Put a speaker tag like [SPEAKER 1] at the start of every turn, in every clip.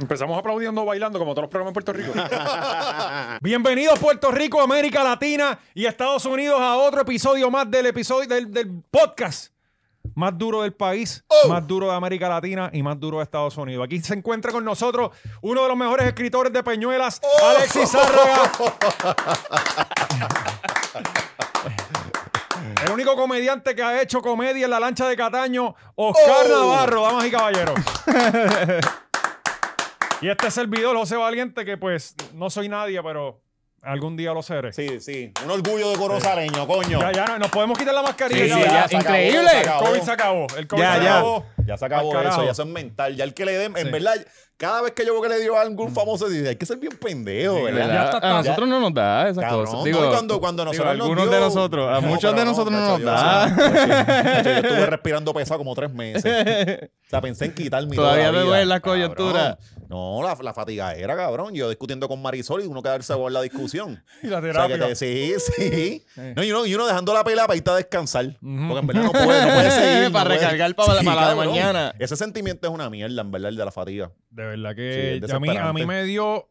[SPEAKER 1] Empezamos aplaudiendo, bailando, como todos los programas en Puerto Rico. Bienvenidos Puerto Rico, América Latina y Estados Unidos a otro episodio más del podcast más duro del país, más duro de América Latina y más duro de Estados Unidos. Aquí se encuentra con nosotros uno de los mejores escritores de Peñuelas, Alexis Zárraga. El único comediante que ha hecho comedia en la lancha de Cataño, Oscar Navarro, damas y caballeros. Y este servidor, José Valiente, que pues no soy nadie, pero algún día lo seré.
[SPEAKER 2] Sí, sí. Un orgullo de corosareño, coño.
[SPEAKER 1] Ya, nos podemos quitar la mascarilla.
[SPEAKER 3] Sí, ya. Increíble.
[SPEAKER 2] Se acabó.
[SPEAKER 1] El COVID se acabó. El COVID se acabó.
[SPEAKER 2] Ya se acabó eso, ya eso es mental. Ya el que le den, en verdad, cada vez que yo veo que le dio a algún famoso, dice, hay que ser bien pendejo, ¿verdad?
[SPEAKER 1] Ya está,
[SPEAKER 3] A nosotros no nos da esas
[SPEAKER 2] Cabrón,
[SPEAKER 3] cosas.
[SPEAKER 2] no, cuando nosotros nos
[SPEAKER 3] algunos
[SPEAKER 2] dio,
[SPEAKER 3] de nosotros, a muchos de nosotros no nos da.
[SPEAKER 2] Yo estuve respirando pesado como 3 meses. O sea, pensé en quitarme
[SPEAKER 3] Todavía me duele la
[SPEAKER 2] cabrón.
[SPEAKER 3] coyuntura.
[SPEAKER 2] No, la fatigadera, cabrón. Yo discutiendo con Marisol y uno quedarse en la discusión.
[SPEAKER 1] Y la
[SPEAKER 2] O sea,
[SPEAKER 1] terapia.
[SPEAKER 2] sí. No, y uno dejando la pela para irte a descansar. Porque en verdad no puede seguir.
[SPEAKER 3] Para recargar para la de
[SPEAKER 2] cabrón.
[SPEAKER 3] mañana.
[SPEAKER 2] Ese sentimiento es una mierda, en verdad, el de la fatiga.
[SPEAKER 1] De verdad
[SPEAKER 2] Sí,
[SPEAKER 1] que
[SPEAKER 2] es
[SPEAKER 1] a mí
[SPEAKER 2] desesperante.
[SPEAKER 1] me dio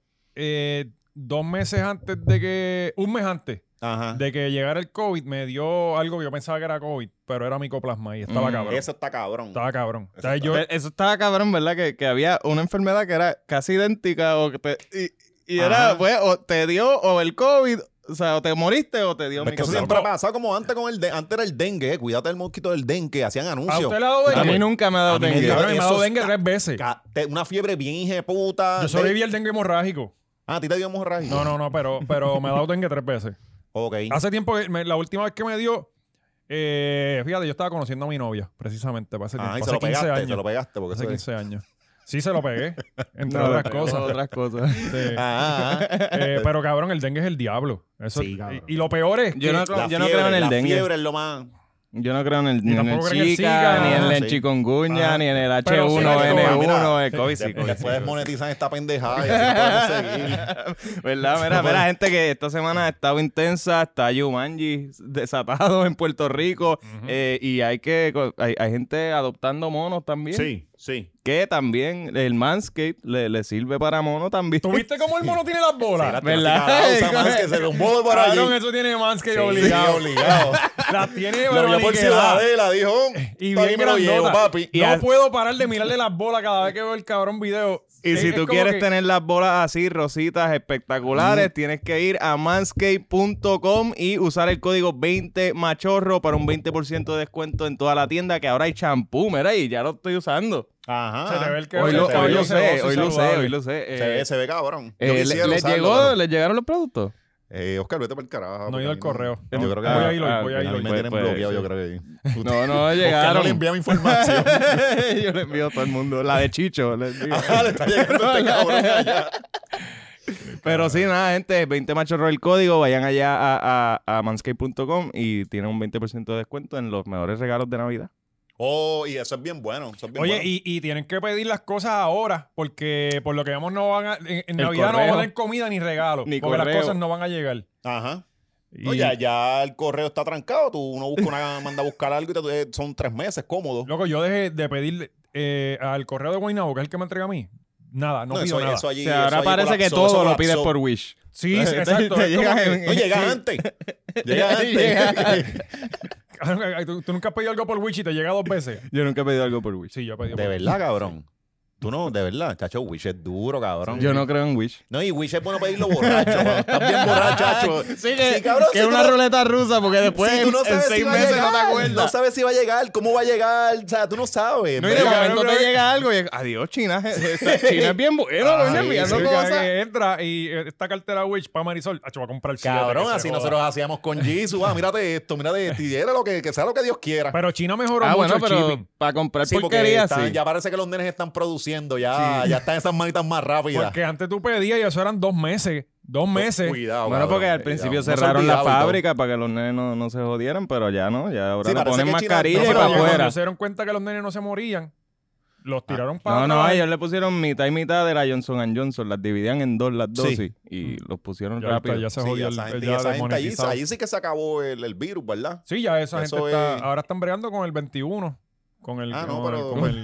[SPEAKER 1] 2 meses antes de que... Un mes antes
[SPEAKER 2] Ajá.
[SPEAKER 1] de que llegara el COVID, me dio algo que yo pensaba que era COVID, pero era micoplasma y estaba cabrón.
[SPEAKER 2] Eso está cabrón.
[SPEAKER 1] Estaba cabrón. O sea,
[SPEAKER 2] Eso
[SPEAKER 1] yo...
[SPEAKER 3] Eso estaba cabrón, ¿verdad? Que había una enfermedad que era casi idéntica o que y era, pues, o te dio o el COVID, o sea, o te moriste o te dio
[SPEAKER 2] Es que eso
[SPEAKER 3] micoplasma.
[SPEAKER 2] siempre ha pasado como antes con antes era el dengue, cuídate del mosquito del dengue, hacían
[SPEAKER 1] ¿A
[SPEAKER 2] anuncios.
[SPEAKER 1] usted le ha dado
[SPEAKER 3] A
[SPEAKER 1] dengue?
[SPEAKER 3] mí nunca me ha dado
[SPEAKER 2] A mí me
[SPEAKER 3] dengue.
[SPEAKER 2] dio-
[SPEAKER 1] Cabrón, me ha dado
[SPEAKER 2] Eso
[SPEAKER 1] dengue
[SPEAKER 2] está-
[SPEAKER 1] 3 veces.
[SPEAKER 2] Una fiebre bien hijeputa.
[SPEAKER 1] Yo sobreviví al dengue hemorrágico.
[SPEAKER 2] ¿A ti te dio hemorragia?
[SPEAKER 1] No, pero me ha dado dengue 3 veces.
[SPEAKER 2] Ok.
[SPEAKER 1] Hace tiempo, la última vez que me dio, fíjate, yo estaba conociendo a mi novia, precisamente, para hace tiempo.
[SPEAKER 2] Y
[SPEAKER 1] Hace
[SPEAKER 2] se lo
[SPEAKER 1] 15
[SPEAKER 2] pegaste,
[SPEAKER 1] años.
[SPEAKER 2] se lo pegaste. Porque
[SPEAKER 1] Hace
[SPEAKER 2] eso
[SPEAKER 1] 15 años. Sí, se lo pegué, entre
[SPEAKER 3] No,
[SPEAKER 1] otras cosas.
[SPEAKER 3] Otras cosas.
[SPEAKER 1] Sí.
[SPEAKER 2] Ajá.
[SPEAKER 1] Pero cabrón, el dengue es el diablo. Eso,
[SPEAKER 2] Sí, cabrón.
[SPEAKER 1] y lo peor es que...
[SPEAKER 3] Yo no
[SPEAKER 2] La
[SPEAKER 3] creo en el
[SPEAKER 2] la
[SPEAKER 3] dengue.
[SPEAKER 2] fiebre es lo más...
[SPEAKER 3] Yo no creo ni en el
[SPEAKER 1] tampoco creo en el
[SPEAKER 3] Zika,
[SPEAKER 1] Zika.
[SPEAKER 3] ni en el
[SPEAKER 2] Sí.
[SPEAKER 3] chikungunya, ni en el
[SPEAKER 1] Pero sí,
[SPEAKER 3] H1N1, el COVID.
[SPEAKER 2] Después desmonetizan esta pendejada y así no podemos seguir.
[SPEAKER 3] ¿Verdad? Mira, gente, que esta semana ha estado intensa, está Jumanji desatado en Puerto Rico, y hay gente adoptando monos también.
[SPEAKER 2] Sí.
[SPEAKER 3] Que también el Manscaped le sirve para mono también.
[SPEAKER 1] ¿Tú viste cómo el mono tiene las bolas?
[SPEAKER 3] ¿Verdad?
[SPEAKER 2] Que se lo muevo por allí.
[SPEAKER 1] Cabrón, eso tiene más que
[SPEAKER 2] Sí,
[SPEAKER 1] obligado.
[SPEAKER 2] obligado.
[SPEAKER 1] Las tiene
[SPEAKER 2] Lo
[SPEAKER 1] pero
[SPEAKER 2] vio por
[SPEAKER 1] aniquiladas.
[SPEAKER 2] Ciudadela, dijo.
[SPEAKER 1] Y
[SPEAKER 2] "Está
[SPEAKER 1] bien
[SPEAKER 2] ahí me lo llevo,
[SPEAKER 1] grandota.
[SPEAKER 2] papi.
[SPEAKER 3] Y
[SPEAKER 1] No puedo parar de mirarle las bolas cada vez que veo el cabrón video.
[SPEAKER 3] Y si
[SPEAKER 1] Es
[SPEAKER 3] tú
[SPEAKER 1] como
[SPEAKER 3] quieres
[SPEAKER 1] que-
[SPEAKER 3] tener las bolas así, rositas, espectaculares, tienes que ir a manscaped.com y usar el código 20machorro para un 20% de descuento en toda la tienda, que ahora hay champú, mira, y ya lo estoy usando.
[SPEAKER 2] Ajá.
[SPEAKER 1] Se te ve el que
[SPEAKER 3] Hoy lo
[SPEAKER 1] cabello
[SPEAKER 3] sé,
[SPEAKER 1] sedoso y
[SPEAKER 3] hoy lo sé,
[SPEAKER 1] saludable.
[SPEAKER 3] hoy lo sé.
[SPEAKER 2] Se ve cabrón. Yo quisiera
[SPEAKER 3] ¿Les
[SPEAKER 2] usarlo, pero-
[SPEAKER 3] ¿Les llegaron los productos?
[SPEAKER 2] Oscar, vete para el carajo.
[SPEAKER 1] No he ido al
[SPEAKER 2] porque a mí
[SPEAKER 1] correo.
[SPEAKER 2] Yo creo que
[SPEAKER 1] Voy a ir hoy, voy a
[SPEAKER 2] a
[SPEAKER 1] ir
[SPEAKER 2] mí
[SPEAKER 1] hoy.
[SPEAKER 2] me tienen
[SPEAKER 3] Pues,
[SPEAKER 2] bloqueado,
[SPEAKER 3] sí.
[SPEAKER 2] yo creo que.
[SPEAKER 3] No
[SPEAKER 2] Oscar
[SPEAKER 3] llegaron.
[SPEAKER 2] no le enviaba información.
[SPEAKER 3] Yo le envío a todo el mundo. La de Chicho. Les digo.
[SPEAKER 2] Le está llegando este cabrón allá.
[SPEAKER 3] Pero sí, nada, gente, 20 machorro el código, vayan allá a manscaped.com y tienen un 20% de descuento en los mejores regalos de Navidad.
[SPEAKER 2] Oh, y eso es bien bueno. Eso es bien
[SPEAKER 1] Oye,
[SPEAKER 2] bueno.
[SPEAKER 1] y tienen que pedir las cosas ahora, porque por lo que vemos no van en
[SPEAKER 3] El
[SPEAKER 1] Navidad no
[SPEAKER 3] correo.
[SPEAKER 1] van a tener comida ni regalo,
[SPEAKER 3] Ni
[SPEAKER 1] porque las
[SPEAKER 3] correo.
[SPEAKER 1] cosas no van a llegar.
[SPEAKER 2] Ajá.
[SPEAKER 1] Y-
[SPEAKER 2] No, ya el correo está trancado. Uno manda a buscar algo y son 3 meses cómodo.
[SPEAKER 1] Loco, yo dejé de pedir al correo de Guaynabo, que es el que me entrega a mí. Nada, no pido nada.
[SPEAKER 2] Eso allí,
[SPEAKER 3] O sea, ahora
[SPEAKER 2] eso allí
[SPEAKER 3] parece que
[SPEAKER 2] colapsó,
[SPEAKER 3] todo
[SPEAKER 2] eso
[SPEAKER 3] lo pides
[SPEAKER 2] colapsó.
[SPEAKER 3] por Wish.
[SPEAKER 1] Sí, exacto.
[SPEAKER 3] Te
[SPEAKER 1] es como
[SPEAKER 3] llega
[SPEAKER 1] que-
[SPEAKER 3] en-
[SPEAKER 2] No, llega antes. Llega antes.
[SPEAKER 1] ¿Tú nunca has pedido algo por Wish y te llega 2 veces?
[SPEAKER 3] Yo nunca he pedido algo por Wish.
[SPEAKER 1] Sí, yo he pedido
[SPEAKER 2] De
[SPEAKER 1] por
[SPEAKER 2] verdad, cabrón. Tú no, de verdad, chacho, Wish es duro, cabrón.
[SPEAKER 3] Yo no creo en Wish.
[SPEAKER 2] No, y Wish es bueno pedirlo borracho. Cuando estás bien borracho, chacho.
[SPEAKER 3] Sí,
[SPEAKER 2] cabrón,
[SPEAKER 3] que
[SPEAKER 2] si
[SPEAKER 3] es una
[SPEAKER 2] tú no-
[SPEAKER 3] ruleta rusa, porque después
[SPEAKER 2] si tú no
[SPEAKER 3] en
[SPEAKER 2] sabes
[SPEAKER 3] 6
[SPEAKER 2] si va a
[SPEAKER 3] meses no te
[SPEAKER 2] llegar,
[SPEAKER 3] acuerdas.
[SPEAKER 2] no sabes si va a llegar, cómo va a llegar, o sea, tú no sabes.
[SPEAKER 3] No, y de
[SPEAKER 2] ¿verdad?
[SPEAKER 3] momento
[SPEAKER 1] cabrón,
[SPEAKER 3] te llega algo y adiós, China. China es bien bueno,
[SPEAKER 1] Ah,
[SPEAKER 3] coño,
[SPEAKER 1] sí,
[SPEAKER 3] enviando
[SPEAKER 1] sí,
[SPEAKER 3] cosas.
[SPEAKER 1] que entra y esta cartera Wish para Marisol, va a comprar 7.
[SPEAKER 2] Cabrón, así nosotros hacíamos con Jisoo. Mírate esto, y era lo que sea lo que Dios quiera.
[SPEAKER 1] Pero China mejoró
[SPEAKER 3] Ah,
[SPEAKER 1] mucho
[SPEAKER 3] bueno,
[SPEAKER 1] el
[SPEAKER 3] pero
[SPEAKER 1] shipping.
[SPEAKER 3] para comprar
[SPEAKER 2] Sí, porque
[SPEAKER 3] porquerías, sí.
[SPEAKER 2] ya parece que los nenes están produciendo, ya están esas manitas más rápidas.
[SPEAKER 1] Porque antes tú pedías y eso eran 2 meses. 2 meses.
[SPEAKER 2] Cuidado,
[SPEAKER 3] Bueno, porque al
[SPEAKER 2] cabrón,
[SPEAKER 3] principio
[SPEAKER 2] cuidado. No se
[SPEAKER 3] cerraron la
[SPEAKER 2] olvidaba y todo.
[SPEAKER 3] fábrica para que los nenes no se jodieran, pero ya no, ya ahora
[SPEAKER 2] Sí,
[SPEAKER 3] le
[SPEAKER 2] parece
[SPEAKER 3] ponen
[SPEAKER 2] que China-
[SPEAKER 3] mascarilla
[SPEAKER 2] no,
[SPEAKER 3] y
[SPEAKER 2] pero
[SPEAKER 3] para
[SPEAKER 2] ya
[SPEAKER 3] afuera.
[SPEAKER 1] Cuando se dieron cuenta que los nenes no se morían, los tiraron para
[SPEAKER 3] No,
[SPEAKER 1] atrás.
[SPEAKER 3] ellos le pusieron mitad y mitad de la Johnson & Johnson, las dividían en 2 las dosis
[SPEAKER 2] Sí.
[SPEAKER 3] y los pusieron
[SPEAKER 1] Ya
[SPEAKER 3] rápido.
[SPEAKER 1] está, ya se
[SPEAKER 2] Sí,
[SPEAKER 1] jodió
[SPEAKER 2] esa gente,
[SPEAKER 1] ya
[SPEAKER 2] esa gente allí,
[SPEAKER 1] desmonetizado.
[SPEAKER 2] ahí sí que se acabó el virus, ¿verdad?
[SPEAKER 1] Sí, ya esa
[SPEAKER 2] Eso
[SPEAKER 1] gente está...
[SPEAKER 2] es-
[SPEAKER 1] Ahora están bregando con el 21. Con el...
[SPEAKER 2] Ah, no,
[SPEAKER 1] con el-
[SPEAKER 2] pero-
[SPEAKER 1] con el-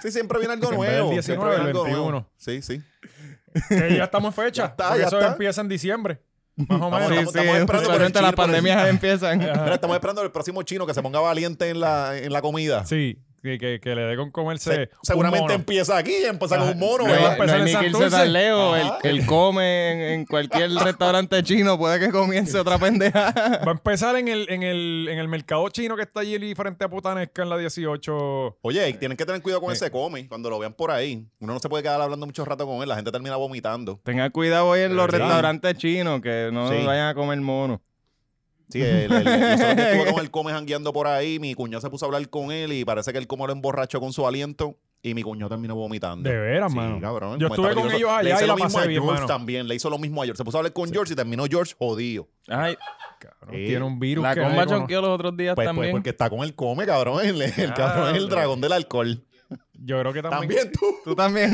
[SPEAKER 2] Sí, siempre viene algo
[SPEAKER 1] En vez del
[SPEAKER 2] nuevo.
[SPEAKER 1] 19,
[SPEAKER 2] siempre viene
[SPEAKER 1] el
[SPEAKER 2] algo nuevo.
[SPEAKER 1] 21.
[SPEAKER 2] Sí, sí.
[SPEAKER 1] Que ya estamos en fecha.
[SPEAKER 2] Ya está,
[SPEAKER 1] porque
[SPEAKER 2] ya
[SPEAKER 1] eso
[SPEAKER 2] está.
[SPEAKER 1] empieza en diciembre. Más o
[SPEAKER 2] Vamos,
[SPEAKER 1] menos.
[SPEAKER 2] estamos esperando por el
[SPEAKER 3] usualmente
[SPEAKER 2] chino,
[SPEAKER 3] las
[SPEAKER 2] por el-
[SPEAKER 3] pandemias empiezan.
[SPEAKER 2] Mira, estamos esperando el próximo chino que se ponga valiente en la comida.
[SPEAKER 1] Sí, que le dé con comerse.
[SPEAKER 2] Seguramente
[SPEAKER 1] un mono.
[SPEAKER 2] empieza aquí y empieza con un mono.
[SPEAKER 1] No,
[SPEAKER 2] ¿verdad?
[SPEAKER 1] empezar
[SPEAKER 3] No hay
[SPEAKER 1] en
[SPEAKER 3] ni que irse
[SPEAKER 1] Santurce.
[SPEAKER 3] tan lejos.
[SPEAKER 2] Ajá.
[SPEAKER 3] Él come en cualquier restaurante chino. Puede que comience otra pendeja.
[SPEAKER 1] Va a empezar en el mercado chino que está allí frente a Putanesca en la 18.
[SPEAKER 2] Oye, y tienen que tener cuidado con ese come. Cuando lo vean por ahí, uno no se puede quedar hablando mucho rato con él. La gente termina vomitando.
[SPEAKER 3] Tenga cuidado hoy en los
[SPEAKER 2] Sí.
[SPEAKER 3] restaurantes chinos que no
[SPEAKER 2] Sí.
[SPEAKER 3] vayan a comer mono.
[SPEAKER 2] Sí, nosotros que estuve con el come jangueando por ahí, mi cuñado se puso a hablar con él y parece que el come lo emborrachó con su aliento y mi cuñado terminó vomitando.
[SPEAKER 1] De veras,
[SPEAKER 2] Sí,
[SPEAKER 1] mano.
[SPEAKER 2] cabrón.
[SPEAKER 1] Yo
[SPEAKER 2] Como
[SPEAKER 1] estuve
[SPEAKER 2] está
[SPEAKER 1] con
[SPEAKER 2] peligroso.
[SPEAKER 1] ellos allá
[SPEAKER 2] Le hizo
[SPEAKER 1] y la
[SPEAKER 2] lo mismo
[SPEAKER 1] pasé
[SPEAKER 2] a
[SPEAKER 1] bien,
[SPEAKER 2] George
[SPEAKER 1] mano.
[SPEAKER 2] también. Le hizo lo mismo a George. Se puso a hablar con George y terminó George jodido.
[SPEAKER 3] Ay,
[SPEAKER 1] Cabrón,
[SPEAKER 2] Sí.
[SPEAKER 1] tiene un virus
[SPEAKER 3] la
[SPEAKER 1] que
[SPEAKER 3] comba
[SPEAKER 1] nadie conoce.
[SPEAKER 3] chonqueó los otros días
[SPEAKER 2] Pues
[SPEAKER 3] también.
[SPEAKER 2] porque está con el come, cabrón. El cabrón es el dragón del alcohol.
[SPEAKER 1] Yo creo que también.
[SPEAKER 2] También tú.
[SPEAKER 3] Tú también.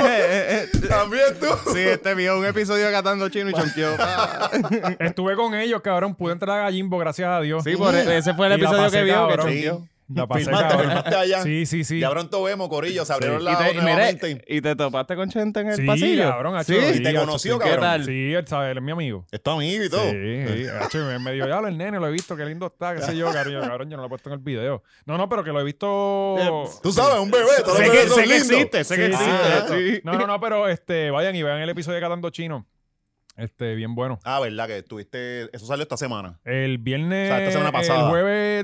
[SPEAKER 2] También tú.
[SPEAKER 3] Sí, vio un episodio de Catando Chino y chonqueó.
[SPEAKER 1] Estuve con ellos, cabrón. Pude entrar a Gallimbo, gracias a Dios.
[SPEAKER 3] Sí, ese fue el
[SPEAKER 1] Y la
[SPEAKER 3] episodio
[SPEAKER 1] pasé,
[SPEAKER 3] que vio que
[SPEAKER 1] cabrón.
[SPEAKER 3] chonqueó.
[SPEAKER 1] La pasé,
[SPEAKER 2] Filmaste
[SPEAKER 1] cabrón.
[SPEAKER 2] allá.
[SPEAKER 1] Sí, sí, sí.
[SPEAKER 2] Ya pronto vemos, Corillo. Se abrieron
[SPEAKER 3] Y
[SPEAKER 2] la
[SPEAKER 3] te, y mire,
[SPEAKER 2] nuevamente.
[SPEAKER 3] y te topaste con Chente en el
[SPEAKER 1] Sí,
[SPEAKER 3] pasillo.
[SPEAKER 1] cabrón,
[SPEAKER 3] Sí.
[SPEAKER 1] hacho,
[SPEAKER 2] Y te
[SPEAKER 1] hacho,
[SPEAKER 2] conoció,
[SPEAKER 1] sí.
[SPEAKER 2] cabrón.
[SPEAKER 3] ¿Qué tal?
[SPEAKER 1] Sí, él sabe, él es mi amigo.
[SPEAKER 2] Es tu amigo y todo.
[SPEAKER 1] Sí, hacho, me dio ya el nene, lo he visto, qué lindo está, qué sé yo, cabrón, yo no lo he puesto en el video. No, pero que lo he visto.
[SPEAKER 2] Tú sabes, un bebé. Todos los
[SPEAKER 3] Sé
[SPEAKER 2] bebés
[SPEAKER 3] que,
[SPEAKER 2] son
[SPEAKER 3] sé que
[SPEAKER 2] lindos.
[SPEAKER 3] existe, sé que
[SPEAKER 1] Sí,
[SPEAKER 3] existe. Sí.
[SPEAKER 1] No, pero vayan y vean el episodio de Catando Chino. Bien bueno.
[SPEAKER 2] Ah, ¿verdad? Que estuviste... Eso salió esta semana.
[SPEAKER 1] El viernes,
[SPEAKER 2] O sea, esta semana pasada.
[SPEAKER 1] el jueves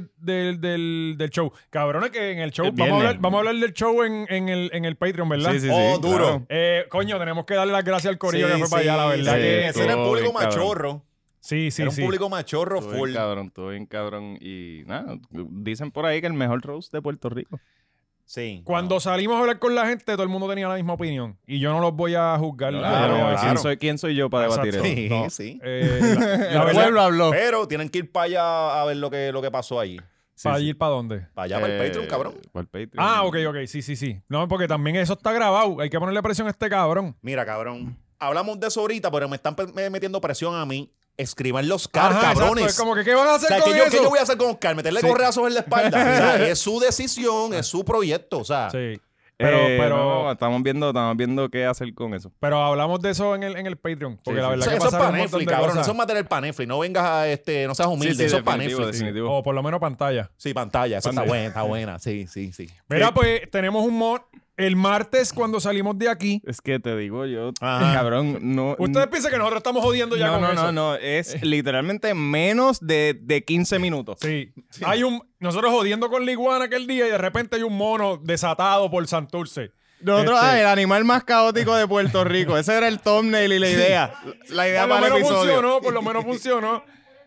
[SPEAKER 1] del show. Cabrones, que en el show,
[SPEAKER 3] El
[SPEAKER 1] vamos
[SPEAKER 3] viernes.
[SPEAKER 1] a hablar del show en el Patreon, ¿verdad?
[SPEAKER 3] Sí, sí,
[SPEAKER 2] Oh,
[SPEAKER 3] sí,
[SPEAKER 2] duro.
[SPEAKER 3] claro.
[SPEAKER 1] Coño, tenemos que darle las gracias al corillo
[SPEAKER 2] Sí,
[SPEAKER 1] que fue para
[SPEAKER 2] sí,
[SPEAKER 1] allá, la verdad.
[SPEAKER 2] sí.
[SPEAKER 1] que-
[SPEAKER 2] Ese era el
[SPEAKER 3] Estuvo
[SPEAKER 2] público
[SPEAKER 3] bien, cabrón.
[SPEAKER 2] machorro.
[SPEAKER 1] Sí,
[SPEAKER 2] Era un
[SPEAKER 1] sí.
[SPEAKER 2] público machorro
[SPEAKER 3] Estuvo
[SPEAKER 2] full.
[SPEAKER 3] bien cabrón. Y nada, dicen por ahí que el mejor roast de Puerto Rico.
[SPEAKER 2] Sí.
[SPEAKER 1] Cuando salimos a hablar con la gente, todo el mundo tenía la misma opinión. Y yo no los voy a juzgar.
[SPEAKER 2] Claro,
[SPEAKER 1] Yo voy a decir-
[SPEAKER 2] claro.
[SPEAKER 3] ¿Quién soy yo para debatir
[SPEAKER 1] Exacto.
[SPEAKER 3] eso?
[SPEAKER 2] Sí,
[SPEAKER 1] No.
[SPEAKER 2] sí.
[SPEAKER 1] la
[SPEAKER 3] El
[SPEAKER 1] verdad,
[SPEAKER 3] pueblo habló.
[SPEAKER 2] Pero tienen que ir para allá a ver lo que pasó allí.
[SPEAKER 1] ¿para ir para dónde?
[SPEAKER 2] Para allá, para el Patreon, cabrón.
[SPEAKER 3] Para el Patreon.
[SPEAKER 1] Ah, ok. Sí. No, porque también eso está grabado. Hay que ponerle presión a este cabrón.
[SPEAKER 2] Mira, cabrón. Hablamos de eso ahorita, pero me están metiendo presión a mí. Escriban los Oscar,
[SPEAKER 1] Ajá,
[SPEAKER 2] cabrones.
[SPEAKER 1] exacto. Es como que, ¿qué van a
[SPEAKER 2] O
[SPEAKER 1] hacer
[SPEAKER 2] sea,
[SPEAKER 1] con
[SPEAKER 2] ¿qué
[SPEAKER 1] eso?
[SPEAKER 2] yo voy a hacer con Oscar? ¿Meterle
[SPEAKER 1] Sí.
[SPEAKER 2] correazos en la espalda? O sea, es su decisión, es su proyecto. O sea,
[SPEAKER 1] Sí. Pero
[SPEAKER 3] no, estamos viendo qué hacer con eso.
[SPEAKER 1] Pero hablamos de eso en el Patreon. Porque
[SPEAKER 3] Sí,
[SPEAKER 1] la
[SPEAKER 3] sí.
[SPEAKER 1] verdad que
[SPEAKER 2] eso es
[SPEAKER 1] pasaron
[SPEAKER 2] para
[SPEAKER 1] un montón
[SPEAKER 2] Netflix,
[SPEAKER 1] de
[SPEAKER 2] cabrón.
[SPEAKER 1] cosas.
[SPEAKER 2] Eso es material para Netflix. No vengas a, no seas humilde. eso es para Netflix.
[SPEAKER 3] definitivo.
[SPEAKER 1] O por lo menos pantalla.
[SPEAKER 2] Sí, pantalla. Eso está buena. Sí.
[SPEAKER 1] Mira, pues tenemos un mod. El martes, cuando salimos de aquí,
[SPEAKER 3] Es que te digo yo,
[SPEAKER 2] Ajá.
[SPEAKER 3] cabrón, no...
[SPEAKER 1] ustedes piensan que nosotros estamos jodiendo ya con eso.
[SPEAKER 3] No, es literalmente menos de 15 minutos.
[SPEAKER 1] Sí. Nosotros jodiendo con la iguana aquel día y de repente hay un mono desatado por Santurce.
[SPEAKER 3] Nosotros, el animal más caótico de Puerto Rico. Ese era el thumbnail y la idea. La idea
[SPEAKER 1] Por lo
[SPEAKER 3] para el
[SPEAKER 1] menos
[SPEAKER 3] episodio.
[SPEAKER 1] funcionó, por lo menos funcionó.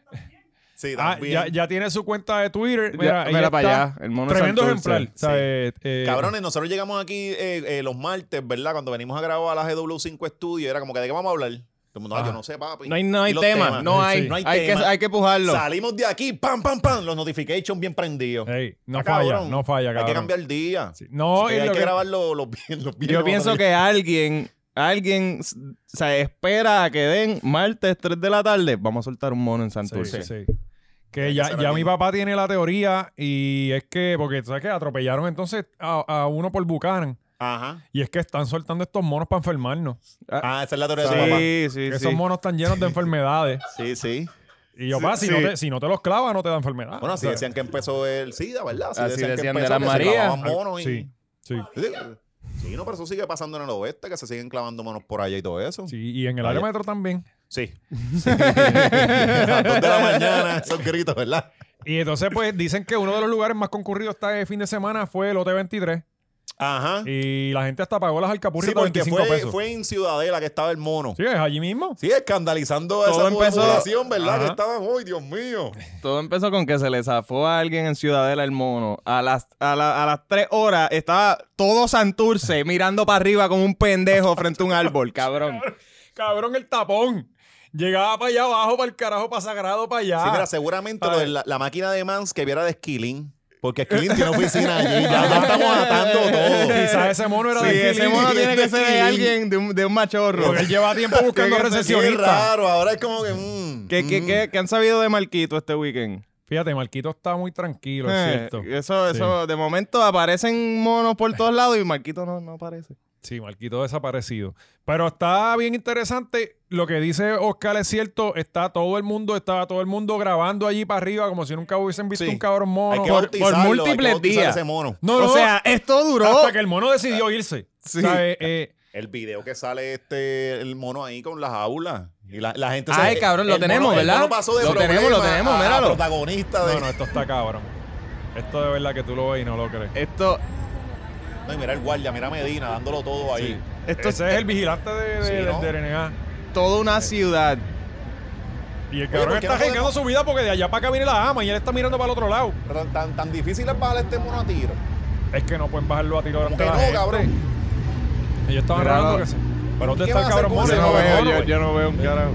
[SPEAKER 2] Sí,
[SPEAKER 1] Ah,
[SPEAKER 2] también.
[SPEAKER 1] ya tiene su cuenta de Twitter.
[SPEAKER 3] Mira,
[SPEAKER 1] Mira, ahí
[SPEAKER 3] para
[SPEAKER 1] está.
[SPEAKER 3] allá. El mono
[SPEAKER 1] Tremendo
[SPEAKER 3] Santurce.
[SPEAKER 1] ejemplar. ¿Sabes?
[SPEAKER 2] Cabrones, nosotros llegamos aquí los martes, ¿verdad? Cuando venimos a grabar a la GW5 Studio, era como que ¿de qué vamos a hablar? Todo el mundo, yo no sé, papi.
[SPEAKER 3] No hay
[SPEAKER 2] Y los
[SPEAKER 3] tema.
[SPEAKER 2] temas.
[SPEAKER 3] No hay.
[SPEAKER 1] Sí.
[SPEAKER 2] No hay
[SPEAKER 3] hay,
[SPEAKER 2] tema.
[SPEAKER 3] que pujarlo.
[SPEAKER 2] Salimos de aquí, pam, los notifications bien prendidos.
[SPEAKER 1] Ey, no
[SPEAKER 2] Está
[SPEAKER 1] falla,
[SPEAKER 2] cabrón.
[SPEAKER 1] no falla,
[SPEAKER 2] Hay
[SPEAKER 1] cabrón.
[SPEAKER 2] que cambiar el día.
[SPEAKER 1] Sí. No, y
[SPEAKER 2] hay
[SPEAKER 1] lo
[SPEAKER 2] que
[SPEAKER 1] que-
[SPEAKER 2] grabar los viernes.
[SPEAKER 3] Yo pienso que alguien o sea, espera a que den martes 3 de la tarde. Vamos a soltar un mono en Santurce.
[SPEAKER 1] Sí. Que ya mi papá tiene la teoría y es que, porque sabes que atropellaron entonces a uno por Buchanan
[SPEAKER 2] Ajá.
[SPEAKER 1] y es que están soltando estos monos para enfermarnos.
[SPEAKER 2] Ah, esa es la teoría de tu papá.
[SPEAKER 3] Sí, sí,
[SPEAKER 1] Que
[SPEAKER 3] sí.
[SPEAKER 1] esos monos están llenos de enfermedades.
[SPEAKER 2] Sí.
[SPEAKER 1] Y yo, pa,
[SPEAKER 3] Sí.
[SPEAKER 1] si no te los clavas, no te da enfermedad.
[SPEAKER 2] Bueno, así
[SPEAKER 1] O sea,
[SPEAKER 2] decían que empezó el SIDA, ¿verdad?
[SPEAKER 3] Así decían
[SPEAKER 2] que
[SPEAKER 3] de
[SPEAKER 2] empezó,
[SPEAKER 3] las
[SPEAKER 2] que se
[SPEAKER 3] Marías.
[SPEAKER 2] clavaban monos y...
[SPEAKER 1] Sí.
[SPEAKER 2] Sí, no, pero eso sigue pasando en el oeste, que se siguen clavando monos por allá y todo eso.
[SPEAKER 1] Sí, y en el área metro también.
[SPEAKER 2] Sí. A las 2 de la mañana, esos gritos, ¿verdad?
[SPEAKER 1] Y entonces, pues, dicen que uno de los lugares más concurridos este fin de semana fue el OT23.
[SPEAKER 2] Ajá.
[SPEAKER 1] Y la gente hasta pagó las
[SPEAKER 2] Sí,
[SPEAKER 1] alcapurritas de
[SPEAKER 2] porque
[SPEAKER 1] 25 pesos.
[SPEAKER 2] fue en Ciudadela que estaba el mono.
[SPEAKER 1] Sí, es allí mismo.
[SPEAKER 2] Sí, escandalizando a
[SPEAKER 3] Todo
[SPEAKER 2] esa
[SPEAKER 3] empezó-
[SPEAKER 2] población, ¿verdad?
[SPEAKER 1] Ajá.
[SPEAKER 2] Que estaban, ¡ay, Dios mío!
[SPEAKER 3] Todo empezó con que se le zafó a alguien en Ciudadela el mono. A las 3 horas estaba todo Santurce mirando para arriba como un pendejo frente a un árbol, cabrón.
[SPEAKER 1] Cabrón, el tapón. Llegaba para allá abajo, para el carajo, para Sagrado, para allá.
[SPEAKER 2] Sí, mira, seguramente
[SPEAKER 1] A
[SPEAKER 2] lo de
[SPEAKER 1] ver.
[SPEAKER 2] la máquina de Mans que viera de Skilling, porque Skilling tiene oficina allí. Ya estamos atando todo.
[SPEAKER 1] Quizás ese mono era
[SPEAKER 3] Sí,
[SPEAKER 1] de
[SPEAKER 3] ese
[SPEAKER 1] Killing.
[SPEAKER 3] mono tiene que ser de
[SPEAKER 2] Skilling.
[SPEAKER 3] alguien, de un machorro.
[SPEAKER 1] Porque él lleva tiempo buscando
[SPEAKER 3] Tiene que ser
[SPEAKER 2] Qué
[SPEAKER 1] recesionistas.
[SPEAKER 2] raro, ahora es como que...
[SPEAKER 3] ¿Qué han sabido de Marquito este weekend?
[SPEAKER 1] Fíjate, Marquito está muy tranquilo, es cierto.
[SPEAKER 3] Eso, de momento aparecen monos por todos lados y Marquito no aparece.
[SPEAKER 1] Sí, Marquito desaparecido. Pero está bien interesante. Lo que dice Oscar es cierto. Estaba todo el mundo grabando allí para arriba como si nunca hubiesen visto un cabrón mono.
[SPEAKER 2] Hay que
[SPEAKER 3] por
[SPEAKER 2] bautizarlo,
[SPEAKER 3] múltiples
[SPEAKER 2] hay que bautizar
[SPEAKER 3] días.
[SPEAKER 2] ese mono.
[SPEAKER 1] No,
[SPEAKER 3] O sea, esto duró...
[SPEAKER 1] hasta que el mono decidió irse.
[SPEAKER 3] Sí.
[SPEAKER 1] ¿Sabes?
[SPEAKER 2] El video que sale el mono ahí con las jaulas. Y la gente
[SPEAKER 3] Ay, cabrón, lo
[SPEAKER 2] el
[SPEAKER 3] tenemos,
[SPEAKER 2] mono,
[SPEAKER 3] ¿verdad?
[SPEAKER 2] El mono pasó de
[SPEAKER 3] Lo
[SPEAKER 2] problema
[SPEAKER 3] tenemos,
[SPEAKER 2] a
[SPEAKER 3] míralo.
[SPEAKER 2] protagonista de...
[SPEAKER 1] No, esto está cabrón. Esto de verdad que tú lo ves y no lo crees.
[SPEAKER 3] Esto...
[SPEAKER 2] No, y mira el guardia, mira a Medina dándolo todo ahí.
[SPEAKER 1] Ese es el vigilante de
[SPEAKER 2] ¿no?
[SPEAKER 1] RNA.
[SPEAKER 3] Toda una ciudad.
[SPEAKER 1] Y el
[SPEAKER 2] Oye,
[SPEAKER 1] cabrón
[SPEAKER 2] ¿por qué
[SPEAKER 1] está
[SPEAKER 2] no
[SPEAKER 1] arriesgando
[SPEAKER 2] podemos-
[SPEAKER 1] su vida porque de allá para acá viene la ama y él está mirando para el otro lado.
[SPEAKER 2] Pero tan difícil es bajar este mono a tiro.
[SPEAKER 1] Es que no pueden bajarlo a tiro
[SPEAKER 2] ¿Cómo
[SPEAKER 1] delante
[SPEAKER 2] que
[SPEAKER 1] de la
[SPEAKER 2] no,
[SPEAKER 1] gente.
[SPEAKER 2] cabrón?
[SPEAKER 1] Ellos estaban
[SPEAKER 3] Míralo.
[SPEAKER 1] hablando que sí. Pero ¿dónde
[SPEAKER 2] ¿Qué
[SPEAKER 1] está el
[SPEAKER 2] van a hacer
[SPEAKER 1] cabrón
[SPEAKER 2] con
[SPEAKER 1] mono?
[SPEAKER 2] ese
[SPEAKER 1] No
[SPEAKER 2] mono?
[SPEAKER 1] veo,
[SPEAKER 2] Güey.
[SPEAKER 3] yo no veo un carajo.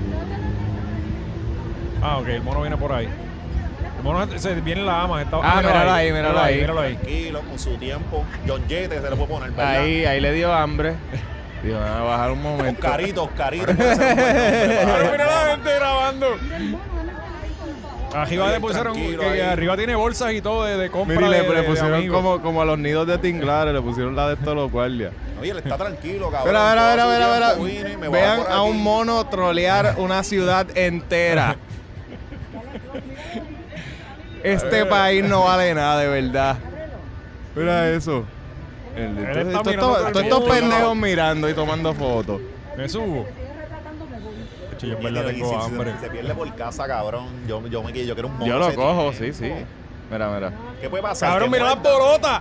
[SPEAKER 1] Ah, ok, el mono viene por ahí. El mono viene la ama.
[SPEAKER 3] Míralo ahí.
[SPEAKER 1] Míralo ahí.
[SPEAKER 2] Tranquilo, con su tiempo. John Jette se le puede poner, ¿verdad?
[SPEAKER 3] Ahí le dio hambre. Digo, a bajar un momento.
[SPEAKER 2] Oscarito. puede ser un buen nombre para-
[SPEAKER 1] Pero mira la gente grabando. Arriba
[SPEAKER 2] Ahí,
[SPEAKER 1] le pusieron
[SPEAKER 2] tranquilo,
[SPEAKER 1] que
[SPEAKER 2] ahí.
[SPEAKER 1] arriba tiene bolsas y todo de compra.
[SPEAKER 3] Mira,
[SPEAKER 1] de
[SPEAKER 3] le pusieron
[SPEAKER 1] amigos.
[SPEAKER 3] como a los nidos de tinglares, le pusieron la de estos los guardias.
[SPEAKER 2] Oye, él está tranquilo, cabrón.
[SPEAKER 3] Mira.
[SPEAKER 2] Todo su tiempo vine y me
[SPEAKER 3] Vean
[SPEAKER 2] bajo por
[SPEAKER 3] a un
[SPEAKER 2] aquí.
[SPEAKER 3] mono trolear una ciudad entera. Este país no vale nada, de verdad. Mira eso.
[SPEAKER 1] está mirando todo el
[SPEAKER 3] Estos
[SPEAKER 1] mundo.
[SPEAKER 3] pendejos mirando y tomando fotos.
[SPEAKER 1] Me subo. Yo en verdad
[SPEAKER 2] Y
[SPEAKER 1] tengo
[SPEAKER 2] si
[SPEAKER 1] hambre.
[SPEAKER 2] se pierde por casa, cabrón. Yo quiero un mono.
[SPEAKER 3] Yo lo
[SPEAKER 2] ese
[SPEAKER 3] cojo,
[SPEAKER 2] tiempo.
[SPEAKER 3] sí. Mira.
[SPEAKER 2] ¿Qué puede pasar?
[SPEAKER 1] Cabrón,
[SPEAKER 2] Que
[SPEAKER 1] mira las
[SPEAKER 2] muerda.
[SPEAKER 1] bolotas.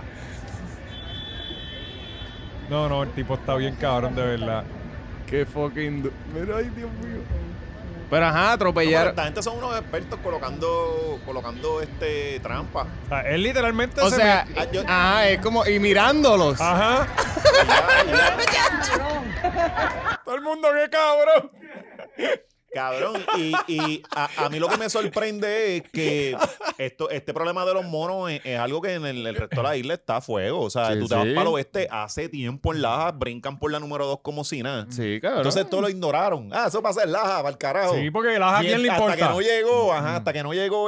[SPEAKER 1] No, el tipo está bien cabrón, de verdad.
[SPEAKER 3] Qué fucking... Mira, ay, Dios mío. Pero ajá,
[SPEAKER 2] No, pero
[SPEAKER 3] atropellar...
[SPEAKER 2] esta gente son unos expertos colocando trampa.
[SPEAKER 1] O sea, él literalmente
[SPEAKER 3] O
[SPEAKER 1] se
[SPEAKER 3] sea,
[SPEAKER 1] metió-
[SPEAKER 3] es como... Y mirándolos.
[SPEAKER 1] Ajá. Todo el mundo, qué cabrón.
[SPEAKER 2] Cabrón, y a mí lo que me sorprende es que este problema de los monos es algo que en el resto de la isla está a fuego. O sea,
[SPEAKER 3] Sí,
[SPEAKER 2] tú te vas
[SPEAKER 3] sí.
[SPEAKER 2] para el oeste hace tiempo en Laja, brincan por la número 2 como si nada.
[SPEAKER 3] Sí, cabrón.
[SPEAKER 2] Entonces todos lo ignoraron. Eso pasa en Laja, para el carajo.
[SPEAKER 1] Sí, porque la a quién le
[SPEAKER 2] Hasta
[SPEAKER 1] importa.
[SPEAKER 2] que no llegó, hasta que no llegó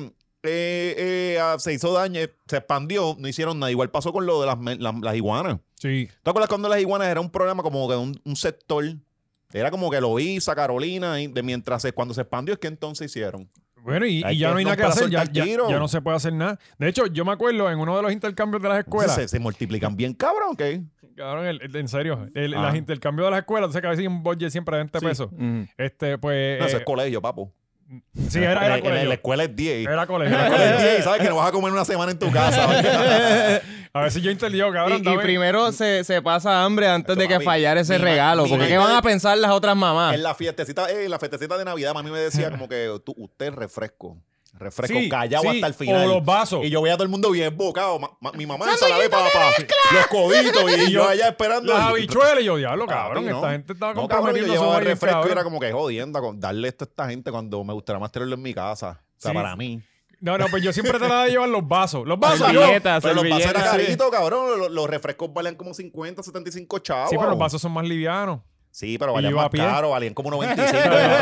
[SPEAKER 2] se hizo daño, se expandió, no hicieron nada. Igual pasó con lo de las iguanas.
[SPEAKER 1] Sí.
[SPEAKER 2] ¿Te acuerdas cuando las iguanas era un problema como que un sector? Era como que Loíza, Carolina, y cuando se expandió es que entonces hicieron.
[SPEAKER 1] Bueno, y
[SPEAKER 2] Hay
[SPEAKER 1] ya
[SPEAKER 2] que
[SPEAKER 1] no hay nada que
[SPEAKER 2] no para
[SPEAKER 1] hacer. Ya,
[SPEAKER 2] soltar tiro.
[SPEAKER 1] ya no se puede hacer nada. De hecho, yo me acuerdo en uno de los intercambios de las escuelas.
[SPEAKER 2] Entonces, se multiplican bien cabrón, ¿ok?
[SPEAKER 1] Cabrón, en serio. Los intercambios de las escuelas, entonces que a veces hay un budget siempre de 20 pesos. Pues.
[SPEAKER 2] No, eso es colegio, papo.
[SPEAKER 1] Sí, era
[SPEAKER 2] En
[SPEAKER 1] colegio.
[SPEAKER 2] la escuela es 10.
[SPEAKER 1] Era colegio.
[SPEAKER 2] La escuela es 10 y sabes que no vas a comer una semana en tu casa.
[SPEAKER 1] A ver si yo entendí, cabrón.
[SPEAKER 3] Y
[SPEAKER 1] dame-
[SPEAKER 3] primero se pasa hambre antes de que
[SPEAKER 2] Papi,
[SPEAKER 3] fallar ese
[SPEAKER 2] mi
[SPEAKER 3] regalo.
[SPEAKER 2] mi
[SPEAKER 3] Porque ¿qué
[SPEAKER 2] mamá-
[SPEAKER 3] van a pensar las otras mamás?
[SPEAKER 2] En la fiestecita de Navidad, mami me decía como que usted refresco,
[SPEAKER 1] Sí,
[SPEAKER 2] callado
[SPEAKER 1] sí,
[SPEAKER 2] hasta el final.
[SPEAKER 1] o los vasos.
[SPEAKER 2] Y yo veía a todo el mundo bien bocado. Mi mamá en sala de papa, los coditos y yo allá esperando.
[SPEAKER 1] Las habichuelas. Y yo, diablo, cabrón.
[SPEAKER 2] Papi, no.
[SPEAKER 1] Esta gente estaba
[SPEAKER 2] No, cabrón, yo
[SPEAKER 1] comprometiendo
[SPEAKER 2] llevaba
[SPEAKER 1] su
[SPEAKER 2] refresco y era como que jodienda darle esto a esta gente cuando me gustaría más tenerlo en mi casa. O sea,
[SPEAKER 1] Sí.
[SPEAKER 2] para mí.
[SPEAKER 1] No, pues yo siempre trataba de llevar los vasos. Los vasos, yo.
[SPEAKER 3] Servilletas,
[SPEAKER 2] Pero los vasos eran
[SPEAKER 3] servilletas.
[SPEAKER 2] caritos, cabrón. Los refrescos valían como 50, 75 chavos.
[SPEAKER 1] Sí, pero los vasos son más livianos.
[SPEAKER 2] Sí, pero
[SPEAKER 1] Y
[SPEAKER 2] valían
[SPEAKER 1] iba a
[SPEAKER 2] más
[SPEAKER 1] pie.
[SPEAKER 2] caro, valían como 95.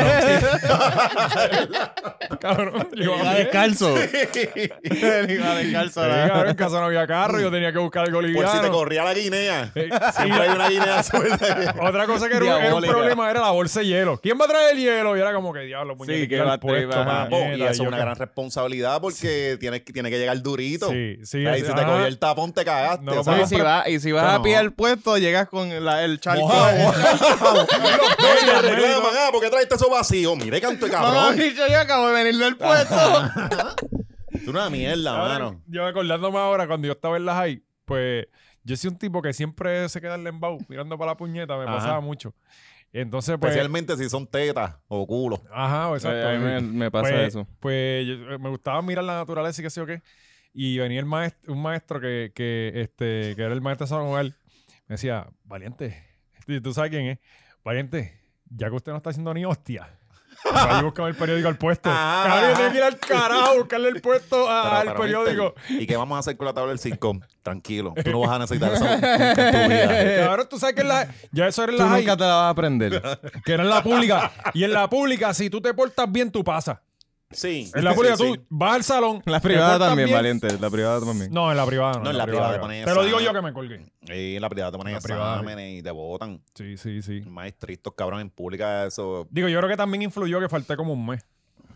[SPEAKER 1] Cabrón, yo
[SPEAKER 3] Iba descalzo. Iba descalzo.
[SPEAKER 1] Sí, cabrón, en casa no había carro, yo tenía que buscar algo
[SPEAKER 2] Por si te
[SPEAKER 1] liviano.
[SPEAKER 2] corría la guinea.
[SPEAKER 1] Sí.
[SPEAKER 2] Siempre hay una guinea suelta.
[SPEAKER 1] Otra cosa que era un
[SPEAKER 3] Diabólica.
[SPEAKER 1] problema era la bolsa de hielo. ¿Quién va a traer el hielo? Y era como que, diablo, puñeta,
[SPEAKER 3] que
[SPEAKER 1] al
[SPEAKER 3] va a traer,
[SPEAKER 1] puesto,
[SPEAKER 3] va a-
[SPEAKER 1] puñeta,
[SPEAKER 2] Y eso es
[SPEAKER 1] yo
[SPEAKER 2] una
[SPEAKER 1] que-
[SPEAKER 2] gran responsabilidad porque tiene que llegar durito.
[SPEAKER 1] Sí, sí.
[SPEAKER 2] Ahí si te
[SPEAKER 1] ajá.
[SPEAKER 2] cogió el tapón, te cagaste.
[SPEAKER 1] No lo
[SPEAKER 2] o sea,
[SPEAKER 1] puedes
[SPEAKER 3] Y si vas
[SPEAKER 2] No.
[SPEAKER 3] a pie al puesto, llegas con el charco.
[SPEAKER 2] mojado.
[SPEAKER 1] Los
[SPEAKER 2] Y te reclaman, ¿por qué traiste eso vacío? Mire, canto de
[SPEAKER 3] No lo has
[SPEAKER 2] cabrón.
[SPEAKER 3] dicho, yo acabo de venir del puesto.
[SPEAKER 2] Tú una mierda, mano.
[SPEAKER 1] Yo acordándome ahora, cuando yo estaba en la high, pues yo soy un tipo que siempre se queda en el embau mirando para la puñeta, me
[SPEAKER 2] Ajá.
[SPEAKER 1] pasaba mucho. Entonces, pues.
[SPEAKER 2] Especialmente si son tetas o culos.
[SPEAKER 1] Ajá, exacto.
[SPEAKER 3] A mí me pasa
[SPEAKER 1] Pues-
[SPEAKER 3] eso.
[SPEAKER 1] Pues me gustaba mirar la naturaleza y qué sé yo qué. Y venía un maestro que era el maestro de San Juan. Me decía, valiente, y tú sabes quién es, valiente, ya que usted no está haciendo ni hostia. Vaya y búscame el periódico al puesto.
[SPEAKER 2] Ah.
[SPEAKER 1] Cabrón, yo tengo que ir al carajo a buscarle el puesto al
[SPEAKER 2] Pero,
[SPEAKER 1] periódico.
[SPEAKER 2] mister, ¿y qué vamos a hacer con la tabla del 5? Tranquilo, tú no vas a necesitar eso nunca en tu vida.
[SPEAKER 1] Cabrón, tú sabes que ya eso era en
[SPEAKER 3] Tú
[SPEAKER 1] la high,
[SPEAKER 3] nunca te la vas a aprender.
[SPEAKER 1] que era en la pública. Y en la pública, si tú te portas bien, tú pasas.
[SPEAKER 2] Sí.
[SPEAKER 1] En la pública
[SPEAKER 2] sí,
[SPEAKER 1] tú vas al salón.
[SPEAKER 3] La
[SPEAKER 1] te
[SPEAKER 3] privada
[SPEAKER 1] portas
[SPEAKER 3] también,
[SPEAKER 1] bien.
[SPEAKER 3] valiente. La privada también.
[SPEAKER 1] No, en la privada no.
[SPEAKER 2] No, en la privada te ponen
[SPEAKER 1] Te lo digo
[SPEAKER 2] examen.
[SPEAKER 1] yo que me colgué.
[SPEAKER 2] Y en la privada te ponen
[SPEAKER 1] La privada,
[SPEAKER 2] exámenes y te votan.
[SPEAKER 1] Sí, sí, sí.
[SPEAKER 2] Más estrictos, cabrón, en pública, eso...
[SPEAKER 1] Digo, yo creo que también influyó que falté como un mes.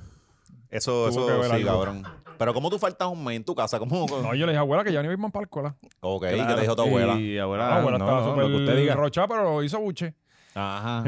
[SPEAKER 2] Eso
[SPEAKER 1] Tuvo que ver
[SPEAKER 2] sí,
[SPEAKER 1] algo.
[SPEAKER 2] cabrón. Pero ¿cómo tú faltas un mes en tu casa? ¿Cómo?
[SPEAKER 1] No, yo le dije, abuela, que ya no iba más para la escuela.
[SPEAKER 2] Ok, ¿qué
[SPEAKER 3] Claro.
[SPEAKER 2] te dijo tu abuela?
[SPEAKER 3] Y
[SPEAKER 1] La
[SPEAKER 3] abuela,
[SPEAKER 1] abuela estaba
[SPEAKER 3] no, lo que usted
[SPEAKER 1] súper
[SPEAKER 3] diga.
[SPEAKER 1] rochada, pero hizo buche.
[SPEAKER 2] Ajá.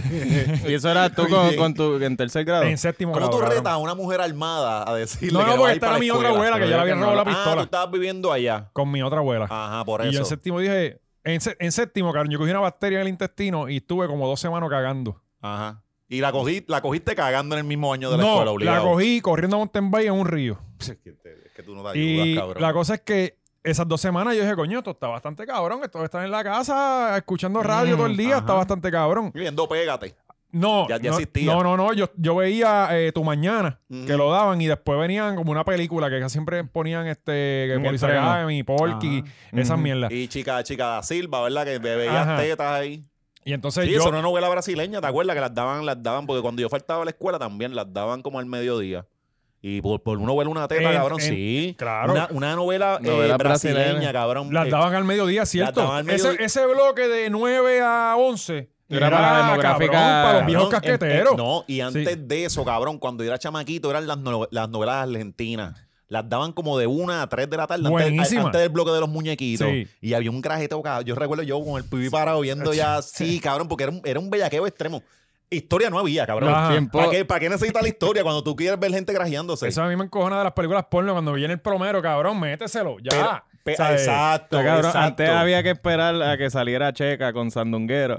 [SPEAKER 3] Y eso era tú con tu en tercer grado.
[SPEAKER 1] En séptimo
[SPEAKER 2] ¿Cómo
[SPEAKER 1] grado.
[SPEAKER 2] tú
[SPEAKER 1] cabrón.
[SPEAKER 2] retas a una mujer armada a decirle
[SPEAKER 1] No,
[SPEAKER 2] que
[SPEAKER 1] no,
[SPEAKER 2] no
[SPEAKER 1] porque
[SPEAKER 2] va a ir
[SPEAKER 1] esta
[SPEAKER 2] para
[SPEAKER 1] era
[SPEAKER 2] la
[SPEAKER 1] mi otra
[SPEAKER 2] escuela?
[SPEAKER 1] abuela, que ya le había robado la
[SPEAKER 2] Ah, tú
[SPEAKER 1] pistola.
[SPEAKER 2] estabas viviendo allá.
[SPEAKER 1] Con mi otra abuela.
[SPEAKER 2] Ajá, por
[SPEAKER 1] Y yo
[SPEAKER 2] eso.
[SPEAKER 1] en séptimo dije, en séptimo, cabrón, yo cogí una bacteria en el intestino y estuve como 2 semanas cagando.
[SPEAKER 2] Ajá. Y la cogiste cagando en el mismo año de la
[SPEAKER 1] No,
[SPEAKER 2] escuela,
[SPEAKER 1] la
[SPEAKER 2] obligado.
[SPEAKER 1] cogí corriendo a Mountain Bike en un río.
[SPEAKER 2] Es que tú no te ayudas,
[SPEAKER 1] Y
[SPEAKER 2] cabrón.
[SPEAKER 1] la cosa es que esas 2 semanas yo dije, coño, esto está bastante cabrón. Esto de estar en la casa escuchando radio todo el día está
[SPEAKER 2] ajá.
[SPEAKER 1] bastante cabrón.
[SPEAKER 2] Viendo Pégate.
[SPEAKER 1] No,
[SPEAKER 2] Ya
[SPEAKER 1] no,
[SPEAKER 2] existía.
[SPEAKER 1] no. Yo veía Tu Mañana,
[SPEAKER 2] Ujú.
[SPEAKER 1] que lo daban, y después venían como una película que siempre ponían que
[SPEAKER 3] En
[SPEAKER 1] Police
[SPEAKER 3] el tren.
[SPEAKER 1] Academy, Porky, esas
[SPEAKER 3] Ujú.
[SPEAKER 1] mierdas.
[SPEAKER 2] Y chica da Silva, ¿verdad? Que veías
[SPEAKER 1] Ajá.
[SPEAKER 2] tetas ahí.
[SPEAKER 1] Y entonces
[SPEAKER 2] Sí,
[SPEAKER 1] yo...
[SPEAKER 2] eso era una novela brasileña, ¿te acuerdas? Que las daban, porque cuando yo faltaba a la escuela también las daban como al mediodía. Y por uno ver una teta, cabrón, sí.
[SPEAKER 1] Claro.
[SPEAKER 2] Una novela,
[SPEAKER 3] Novela
[SPEAKER 2] brasileña,
[SPEAKER 3] brasileña.
[SPEAKER 2] cabrón.
[SPEAKER 1] Las daban al mediodía, ¿cierto?
[SPEAKER 2] daban al mediodía.
[SPEAKER 1] Ese bloque de 9 a 11
[SPEAKER 3] Era para la demográfica,
[SPEAKER 1] cabrón, para los viejos
[SPEAKER 2] Cabrón,
[SPEAKER 1] casqueteros.
[SPEAKER 2] no, y antes
[SPEAKER 1] Sí.
[SPEAKER 2] de eso, cabrón, cuando yo era chamaquito, eran las novelas argentinas. Las daban como de 1 a 3 de la tarde
[SPEAKER 1] Buenísima.
[SPEAKER 2] antes del bloque de los muñequitos.
[SPEAKER 1] Sí.
[SPEAKER 2] Y había un grajeteo, cabrón. Yo recuerdo yo con el pibí parado viendo ya, sí, cabrón, porque era un bellaqueo extremo. Historia no había, cabrón.
[SPEAKER 1] Ajá.
[SPEAKER 3] Tiempo.
[SPEAKER 2] ¿Para qué necesitas la historia cuando tú quieres ver gente grajeándose?
[SPEAKER 1] Eso a mí me encojona de las películas porno cuando viene el promero, cabrón, méteselo, ya. ¿Sabes?
[SPEAKER 2] Exacto,
[SPEAKER 3] Cabrón,
[SPEAKER 2] exacto.
[SPEAKER 3] antes había que esperar a que saliera Checa con Sandunguero.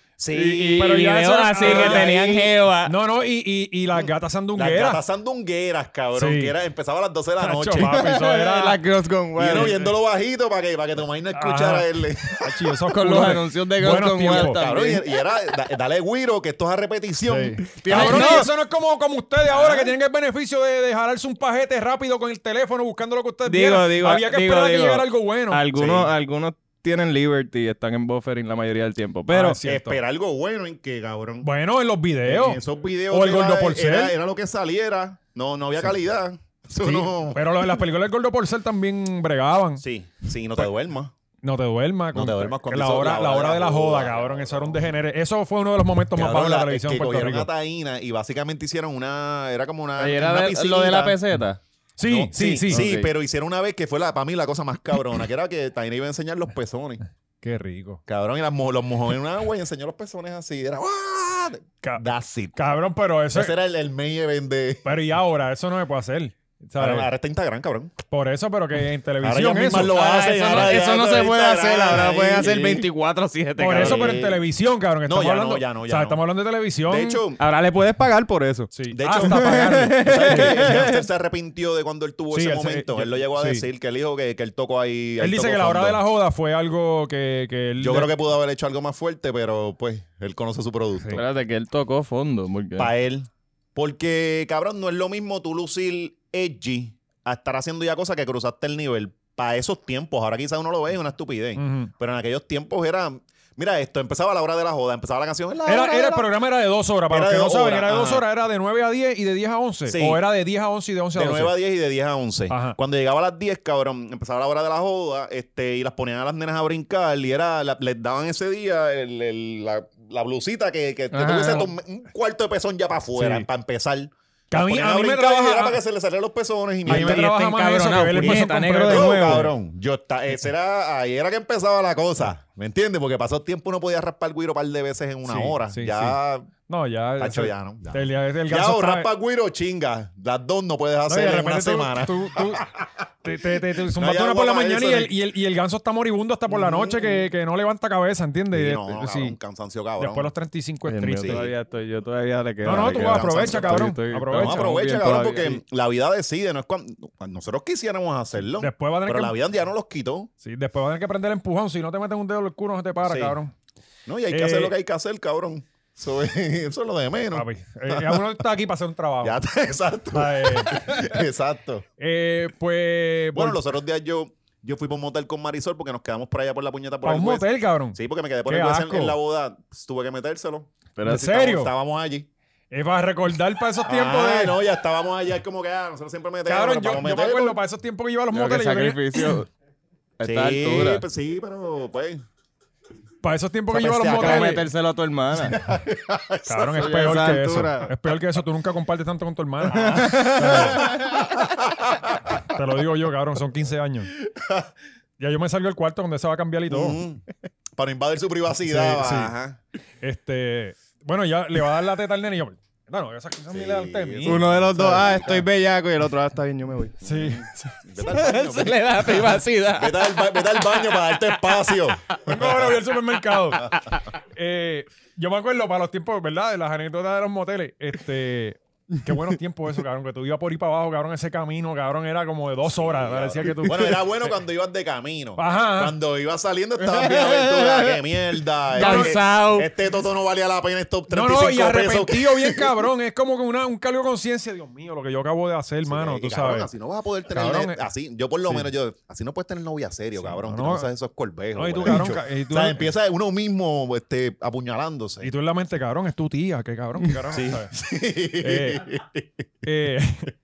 [SPEAKER 2] Sí,
[SPEAKER 1] pero ya
[SPEAKER 3] videos
[SPEAKER 1] eso-
[SPEAKER 3] así
[SPEAKER 1] ah,
[SPEAKER 3] que tenían jeva.
[SPEAKER 1] No, y las gatas
[SPEAKER 2] las
[SPEAKER 1] sandungueras.
[SPEAKER 2] gatas sandungueras, cabrón,
[SPEAKER 1] Sí.
[SPEAKER 2] que empezaba a las 12 de la
[SPEAKER 1] Tacho,
[SPEAKER 2] noche.
[SPEAKER 1] papi, eso era...
[SPEAKER 3] Las Girls Gone
[SPEAKER 2] Y
[SPEAKER 3] Wild.
[SPEAKER 2] uno viéndolo bajito para que tu maíz no escuchara
[SPEAKER 1] Ajá.
[SPEAKER 2] él.
[SPEAKER 1] Tachi, esos
[SPEAKER 3] Con los
[SPEAKER 1] culos de-
[SPEAKER 3] anuncios de Girls
[SPEAKER 1] buenos
[SPEAKER 3] Gone
[SPEAKER 1] tiempos.
[SPEAKER 3] Wild
[SPEAKER 2] Cabrón,
[SPEAKER 3] también.
[SPEAKER 2] y era, dale güiro, que esto es a repetición.
[SPEAKER 1] Sí. Cabrón,
[SPEAKER 3] No.
[SPEAKER 1] y eso no es como ustedes ahora que tienen el beneficio de jalarse un pajete rápido con el teléfono buscando lo que ustedes vieran. Había que esperar a que llegara algo bueno.
[SPEAKER 3] Algunos tienen Liberty y están en buffering la mayoría del tiempo. Pero
[SPEAKER 1] Ah, sí. Cierto.
[SPEAKER 2] Espera algo bueno en que, cabrón.
[SPEAKER 1] Bueno, en los videos.
[SPEAKER 2] En esos videos
[SPEAKER 1] O el
[SPEAKER 2] era-
[SPEAKER 1] Gordo Porcel.
[SPEAKER 2] era lo que saliera. No había calidad. Eso
[SPEAKER 1] Sí,
[SPEAKER 2] no.
[SPEAKER 1] pero las películas del Gordo Porcel también bregaban.
[SPEAKER 2] Sí, no te duermas.
[SPEAKER 1] No te duermas.
[SPEAKER 2] No te duermas con
[SPEAKER 1] la
[SPEAKER 2] eso,
[SPEAKER 1] hora, la hora de la joda, cabrón. Eso era un degenere. Eso fue uno de los momentos más bajos de la televisión
[SPEAKER 2] que
[SPEAKER 1] en Puerto
[SPEAKER 2] cogieron
[SPEAKER 1] Rico.
[SPEAKER 2] a Taína y básicamente hicieron era como una,
[SPEAKER 3] ahí era
[SPEAKER 2] una
[SPEAKER 3] lo de la
[SPEAKER 2] piscinita.
[SPEAKER 3] peseta.
[SPEAKER 1] Sí,
[SPEAKER 2] No,
[SPEAKER 1] sí.
[SPEAKER 3] Ok.
[SPEAKER 2] pero hicieron una vez que fue para mí la cosa más cabrona, que era que Taina iba a enseñar los pezones.
[SPEAKER 1] Qué rico.
[SPEAKER 2] Cabrón, y los mojó en una agua y enseñó los pezones así. Era ¡ah!
[SPEAKER 1] Ca-
[SPEAKER 2] That's it.
[SPEAKER 1] Cabrón, pero eso...
[SPEAKER 2] Ese era el main event de...
[SPEAKER 1] Pero y ahora, eso no se puede hacer. ¿Sabes?
[SPEAKER 2] Ahora está Instagram, cabrón.
[SPEAKER 1] Por eso, pero que en
[SPEAKER 2] Ahora
[SPEAKER 1] televisión
[SPEAKER 2] ellas mismas
[SPEAKER 1] eso.
[SPEAKER 2] lo hacen.
[SPEAKER 3] Eso no,
[SPEAKER 2] ahora ya
[SPEAKER 3] eso no
[SPEAKER 2] todo
[SPEAKER 3] se puede
[SPEAKER 2] Instagram
[SPEAKER 3] hacer. Ahora
[SPEAKER 2] ahí.
[SPEAKER 3] pueden hacer 24/7.
[SPEAKER 1] Por
[SPEAKER 3] cabrón.
[SPEAKER 1] eso, pero en televisión, cabrón.
[SPEAKER 2] No,
[SPEAKER 1] Estamos
[SPEAKER 2] ya no,
[SPEAKER 1] hablando,
[SPEAKER 2] ya no,
[SPEAKER 1] o
[SPEAKER 2] ya
[SPEAKER 1] sea,
[SPEAKER 2] no.
[SPEAKER 1] estamos hablando de televisión.
[SPEAKER 2] De hecho,
[SPEAKER 3] Ahora le puedes pagar por eso.
[SPEAKER 1] sí.
[SPEAKER 2] de hecho,
[SPEAKER 1] Hasta pagarle.
[SPEAKER 2] ¿tú sabes que el gangster se arrepintió de cuando él tuvo
[SPEAKER 1] Sí,
[SPEAKER 2] ese
[SPEAKER 1] él se-
[SPEAKER 2] momento? Él lo llegó a
[SPEAKER 1] sí.
[SPEAKER 2] decir, que él dijo que él tocó ahí.
[SPEAKER 1] Él dice
[SPEAKER 2] tocó
[SPEAKER 1] que la hora
[SPEAKER 2] fondo.
[SPEAKER 1] de la joda fue algo que él...
[SPEAKER 2] Yo creo que pudo haber hecho algo más fuerte, pero pues él conoce su producto.
[SPEAKER 3] Espérate que él tocó fondo. Porque...
[SPEAKER 2] Para él. Porque, cabrón, no es lo mismo tú lucir edgy a estar haciendo ya cosas que cruzaste el nivel. Para esos tiempos, ahora quizás uno lo ve, es una estupidez.
[SPEAKER 1] Ujú.
[SPEAKER 2] Pero en aquellos tiempos era... Mira esto, empezaba la hora de la joda, empezaba la canción. La hora de
[SPEAKER 1] El
[SPEAKER 2] la-
[SPEAKER 1] programa era de 2 horas. Para
[SPEAKER 2] Era
[SPEAKER 1] los que
[SPEAKER 2] de
[SPEAKER 1] no
[SPEAKER 2] 2
[SPEAKER 1] saben,
[SPEAKER 2] horas,
[SPEAKER 1] era de 2
[SPEAKER 2] ajá.
[SPEAKER 1] horas. Era de 9 a 10 y de 10 a 11.
[SPEAKER 2] Sí.
[SPEAKER 1] O era de 10 a 11 y de 11 a
[SPEAKER 2] De
[SPEAKER 1] 12.
[SPEAKER 2] 9 a 10 y de 10 a 11.
[SPEAKER 1] Ajá.
[SPEAKER 2] Cuando llegaba a las 10, cabrón, empezaba la hora de la joda y las ponían a las nenas a brincar y les daban ese día la blusita que te
[SPEAKER 3] Ajá.
[SPEAKER 2] tuviese un cuarto de pezón ya para afuera,
[SPEAKER 1] Sí.
[SPEAKER 2] para empezar.
[SPEAKER 1] Que a
[SPEAKER 2] Las
[SPEAKER 1] mí-
[SPEAKER 2] ponían
[SPEAKER 1] a mí me
[SPEAKER 2] brincar y
[SPEAKER 1] trabaja-
[SPEAKER 2] era para que se le salieran los pezones y
[SPEAKER 1] A mí me
[SPEAKER 2] mierda.
[SPEAKER 1] trabaja más eso que ver el
[SPEAKER 3] puñeta,
[SPEAKER 1] pezón
[SPEAKER 3] negro
[SPEAKER 1] completo.
[SPEAKER 3] de nuevo.
[SPEAKER 2] Cabrón, ahí era que empezaba la cosa, ¿me entiendes? Porque pasó tiempo uno podía raspar el güiro un par de veces en una
[SPEAKER 1] Sí,
[SPEAKER 2] hora.
[SPEAKER 1] sí,
[SPEAKER 2] ya,
[SPEAKER 1] No, ya...
[SPEAKER 2] tacho, ya no. Ya,
[SPEAKER 1] El
[SPEAKER 2] ya
[SPEAKER 1] ganso
[SPEAKER 2] o
[SPEAKER 1] está-
[SPEAKER 2] raspa el güiro, chinga. Las dos no puedes
[SPEAKER 1] No, y
[SPEAKER 2] hacer
[SPEAKER 1] de
[SPEAKER 2] en una
[SPEAKER 1] repente
[SPEAKER 2] semana.
[SPEAKER 1] tú te zumbaste
[SPEAKER 2] No hay
[SPEAKER 1] una por la
[SPEAKER 2] agua para
[SPEAKER 1] mañana
[SPEAKER 2] eso,
[SPEAKER 1] y el ganso está moribundo hasta por la noche que no levanta cabeza, ¿entiendes?
[SPEAKER 2] Sí, no,
[SPEAKER 1] Sí.
[SPEAKER 2] cabrón, cansancio, cabrón.
[SPEAKER 1] Después de los 35 es
[SPEAKER 3] Dios mío,
[SPEAKER 1] triste.
[SPEAKER 3] yo todavía le quedo.
[SPEAKER 1] No,
[SPEAKER 3] le
[SPEAKER 1] tú
[SPEAKER 3] queda.
[SPEAKER 1] aprovecha, cabrón.
[SPEAKER 3] Estoy-
[SPEAKER 1] Aprovecha.
[SPEAKER 2] No,
[SPEAKER 3] estamos
[SPEAKER 2] aprovecha,
[SPEAKER 3] bien
[SPEAKER 2] cabrón,
[SPEAKER 3] todavía.
[SPEAKER 2] porque la vida decide, no es cuando nosotros quisiéramos hacerlo.
[SPEAKER 1] Después va a tener
[SPEAKER 2] Pero
[SPEAKER 1] que...
[SPEAKER 2] la vida ya no los quitó.
[SPEAKER 1] Sí, después va a tener que prender el empujón. Si no te meten un dedo en el culo, no se te para,
[SPEAKER 2] Sí.
[SPEAKER 1] cabrón.
[SPEAKER 2] No, y hay que hacer lo que hay que hacer, cabrón. Eso es lo de menos.
[SPEAKER 1] Papi. Uno está aquí para hacer un trabajo.
[SPEAKER 2] Ya está, exacto.
[SPEAKER 1] Ah,
[SPEAKER 2] Exacto.
[SPEAKER 1] Pues...
[SPEAKER 2] Bueno, los otros días yo fui por un motel con Marisol porque nos quedamos por allá por la puñeta por
[SPEAKER 1] para
[SPEAKER 2] el
[SPEAKER 1] un
[SPEAKER 2] West.
[SPEAKER 1] motel, cabrón.
[SPEAKER 2] Sí, porque me quedé por
[SPEAKER 1] Qué
[SPEAKER 2] el West
[SPEAKER 1] asco.
[SPEAKER 2] en la boda. Tuve que metérselo.
[SPEAKER 3] Pero
[SPEAKER 1] ¿En
[SPEAKER 3] si
[SPEAKER 1] serio?
[SPEAKER 2] Estábamos allí.
[SPEAKER 1] Es para recordar para esos tiempos de...
[SPEAKER 2] No, ya estábamos allá, es como que nosotros siempre metemos.
[SPEAKER 1] Cabrón, yo me acuerdo para esos tiempos que iba a los
[SPEAKER 3] Creo que
[SPEAKER 1] moteles.
[SPEAKER 3] sacrificio a esta
[SPEAKER 2] Sí,
[SPEAKER 3] altura.
[SPEAKER 2] pues sí, pero pues.
[SPEAKER 1] Para esos tiempos que
[SPEAKER 2] Esa
[SPEAKER 1] yo iba a los
[SPEAKER 2] bestia
[SPEAKER 3] Para
[SPEAKER 1] moteles.
[SPEAKER 3] metérselo a tu hermana.
[SPEAKER 1] Cabrón, es
[SPEAKER 3] Esa
[SPEAKER 1] peor que
[SPEAKER 3] altura.
[SPEAKER 1] eso. Es peor que eso. Tú nunca compartes tanto con tu hermana. Te lo digo yo, cabrón. Son 15 años. Ya yo me salgo del cuarto donde se va a cambiar y todo.
[SPEAKER 2] Para invadir su privacidad.
[SPEAKER 1] Sí, sí.
[SPEAKER 2] Ajá.
[SPEAKER 1] Bueno, ya le va a dar la teta al nene y yo... No, esas cosas ni le dan de mí.
[SPEAKER 3] Uno de los dos, estoy bellaco, y el otro, está bien, yo me voy.
[SPEAKER 1] Sí.
[SPEAKER 2] Vete al baño.
[SPEAKER 3] Se le da privacidad.
[SPEAKER 2] Vete al baño para darte espacio.
[SPEAKER 1] Vengo ahora, voy al supermercado. Yo me acuerdo para los tiempos, ¿verdad? De las anécdotas de los moteles. Qué buenos tiempos eso, cabrón. Que tú ibas por ahí para abajo, cabrón. Ese camino, cabrón, era como de 2 horas. Parecía que tú...
[SPEAKER 2] Bueno, era bueno cuando ibas de camino.
[SPEAKER 1] Ajá.
[SPEAKER 2] Cuando ibas saliendo estabas bien aventura. ¡Qué mierda!
[SPEAKER 3] Cansado.
[SPEAKER 2] Este toto no valía la pena estos 35
[SPEAKER 1] No, y
[SPEAKER 2] pesos.
[SPEAKER 1] arrepentido bien cabrón. Es como que un cargo de conciencia. Dios mío, lo que yo acabo de hacer, hermano.
[SPEAKER 2] Sí,
[SPEAKER 1] Tú
[SPEAKER 2] cabrón,
[SPEAKER 1] sabes.
[SPEAKER 2] así no vas a poder tener
[SPEAKER 1] Cabrón,
[SPEAKER 2] así, yo por lo
[SPEAKER 1] sí.
[SPEAKER 2] menos así no puedes tener novia serio, cabrón.
[SPEAKER 1] no,
[SPEAKER 2] No usas esos corvejos.
[SPEAKER 1] no, y tú,
[SPEAKER 2] güey.
[SPEAKER 1] cabrón, y tú-
[SPEAKER 2] o sea, empieza uno mismo apuñalándose.
[SPEAKER 1] Y tú en la mente, cabrón, es tu tía. Qué cabrón, qué carajo.
[SPEAKER 2] Sí.
[SPEAKER 1] ¿sabes?
[SPEAKER 2] Sí.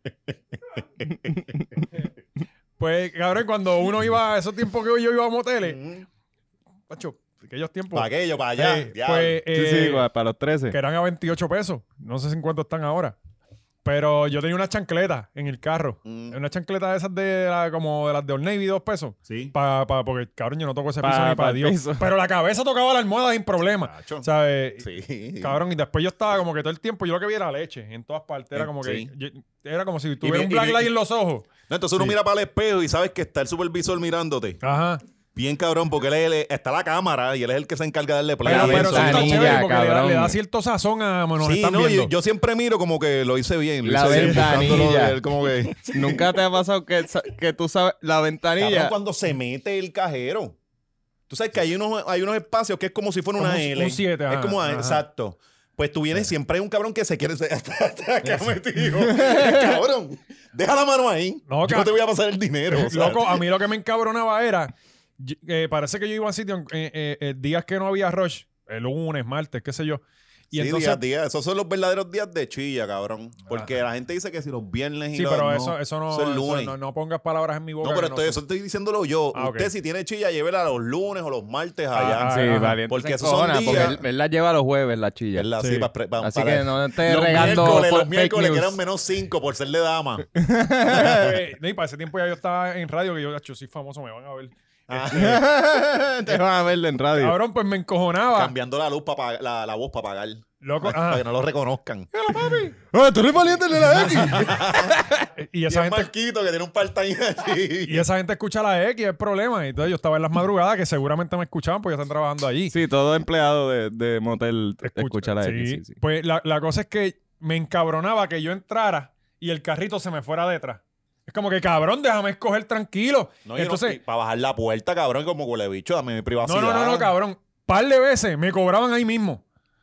[SPEAKER 1] Pues, cabrón, cuando uno iba a esos tiempos que yo iba a moteles, pacho, aquellos tiempos.
[SPEAKER 2] Para aquello, para allá.
[SPEAKER 1] Pues,
[SPEAKER 3] Sí, para los 13.
[SPEAKER 1] que eran a 28 pesos. No sé en cuánto están ahora. Pero yo tenía una chancleta en el carro. Una chancleta de esas como de las de Old Navy, 2 pesos.
[SPEAKER 2] Sí.
[SPEAKER 1] Porque, cabrón, yo no toco ese piso
[SPEAKER 3] Pa-
[SPEAKER 1] ni para
[SPEAKER 3] pa' el
[SPEAKER 1] Dios.
[SPEAKER 3] piso.
[SPEAKER 1] Pero la cabeza tocaba la almohada sin problema.
[SPEAKER 2] Macho.
[SPEAKER 1] ¿Sabes?
[SPEAKER 2] Sí.
[SPEAKER 1] Cabrón, y después yo estaba como que todo el tiempo, yo lo que vi era leche en todas partes. Era como que...
[SPEAKER 2] Sí.
[SPEAKER 1] Era como si tuviera un
[SPEAKER 2] y-
[SPEAKER 1] black light en los ojos.
[SPEAKER 2] No, entonces uno
[SPEAKER 1] Sí.
[SPEAKER 2] mira para el espejo y sabes que está el supervisor mirándote.
[SPEAKER 1] Ajá.
[SPEAKER 2] Bien cabrón, porque está la cámara y él es el que se encarga de darle play.
[SPEAKER 1] Pero,
[SPEAKER 2] a
[SPEAKER 1] pero
[SPEAKER 2] eso.
[SPEAKER 1] eso está
[SPEAKER 3] Ventanilla,
[SPEAKER 1] chévere porque le
[SPEAKER 3] cabrón.
[SPEAKER 1] da cierto sazón a... Nos
[SPEAKER 2] Sí,
[SPEAKER 1] están
[SPEAKER 2] no,
[SPEAKER 1] viendo.
[SPEAKER 2] yo siempre miro como que lo hice bien. Lo
[SPEAKER 3] La
[SPEAKER 2] hice bien, buscándolo
[SPEAKER 3] ventanilla.
[SPEAKER 2] de él, como que...
[SPEAKER 3] ¿Nunca te ha pasado que tú sabes la ventanilla?
[SPEAKER 2] Cabrón, cuando se mete el cajero. Tú sabes que hay unos espacios que es como si fuera una
[SPEAKER 1] Como un-
[SPEAKER 2] L.
[SPEAKER 1] un 7,
[SPEAKER 2] Es
[SPEAKER 1] ajá,
[SPEAKER 2] como,
[SPEAKER 1] ajá.
[SPEAKER 2] exacto. Pues tú vienes, siempre hay un cabrón que se quiere... Hasta acá metido. Cabrón, deja la mano ahí.
[SPEAKER 1] No,
[SPEAKER 2] Yo no te voy a pasar el dinero. o sea.
[SPEAKER 1] Loco, a mí lo que me encabronaba era... parece que yo iba a sitio días que no había rush. El lunes, martes, qué sé yo. Y
[SPEAKER 2] Sí,
[SPEAKER 1] entonces...
[SPEAKER 2] días. Esos son los verdaderos días de chilla, cabrón. Porque la gente dice que si los viernes y
[SPEAKER 1] Sí,
[SPEAKER 2] los...
[SPEAKER 1] pero
[SPEAKER 2] no,
[SPEAKER 1] eso no,
[SPEAKER 2] eso es lunes.
[SPEAKER 1] no pongas palabras en mi boca.
[SPEAKER 2] No, pero
[SPEAKER 1] que
[SPEAKER 2] eso estoy diciéndolo yo.
[SPEAKER 1] Ah,
[SPEAKER 2] Usted
[SPEAKER 1] ok.
[SPEAKER 2] si tiene chilla, llévela los lunes o los martes allá.
[SPEAKER 1] Ah,
[SPEAKER 3] Sí,
[SPEAKER 1] ajá.
[SPEAKER 3] valiente.
[SPEAKER 2] Porque
[SPEAKER 3] se
[SPEAKER 2] esos son
[SPEAKER 3] encojona,
[SPEAKER 2] días-
[SPEAKER 3] porque él la lleva los jueves, la chilla.
[SPEAKER 2] ¿Verdad?
[SPEAKER 1] Sí.
[SPEAKER 2] Sí, para
[SPEAKER 3] Así que no estés
[SPEAKER 2] los
[SPEAKER 3] regando
[SPEAKER 2] miércoles,
[SPEAKER 3] fake
[SPEAKER 2] los miércoles que
[SPEAKER 3] news.
[SPEAKER 2] eran menos 5 por ser de dama.
[SPEAKER 1] Y para ese tiempo ya yo estaba en radio, que yo soy famoso, me van a ver.
[SPEAKER 3] Te van a ver en radio.
[SPEAKER 1] Cabrón, pues me encojonaba.
[SPEAKER 2] Cambiando la luz la voz para pagar.
[SPEAKER 1] Loco,
[SPEAKER 2] Para
[SPEAKER 1] ajá.
[SPEAKER 2] que no lo reconozcan.
[SPEAKER 3] ¡Tú eres valiente de la X!
[SPEAKER 1] Y
[SPEAKER 2] Y
[SPEAKER 1] esa
[SPEAKER 2] es
[SPEAKER 1] gente...
[SPEAKER 2] Marquito que tiene un part-time allí.
[SPEAKER 1] Y esa gente escucha la X, es el problema. Y entonces yo estaba en las madrugadas que seguramente me escuchaban porque ya están trabajando allí.
[SPEAKER 3] Sí, todo empleado de motel escucha la
[SPEAKER 1] sí.
[SPEAKER 3] X. Sí.
[SPEAKER 1] Pues la cosa es que me encabronaba que yo entrara y el carrito se me fuera detrás. Es como que, cabrón, déjame escoger tranquilo.
[SPEAKER 2] No,
[SPEAKER 1] Entonces,
[SPEAKER 2] para bajar la puerta, cabrón, como huele bicho, dame mi privacidad.
[SPEAKER 1] no, cabrón. Par de veces me cobraban ahí mismo.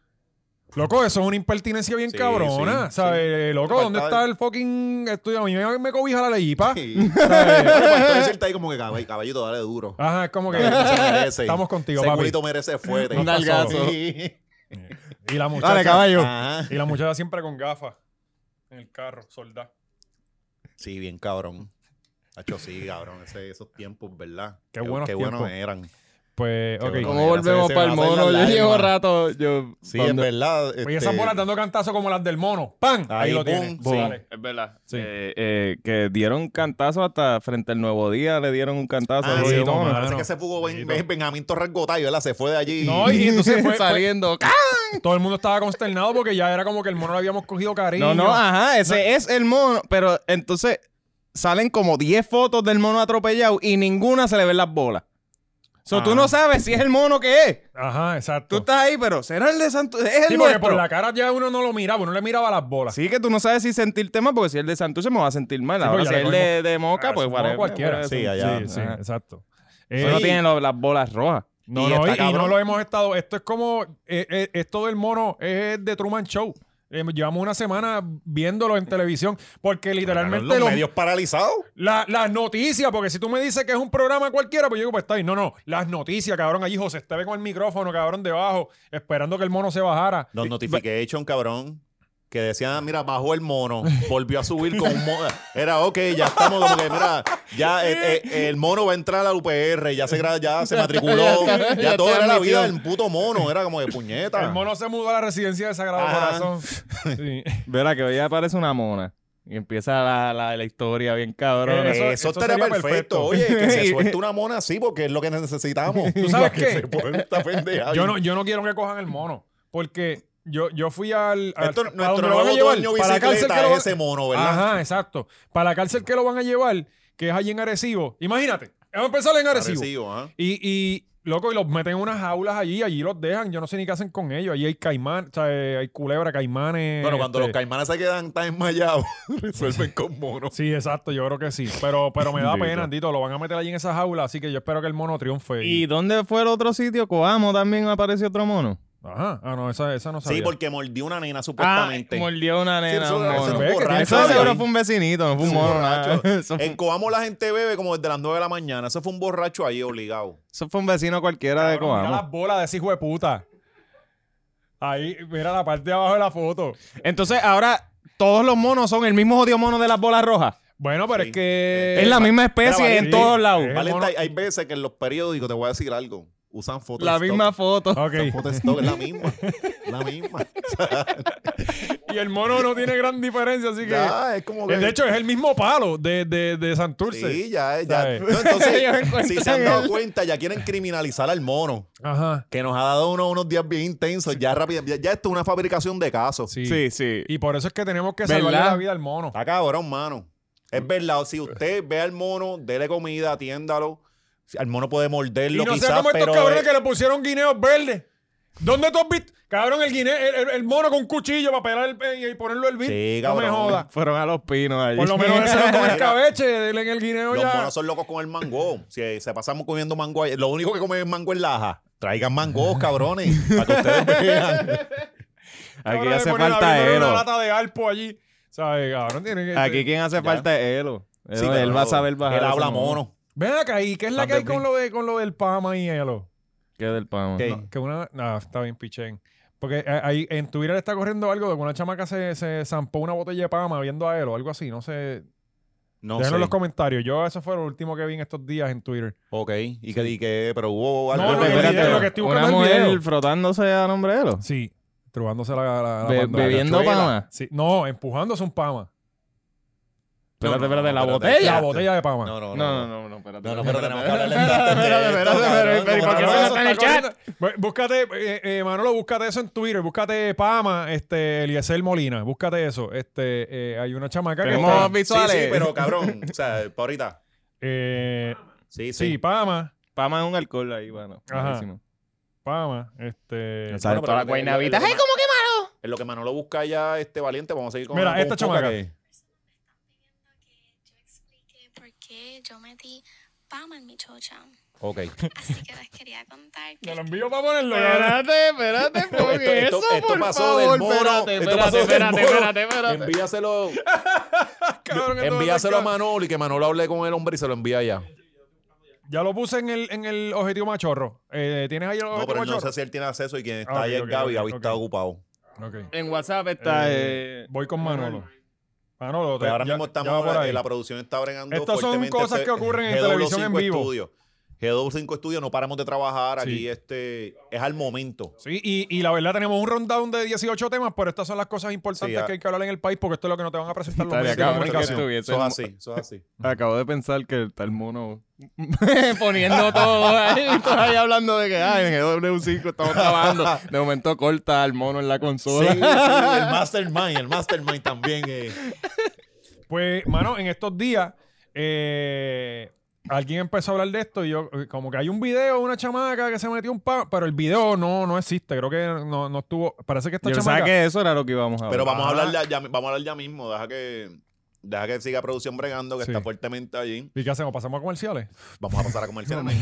[SPEAKER 1] Loco, eso es una impertinencia bien
[SPEAKER 2] Sí,
[SPEAKER 1] cabrona.
[SPEAKER 2] sí,
[SPEAKER 1] ¿Sabes?
[SPEAKER 2] sí.
[SPEAKER 1] Loco, ¿dónde está el fucking estudio? A mí me cobija la leyipa.
[SPEAKER 2] Sí.
[SPEAKER 1] ¿Sabes?
[SPEAKER 2] Pero pues, entonces él está ahí como que caballito, dale duro.
[SPEAKER 1] Ajá, es como que
[SPEAKER 2] Se merece.
[SPEAKER 1] estamos contigo,
[SPEAKER 2] Ese
[SPEAKER 1] papi.
[SPEAKER 2] culito merece fuerte.
[SPEAKER 3] Un nalgazo.
[SPEAKER 2] Sí.
[SPEAKER 1] Y la muchacha,
[SPEAKER 3] Dale, caballo.
[SPEAKER 2] Ajá.
[SPEAKER 1] y la muchacha siempre con gafas en el carro, soldada.
[SPEAKER 2] Sí, bien cabrón. Hacho, sí, cabrón. Esos tiempos, ¿verdad?
[SPEAKER 1] Qué buenos
[SPEAKER 2] buenos
[SPEAKER 1] tiempos.
[SPEAKER 2] eran.
[SPEAKER 1] Pues,
[SPEAKER 2] Qué
[SPEAKER 1] ok.
[SPEAKER 2] bueno.
[SPEAKER 3] ¿Cómo volvemos
[SPEAKER 2] Se
[SPEAKER 3] para el
[SPEAKER 2] van a hacer
[SPEAKER 3] mono?
[SPEAKER 2] las
[SPEAKER 3] Yo llevo
[SPEAKER 2] lágrimas.
[SPEAKER 3] rato.
[SPEAKER 2] Sí, es verdad.
[SPEAKER 1] Pues esas bolas dando cantazo como las del mono. ¡Pam! Ahí,
[SPEAKER 2] Ahí,
[SPEAKER 1] lo
[SPEAKER 2] boom,
[SPEAKER 1] tienes.
[SPEAKER 2] sí.
[SPEAKER 1] Dale.
[SPEAKER 3] Es verdad.
[SPEAKER 1] Sí.
[SPEAKER 3] Que dieron cantazo hasta frente al Nuevo Día. Le dieron un cantazo.
[SPEAKER 2] Ah,
[SPEAKER 3] a
[SPEAKER 2] sí,
[SPEAKER 3] Rodrigo
[SPEAKER 1] no,
[SPEAKER 3] Mono.
[SPEAKER 1] mano.
[SPEAKER 2] Parece que se fugó
[SPEAKER 1] Sí,
[SPEAKER 2] Benjamín Torres Gotay, ¿verdad? Se fue de allí.
[SPEAKER 1] No, y entonces fue,
[SPEAKER 3] Saliendo.
[SPEAKER 1] todo el mundo estaba consternado porque ya era como que el mono le habíamos cogido cariño.
[SPEAKER 3] No, ajá, ese es el mono. Pero entonces salen como 10 fotos del mono atropellado y ninguna se le ven las bolas. Tú no sabes si es el mono que es.
[SPEAKER 1] Ajá,
[SPEAKER 3] Tú
[SPEAKER 1] exacto.
[SPEAKER 3] estás ahí, pero será el de Santurce. Es
[SPEAKER 1] Sí,
[SPEAKER 3] el
[SPEAKER 1] porque
[SPEAKER 3] nuestro.
[SPEAKER 1] por la cara ya uno no lo miraba, uno le miraba las bolas.
[SPEAKER 3] Así que tú no sabes si sentirte mal, porque si es el de Santurce me va a sentir mal.
[SPEAKER 1] Sí,
[SPEAKER 3] Ahora
[SPEAKER 1] pues
[SPEAKER 3] si
[SPEAKER 1] ya
[SPEAKER 3] es
[SPEAKER 1] le
[SPEAKER 3] el
[SPEAKER 1] cogimos-
[SPEAKER 3] de Moca, pues
[SPEAKER 1] Como
[SPEAKER 3] whatever,
[SPEAKER 1] cualquiera.
[SPEAKER 3] whatever.
[SPEAKER 2] Sí, allá.
[SPEAKER 1] Sí,
[SPEAKER 3] Ajá.
[SPEAKER 1] exacto.
[SPEAKER 3] Eso no tiene las bolas rojas.
[SPEAKER 1] No,
[SPEAKER 2] Y
[SPEAKER 1] no,
[SPEAKER 2] está
[SPEAKER 1] y
[SPEAKER 2] cabrón.
[SPEAKER 1] no lo hemos estado. Esto es como. Esto del mono es de Truman Show. Llevamos una semana viéndolo en televisión. Porque literalmente
[SPEAKER 2] Los
[SPEAKER 1] los-
[SPEAKER 2] medios paralizados.
[SPEAKER 1] las noticias, porque si tú me dices que es un programa cualquiera, pues yo digo, pues está ahí. No, las noticias, cabrón. Allí José Esteve con el micrófono, cabrón, debajo, esperando que el mono se bajara.
[SPEAKER 2] Los notification, cabrón. que decían, mira, bajó el mono, volvió a subir con un mono. Era, ok, ya estamos como que, mira, ya el mono va a entrar a la UPR, ya se matriculó, ya todo era la vida del puto mono, era como de puñeta.
[SPEAKER 1] El mono se mudó a la residencia de Sagrado Corazón. Sí.
[SPEAKER 3] Verá que hoy aparece una mona. Y empieza la historia bien cabrón.
[SPEAKER 2] Eso estaría
[SPEAKER 1] sería
[SPEAKER 2] perfecto.
[SPEAKER 1] perfecto.
[SPEAKER 2] Oye, que se suelte una mona así porque es lo que necesitamos.
[SPEAKER 1] ¿Tú sabes qué?
[SPEAKER 2] Se pone esta pendeja.
[SPEAKER 1] Yo no quiero que cojan el mono. Porque yo fui al
[SPEAKER 2] Esto,
[SPEAKER 1] a
[SPEAKER 2] nuestro
[SPEAKER 1] donde lo van a
[SPEAKER 2] nuevo
[SPEAKER 1] llevar,
[SPEAKER 2] dueño
[SPEAKER 1] para la cárcel
[SPEAKER 2] bicicleta
[SPEAKER 1] que lo
[SPEAKER 2] es
[SPEAKER 1] van-
[SPEAKER 2] ese mono, ¿verdad?
[SPEAKER 1] Ajá, exacto. Para la cárcel que lo van a llevar, que es allí en Arecibo. Imagínate, vamos a empezar en Arecibo.
[SPEAKER 2] Arecibo, ajá.
[SPEAKER 1] Y loco, y los meten en unas jaulas allí los dejan. Yo no sé ni qué hacen con ellos. Allí hay caimán, o sea, hay culebra, caimanes.
[SPEAKER 2] Bueno, cuando los caimanes se quedan tan enmayados, resuelven con monos.
[SPEAKER 1] Sí, exacto, yo creo que sí. Pero me da
[SPEAKER 3] Dito.
[SPEAKER 1] pena, Tito. Lo van a meter allí en esa jaula, así que yo espero que el mono triunfe.
[SPEAKER 3] ¿Y dónde fue el otro sitio? Coamo también apareció otro mono.
[SPEAKER 1] Ajá. Ah, no, esa no sabía.
[SPEAKER 2] Sí, porque mordió una nena supuestamente.
[SPEAKER 3] Mordió una nena.
[SPEAKER 2] Sí,
[SPEAKER 3] un
[SPEAKER 2] eso
[SPEAKER 3] mono.
[SPEAKER 1] ve que tiene
[SPEAKER 3] Eso
[SPEAKER 1] sabia.
[SPEAKER 3] seguro fue un vecinito, no fue un
[SPEAKER 2] Sí,
[SPEAKER 3] mono.
[SPEAKER 2] borracho.
[SPEAKER 3] nada. Eso fue,
[SPEAKER 2] En Coamo la gente bebe como desde las 9 de la mañana. Eso fue un borracho ahí obligado.
[SPEAKER 3] eso fue un vecino cualquiera de
[SPEAKER 1] Cabrón, mira
[SPEAKER 3] Coamo.
[SPEAKER 1] las bolas de ese hijo de puta. Ahí, mira la parte de abajo de la foto.
[SPEAKER 3] Entonces, ahora todos los monos son el mismo jodido mono de las bolas rojas.
[SPEAKER 1] Bueno, pero
[SPEAKER 2] Sí.
[SPEAKER 1] es que...
[SPEAKER 3] Es la misma especie
[SPEAKER 2] Mira,
[SPEAKER 3] en
[SPEAKER 1] sí.
[SPEAKER 3] todos lados.
[SPEAKER 1] El
[SPEAKER 2] Valenta,
[SPEAKER 1] mono-
[SPEAKER 2] hay veces que en los periódicos, te voy a decir algo, usan fotos
[SPEAKER 3] La
[SPEAKER 2] stock.
[SPEAKER 3] misma foto.
[SPEAKER 1] Ok.
[SPEAKER 2] Usan fotos stock, es la misma. La misma.
[SPEAKER 1] Y el mono no tiene gran diferencia, así que...
[SPEAKER 2] Ya, es como que...
[SPEAKER 1] De hecho, es el mismo palo de Santurce.
[SPEAKER 2] Sí, ya.
[SPEAKER 1] ¿Sabes?
[SPEAKER 2] No, entonces,
[SPEAKER 3] Ellos encuentran
[SPEAKER 2] si se han dado
[SPEAKER 3] el-
[SPEAKER 2] cuenta, ya quieren criminalizar al mono,
[SPEAKER 1] Ajá.
[SPEAKER 2] que nos ha dado unos días bien intensos. Ya rápido, ya esto es una fabricación de casos.
[SPEAKER 1] Sí.
[SPEAKER 3] Sí, sí.
[SPEAKER 1] Y por eso es que tenemos que
[SPEAKER 3] ¿Verdad?
[SPEAKER 1] salvarle la vida al mono.
[SPEAKER 2] Está cabrón, mano. Es verdad, si usted ve al mono, dele comida, atiéndalo. Si al mono puede
[SPEAKER 1] Y
[SPEAKER 2] morderlo,
[SPEAKER 1] no
[SPEAKER 2] quizás,
[SPEAKER 1] sea como estos
[SPEAKER 2] pero...
[SPEAKER 1] cabrones que le pusieron guineos verdes. ¿Dónde tú has visto? Cabrón, el guineo, el mono con un cuchillo para pelar y ponerlo el beat.
[SPEAKER 2] Sí,
[SPEAKER 1] no me
[SPEAKER 2] cabrón.
[SPEAKER 1] jodas.
[SPEAKER 3] Fueron a los pinos allí.
[SPEAKER 1] Por lo menos ese con el
[SPEAKER 2] Mira.
[SPEAKER 1] escabeche, en el guineo
[SPEAKER 2] Los
[SPEAKER 1] ya.
[SPEAKER 2] monos son locos con el mango. Si se pasamos comiendo mango, lo único que comen es mango en laja. Traigan mangos, cabrones, para que ustedes vean.
[SPEAKER 3] Aquí
[SPEAKER 1] Cabrones,
[SPEAKER 3] hace
[SPEAKER 1] ponen
[SPEAKER 3] falta
[SPEAKER 1] abriéndole una
[SPEAKER 3] Elo.
[SPEAKER 1] lata de alpo allí. ¿Sabes, cabrón? Tiene que...
[SPEAKER 3] Aquí quien hace
[SPEAKER 2] Ya.
[SPEAKER 3] falta es Elo.
[SPEAKER 2] Sí,
[SPEAKER 3] Él
[SPEAKER 2] pero
[SPEAKER 3] va a saber bajar.
[SPEAKER 2] Él
[SPEAKER 3] ese
[SPEAKER 2] habla mono.
[SPEAKER 1] Ven acá, ¿y qué es la que hay
[SPEAKER 2] Thunder
[SPEAKER 1] con lo del Pama y Elo?
[SPEAKER 3] ¿Qué del pamo?
[SPEAKER 2] ¿Qué?
[SPEAKER 1] No, que una... No, está bien, pichén. Porque ahí en Twitter está corriendo algo de que una chamaca se zampó una botella de Pama viendo a Elo, algo así, no sé.
[SPEAKER 2] No
[SPEAKER 1] Déjenlo
[SPEAKER 2] sé.
[SPEAKER 1] en los comentarios. Yo eso fue lo último que vi en estos días en Twitter.
[SPEAKER 2] Ok. ¿Y qué? Pero hubo algo...
[SPEAKER 1] No,
[SPEAKER 3] Espérate,
[SPEAKER 1] el
[SPEAKER 3] espérate,
[SPEAKER 1] video, lo que estoy
[SPEAKER 3] una
[SPEAKER 1] buscando es el
[SPEAKER 3] mujer
[SPEAKER 1] video.
[SPEAKER 3] frotándose a nombre de Elo.
[SPEAKER 1] Sí, trubándose la
[SPEAKER 3] Bebiendo
[SPEAKER 2] cachuela.
[SPEAKER 3] pama.
[SPEAKER 1] Sí, no, empujándose un Pama.
[SPEAKER 3] Espérate,
[SPEAKER 2] No, no,
[SPEAKER 3] espérate, la
[SPEAKER 2] espérate.
[SPEAKER 3] botella.
[SPEAKER 1] La botella de Pama.
[SPEAKER 3] No, espérate.
[SPEAKER 2] No, pero tenemos que hablarle
[SPEAKER 3] Espérate, ¿por qué
[SPEAKER 1] Cabrón,
[SPEAKER 3] eso no
[SPEAKER 1] eso
[SPEAKER 3] está en el
[SPEAKER 1] está
[SPEAKER 3] chat?
[SPEAKER 1] corriendo. Búscate, Manolo, búscate eso en Twitter. Búscate Pama, Eliezer Molina. Búscate eso. Hay una chamaca que
[SPEAKER 3] Tenemos
[SPEAKER 1] está...
[SPEAKER 3] visuales.
[SPEAKER 2] Sí, pero cabrón. O sea, para ahorita.
[SPEAKER 1] Sí,
[SPEAKER 2] Sí.
[SPEAKER 1] Pama.
[SPEAKER 3] Pama es un alcohol ahí, bueno.
[SPEAKER 1] Ajá.
[SPEAKER 3] buenísimo.
[SPEAKER 1] Pama,
[SPEAKER 2] Bueno,
[SPEAKER 3] toda la guaynabita.
[SPEAKER 2] en lo que-
[SPEAKER 3] ¡Ay, cómo que malo!
[SPEAKER 2] En lo que Manolo busca ya Valiente, vamos a seguir con
[SPEAKER 1] Mira,
[SPEAKER 2] con
[SPEAKER 1] esta
[SPEAKER 2] un poco
[SPEAKER 1] chamaca.
[SPEAKER 2] que-
[SPEAKER 4] Yo expliqué por qué yo metí Pama en mi chocha.
[SPEAKER 2] Ok.
[SPEAKER 4] Así que les quería contar
[SPEAKER 1] Te
[SPEAKER 4] que
[SPEAKER 1] lo envío para ponerlo. cabrón.
[SPEAKER 3] Espérate, porque
[SPEAKER 2] Esto
[SPEAKER 3] eso, por
[SPEAKER 2] pasó del
[SPEAKER 3] favor,
[SPEAKER 2] mono. Esto pasó del
[SPEAKER 3] espérate,
[SPEAKER 2] mono.
[SPEAKER 3] espérate.
[SPEAKER 2] Envíaselo,
[SPEAKER 1] Cabrón, esto
[SPEAKER 2] envíaselo a
[SPEAKER 1] va a ser-
[SPEAKER 2] Manolo y que Manolo hable con el hombre y se lo envía ya.
[SPEAKER 1] Ya lo puse en el objetivo machorro. ¿Tienes ahí el
[SPEAKER 2] No,
[SPEAKER 1] objetivo
[SPEAKER 2] pero no
[SPEAKER 1] machorro?
[SPEAKER 2] sé si él tiene acceso y quien está
[SPEAKER 1] Ok,
[SPEAKER 2] ahí es
[SPEAKER 1] ok,
[SPEAKER 2] Gaby.
[SPEAKER 1] ok,
[SPEAKER 2] Gaby está
[SPEAKER 1] ok.
[SPEAKER 2] ocupado.
[SPEAKER 1] Ok.
[SPEAKER 3] En WhatsApp está...
[SPEAKER 1] Voy con Manolo. Manolo,
[SPEAKER 2] Pues ahora
[SPEAKER 1] ya-
[SPEAKER 2] mismo
[SPEAKER 1] ya va
[SPEAKER 2] estamos,
[SPEAKER 1] por ahí.
[SPEAKER 2] la producción está bregando
[SPEAKER 1] Estas son
[SPEAKER 2] fuertemente
[SPEAKER 1] cosas que ocurren en
[SPEAKER 2] GW5
[SPEAKER 1] televisión en vivo.
[SPEAKER 2] Studio. GW5 Studio, no paramos de trabajar.
[SPEAKER 1] Sí.
[SPEAKER 2] Aquí es al momento.
[SPEAKER 1] Sí, y la verdad tenemos un rundown de 18 temas, pero estas son las cosas importantes
[SPEAKER 2] Sí,
[SPEAKER 1] que hay que hablar en el país porque esto es lo que no te van a presentar los
[SPEAKER 3] Estaría
[SPEAKER 1] medios de
[SPEAKER 3] cabrón que
[SPEAKER 1] comunicación.
[SPEAKER 3] estuviese-
[SPEAKER 2] Eso es así, eso es así.
[SPEAKER 3] Acabo de pensar que está el mono poniendo todo ahí, todos ahí hablando de que en GW5 estamos trabajando. De momento corta al mono en la
[SPEAKER 2] Sí,
[SPEAKER 3] consola.
[SPEAKER 2] sí, el mastermind también.
[SPEAKER 1] Pues, mano, en estos días alguien empezó a hablar de esto y yo, como que hay un video de una chamaca que se metió un pero el video no existe, creo que no estuvo, parece que esta
[SPEAKER 3] Yo
[SPEAKER 1] chamaca...
[SPEAKER 3] pensaba que eso era lo que íbamos a ver.
[SPEAKER 2] Pero vamos a
[SPEAKER 1] Ajá.
[SPEAKER 2] hablar vamos a hablar ya mismo. Deja que siga producción bregando, que
[SPEAKER 1] Sí.
[SPEAKER 2] está fuertemente allí.
[SPEAKER 1] ¿Y qué hacemos? ¿Pasamos a comerciales?
[SPEAKER 2] Vamos a pasar a comerciales.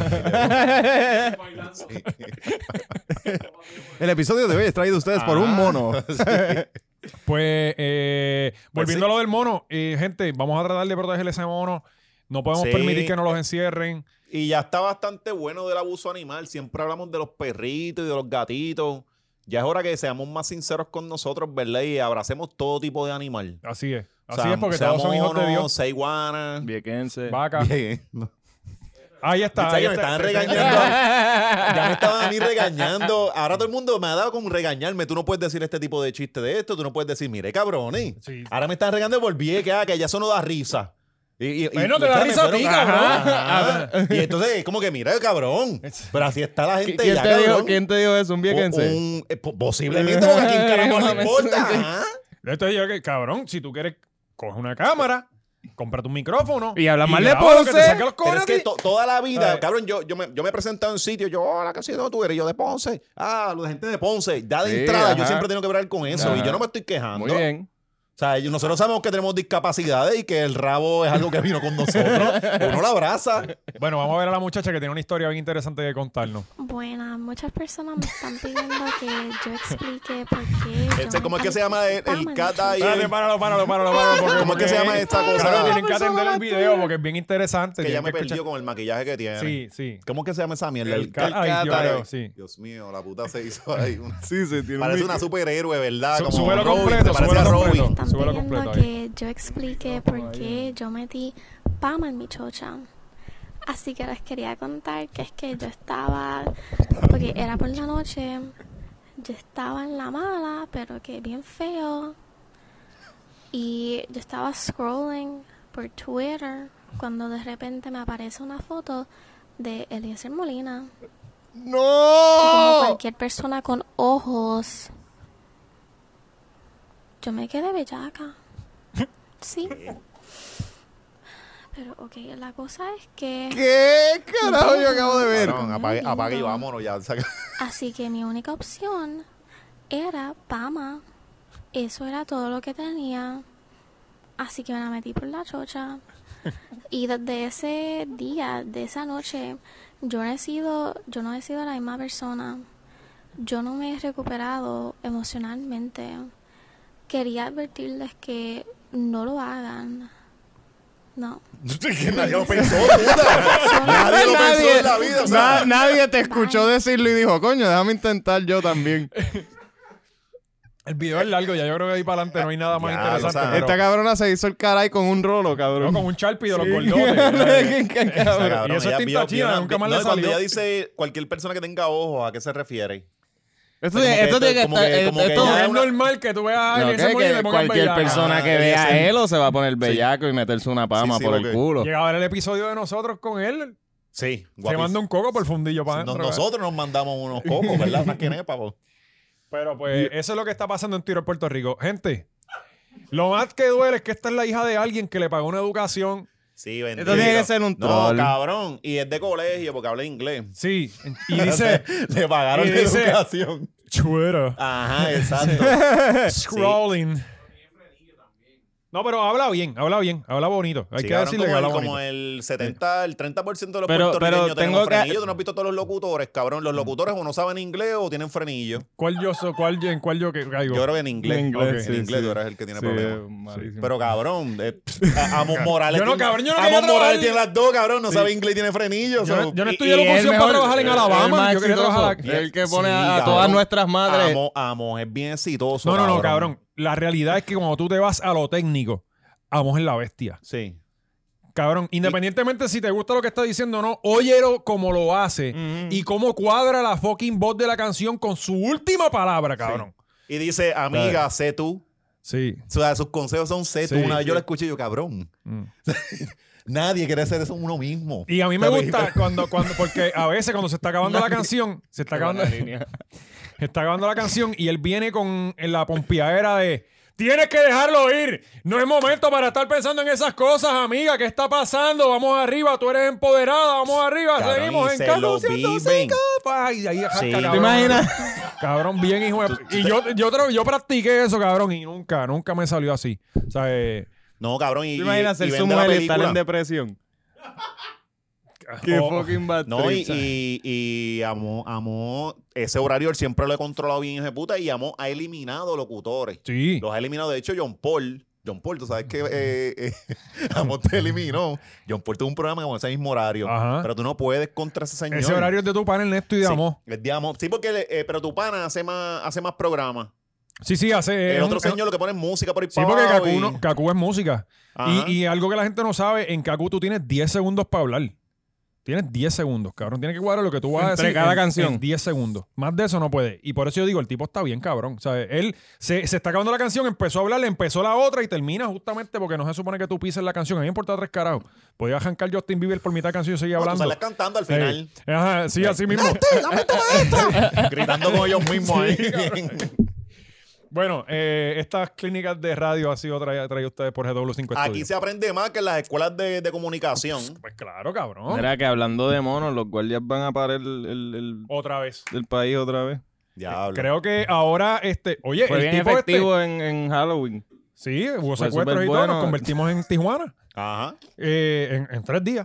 [SPEAKER 3] El episodio de hoy es traído a ustedes por un mono.
[SPEAKER 1] Pues, volviendo a lo del mono, gente, vamos a tratar de proteger ese mono. No podemos
[SPEAKER 2] Sí.
[SPEAKER 1] permitir que nos los encierren.
[SPEAKER 2] Y ya está bastante bueno del abuso animal. Siempre hablamos de los perritos y de los gatitos. Ya es hora que seamos más sinceros con nosotros, ¿verdad? Y abracemos todo tipo de animal.
[SPEAKER 1] Así es.
[SPEAKER 2] O
[SPEAKER 1] Así
[SPEAKER 2] sea,
[SPEAKER 1] es porque
[SPEAKER 2] sea
[SPEAKER 1] todos son hijos de
[SPEAKER 2] mono,
[SPEAKER 1] Dios.
[SPEAKER 2] sea iguana.
[SPEAKER 3] Viequense.
[SPEAKER 1] Vaca.
[SPEAKER 2] Bien. No.
[SPEAKER 1] Ahí está.
[SPEAKER 2] ¿Sabes
[SPEAKER 1] ahí
[SPEAKER 2] que me
[SPEAKER 1] está.
[SPEAKER 2] estaban regañando? Ya me estaban a mí regañando. Ahora todo el mundo me ha dado como regañarme. Tú no puedes decir este tipo de chiste de esto. Tú no puedes decir, mire, cabrones.
[SPEAKER 1] Sí.
[SPEAKER 2] Ahora me están regañando por vieja, que ya eso no da risa.
[SPEAKER 1] Bueno, te da risa a ti, cabrón.
[SPEAKER 2] Ajá. Y entonces es como que, mira, cabrón. Pero así está la gente
[SPEAKER 3] ¿Quién
[SPEAKER 2] ya,
[SPEAKER 3] te dijo,
[SPEAKER 2] cabrón.
[SPEAKER 3] ¿Quién te dijo eso? ¿Un viequense?
[SPEAKER 2] Posiblemente, porque a quién carajo le importa. Ajá.
[SPEAKER 1] Entonces yo que, cabrón, si tú quieres, coge una cámara, cómprate un micrófono.
[SPEAKER 3] Y habla mal de
[SPEAKER 1] graba lo que te
[SPEAKER 3] Ponce.
[SPEAKER 1] saque los
[SPEAKER 2] Pero
[SPEAKER 1] cojones
[SPEAKER 2] es que
[SPEAKER 1] a ti.
[SPEAKER 2] toda la vida,
[SPEAKER 1] Ay.
[SPEAKER 2] cabrón, yo me he presentado en sitios, yo, hola, ¿qué sido tú eres? Yo de Ponce. Ah, lo de gente de Ponce. Ya de
[SPEAKER 3] Sí,
[SPEAKER 2] entrada, yo
[SPEAKER 3] ajá.
[SPEAKER 2] siempre tengo que hablar con eso.
[SPEAKER 3] Ajá.
[SPEAKER 2] Y yo no me estoy quejando.
[SPEAKER 3] Muy bien.
[SPEAKER 2] O sea, nosotros sabemos que tenemos discapacidades y que el rabo es algo que vino con nosotros. Uno lo abraza.
[SPEAKER 1] Bueno, vamos a ver a la muchacha que tiene una historia bien interesante que contarnos.
[SPEAKER 4] Buenas, muchas personas me están pidiendo que yo explique por qué. yo
[SPEAKER 2] ¿Cómo es que
[SPEAKER 4] metí
[SPEAKER 2] se llama el
[SPEAKER 4] Paman
[SPEAKER 2] cat ahí?
[SPEAKER 1] Espérate, páralo. porque-
[SPEAKER 2] ¿Cómo es que se llama esta cosa?
[SPEAKER 1] Claro, tienen que atender el video porque es bien interesante.
[SPEAKER 2] Que
[SPEAKER 1] tienen
[SPEAKER 2] ya me
[SPEAKER 1] que escuchar-
[SPEAKER 2] perdió con el maquillaje que tiene.
[SPEAKER 1] Sí, sí.
[SPEAKER 2] ¿Cómo es que se llama esa mierda?
[SPEAKER 1] El cat eye, yo
[SPEAKER 2] eye.
[SPEAKER 1] creo, sí.
[SPEAKER 2] Dios mío, la puta se hizo ahí.
[SPEAKER 3] Sí, sí, tiene
[SPEAKER 2] Parece una superhéroe, ¿verdad? Como
[SPEAKER 1] Súbelo
[SPEAKER 2] Robin,
[SPEAKER 1] completo,
[SPEAKER 2] se parece a
[SPEAKER 1] súbelo
[SPEAKER 2] Robin.
[SPEAKER 1] completo.
[SPEAKER 4] Están
[SPEAKER 1] Súbelo
[SPEAKER 4] pidiendo
[SPEAKER 1] completo ahí.
[SPEAKER 4] que yo explique por qué yo metí pama en mi chocha. Así que les quería contar que es que yo estaba, porque era por la noche, yo estaba en la mala, pero que bien feo. Y yo estaba scrolling por Twitter cuando de repente me aparece una foto de Eliezer Molina. Como
[SPEAKER 3] ¡No!
[SPEAKER 4] cualquier persona con ojos. Yo me quedé bellaca. Sí. Pero, ok, la cosa es que...
[SPEAKER 3] ¿Qué carajo yo acabo de ver?
[SPEAKER 2] Cabrón, apague y vámonos ya.
[SPEAKER 4] Así que mi única opción era Pama. Eso era todo lo que tenía. Así que me la metí por la chocha. Y desde ese día, de esa noche, yo no he sido la misma persona. Yo no me he recuperado emocionalmente. Quería advertirles que no lo hagan. No.
[SPEAKER 2] Que nadie lo pensó, puta. Nadie lo pensó en la vida. O sea,
[SPEAKER 3] Nadie te escuchó decirlo y dijo, coño, déjame intentar yo también.
[SPEAKER 1] El video es largo, ya yo creo que ahí para adelante no hay nada más
[SPEAKER 2] Ya,
[SPEAKER 1] interesante.
[SPEAKER 2] o sea,
[SPEAKER 1] pero-
[SPEAKER 3] Esta cabrona se hizo el caray con un rolo,
[SPEAKER 1] no,
[SPEAKER 3] cabrón.
[SPEAKER 1] con un Sharpie de los
[SPEAKER 3] Sí.
[SPEAKER 1] gordotes.
[SPEAKER 3] Qué cabrón.
[SPEAKER 2] cabrón,
[SPEAKER 1] Y eso es
[SPEAKER 2] ella
[SPEAKER 1] tinta
[SPEAKER 2] vio-
[SPEAKER 1] china,
[SPEAKER 2] vio-
[SPEAKER 1] nunca más
[SPEAKER 2] no,
[SPEAKER 1] le
[SPEAKER 2] cuando
[SPEAKER 1] salió.
[SPEAKER 2] ella dice cualquier persona que tenga ojos, ¿a qué se refiere?
[SPEAKER 3] Esto
[SPEAKER 2] Como que
[SPEAKER 3] tiene que
[SPEAKER 2] como
[SPEAKER 3] estar...
[SPEAKER 2] que- como que
[SPEAKER 3] esto-
[SPEAKER 2] ya
[SPEAKER 1] No es
[SPEAKER 2] una-
[SPEAKER 1] normal que tú veas a
[SPEAKER 3] No,
[SPEAKER 1] alguien
[SPEAKER 3] que-
[SPEAKER 1] ese molino y
[SPEAKER 3] que
[SPEAKER 1] le pongan
[SPEAKER 3] cualquier
[SPEAKER 1] bellaca.
[SPEAKER 3] persona que vea a él o se va a poner bellaco y meterse una pama
[SPEAKER 2] Sí,
[SPEAKER 3] por
[SPEAKER 2] porque-
[SPEAKER 3] el culo.
[SPEAKER 1] Llega a ver el episodio de nosotros con él.
[SPEAKER 2] Sí,
[SPEAKER 1] Se manda un coco por el fundillo para adentro.
[SPEAKER 2] Nosotros nos mandamos unos cocos, ¿verdad? Más que nepa, po.
[SPEAKER 1] Pero pues eso es lo que está pasando en Twitter, Puerto Rico. Gente, lo más que duele es que esta es la hija de alguien que le pagó una educación.
[SPEAKER 2] Sí, bendito.
[SPEAKER 3] Esto tiene que ser un
[SPEAKER 2] No,
[SPEAKER 3] troll.
[SPEAKER 2] cabrón. Y es de colegio porque habla inglés.
[SPEAKER 1] Sí. Y dice,
[SPEAKER 2] Le pagaron
[SPEAKER 1] y
[SPEAKER 2] la
[SPEAKER 1] dice-
[SPEAKER 2] educación.
[SPEAKER 1] Twitter,
[SPEAKER 2] Ajá, exacto.
[SPEAKER 1] scrolling. No, pero habla bonito. Hay
[SPEAKER 2] Sí,
[SPEAKER 1] que
[SPEAKER 2] cabrón,
[SPEAKER 1] decirle que
[SPEAKER 2] como,
[SPEAKER 1] habla
[SPEAKER 2] el, como
[SPEAKER 1] bonito.
[SPEAKER 2] el 70, el 30% de los
[SPEAKER 3] Pero
[SPEAKER 2] puertorriqueños
[SPEAKER 3] tengo
[SPEAKER 2] tenemos
[SPEAKER 3] que-
[SPEAKER 2] frenillo. ¿Tú no has visto todos los locutores, cabrón? Los locutores o no saben inglés o tienen frenillo.
[SPEAKER 1] En cuál yo que caigo?
[SPEAKER 2] Yo creo que en inglés.
[SPEAKER 3] En inglés,
[SPEAKER 2] Ok,
[SPEAKER 3] sí,
[SPEAKER 2] en inglés
[SPEAKER 3] sí.
[SPEAKER 2] tú eres el que tiene
[SPEAKER 3] Sí,
[SPEAKER 2] problemas.
[SPEAKER 3] malísimo.
[SPEAKER 2] Pero cabrón, Amos Morales.
[SPEAKER 1] Yo no,
[SPEAKER 2] tiene-
[SPEAKER 1] cabrón, yo no
[SPEAKER 2] Amos
[SPEAKER 1] quería trabajar-
[SPEAKER 2] Morales tiene las dos, cabrón. No sabe inglés y tiene frenillo.
[SPEAKER 1] Yo no
[SPEAKER 3] Y-
[SPEAKER 1] estudié
[SPEAKER 3] y
[SPEAKER 1] locución
[SPEAKER 3] el
[SPEAKER 1] para
[SPEAKER 3] mejor-
[SPEAKER 1] trabajar en
[SPEAKER 3] el
[SPEAKER 1] Alabama.
[SPEAKER 3] más
[SPEAKER 1] Yo quería
[SPEAKER 3] exitoso.
[SPEAKER 1] trabajar aquí.
[SPEAKER 3] El que pone
[SPEAKER 2] Sí,
[SPEAKER 3] a
[SPEAKER 2] cabrón.
[SPEAKER 3] todas nuestras madres.
[SPEAKER 2] Amos es bien exitoso.
[SPEAKER 1] No, cabrón. La realidad es que cuando tú te vas a lo técnico, Amos es la bestia.
[SPEAKER 2] Sí.
[SPEAKER 1] Cabrón, independientemente si te gusta lo que está diciendo o no, óyelo como lo hace y cómo cuadra la fucking voz de la canción con su última palabra, cabrón.
[SPEAKER 2] Y dice, amiga, sé tú.
[SPEAKER 1] Sí.
[SPEAKER 2] O sea, sus consejos son sé tú.
[SPEAKER 1] Sí,
[SPEAKER 2] Una vez yo
[SPEAKER 1] sí.
[SPEAKER 2] lo escuché y yo, cabrón. Nadie quiere hacer eso uno mismo.
[SPEAKER 1] Y a mí me
[SPEAKER 2] ¿Sabes?
[SPEAKER 1] gusta porque a veces cuando se está acabando la canción, se está acabando la canción y él viene con en la pompiadera de tienes que dejarlo ir. No es momento para estar pensando en esas cosas, amiga. ¿Qué está pasando? Vamos arriba, tú eres empoderada, vamos arriba,
[SPEAKER 2] Cabrón,
[SPEAKER 1] seguimos
[SPEAKER 2] y
[SPEAKER 1] en
[SPEAKER 2] se
[SPEAKER 1] Carlos
[SPEAKER 2] lo
[SPEAKER 1] 105.
[SPEAKER 2] viven.
[SPEAKER 1] Y ahí arranca,
[SPEAKER 2] Sí.
[SPEAKER 1] cabrón.
[SPEAKER 3] ¿Te imaginas?
[SPEAKER 1] Cabrón, bien hijo de... Y yo practiqué eso, cabrón, y nunca me salió así. O sea,
[SPEAKER 2] No, cabrón. Y,
[SPEAKER 3] ¿Te imaginas
[SPEAKER 2] y
[SPEAKER 3] ser su
[SPEAKER 2] vende la
[SPEAKER 3] mujer y estar en
[SPEAKER 2] película.
[SPEAKER 3] depresión? Qué
[SPEAKER 1] oh,
[SPEAKER 3] fucking bad
[SPEAKER 2] No,
[SPEAKER 3] trip.
[SPEAKER 2] y Amo, ese horario él siempre lo he controlado bien, hijo de puta, y Amo ha eliminado locutores.
[SPEAKER 1] sí.
[SPEAKER 2] Los ha eliminado. De hecho, John Paul John Paul, tú sabes que Amor te eliminó. John Paul tuvo un programa con ese mismo horario.
[SPEAKER 1] Ajá.
[SPEAKER 2] Pero tú no puedes contra ese señor.
[SPEAKER 1] Ese horario es de tu pana Ernesto y de
[SPEAKER 2] Sí,
[SPEAKER 1] Amor.
[SPEAKER 2] es de Amor. Sí, porque pero tu pana hace más programas.
[SPEAKER 1] Sí, hace.
[SPEAKER 2] El otro señor lo que pone es música por ahí
[SPEAKER 1] Sí,
[SPEAKER 2] para
[SPEAKER 1] porque
[SPEAKER 2] abajo
[SPEAKER 1] Kaku es música.
[SPEAKER 2] Ajá.
[SPEAKER 1] Y algo que la gente no sabe, en Kaku tú tienes 10 segundos para hablar. Tienes 10 segundos, cabrón. Tienes que cuadrar lo que tú vas a
[SPEAKER 3] Entre
[SPEAKER 1] decir
[SPEAKER 3] cada
[SPEAKER 1] en
[SPEAKER 3] canción.
[SPEAKER 1] 10 segundos. Más de eso no puede. Y por eso yo digo, el tipo está bien, cabrón. O sea, él se está acabando la canción, empezó a hablar, empezó la otra y termina justamente porque no se supone que tú pises la canción. A mí me importa 3 carajos. Podía arrancar Justin Bieber por mitad de canción y seguir
[SPEAKER 2] No, tú
[SPEAKER 1] hablando.
[SPEAKER 2] sales cantando al final.
[SPEAKER 1] Ajá, sí, así mismo.
[SPEAKER 2] Gritando con ellos mismos ahí.
[SPEAKER 1] Bueno, estas clínicas de radio ha sido traído ustedes por GW5
[SPEAKER 2] Aquí
[SPEAKER 1] Studios.
[SPEAKER 2] se aprende más que en las escuelas de comunicación.
[SPEAKER 1] Pues claro, cabrón.
[SPEAKER 3] Mira que hablando de monos, los guardias van a parar
[SPEAKER 1] Otra vez.
[SPEAKER 3] el país otra vez.
[SPEAKER 2] Diablo.
[SPEAKER 1] Creo que ahora, oye,
[SPEAKER 3] Fue
[SPEAKER 1] el
[SPEAKER 3] bien
[SPEAKER 1] tipo
[SPEAKER 3] efectivo en Halloween.
[SPEAKER 1] sí, hubo
[SPEAKER 3] Fue
[SPEAKER 1] secuestros y
[SPEAKER 3] súper
[SPEAKER 1] todo,
[SPEAKER 3] bueno.
[SPEAKER 1] nos convertimos en Tijuana
[SPEAKER 2] Ajá.
[SPEAKER 1] en 3 días.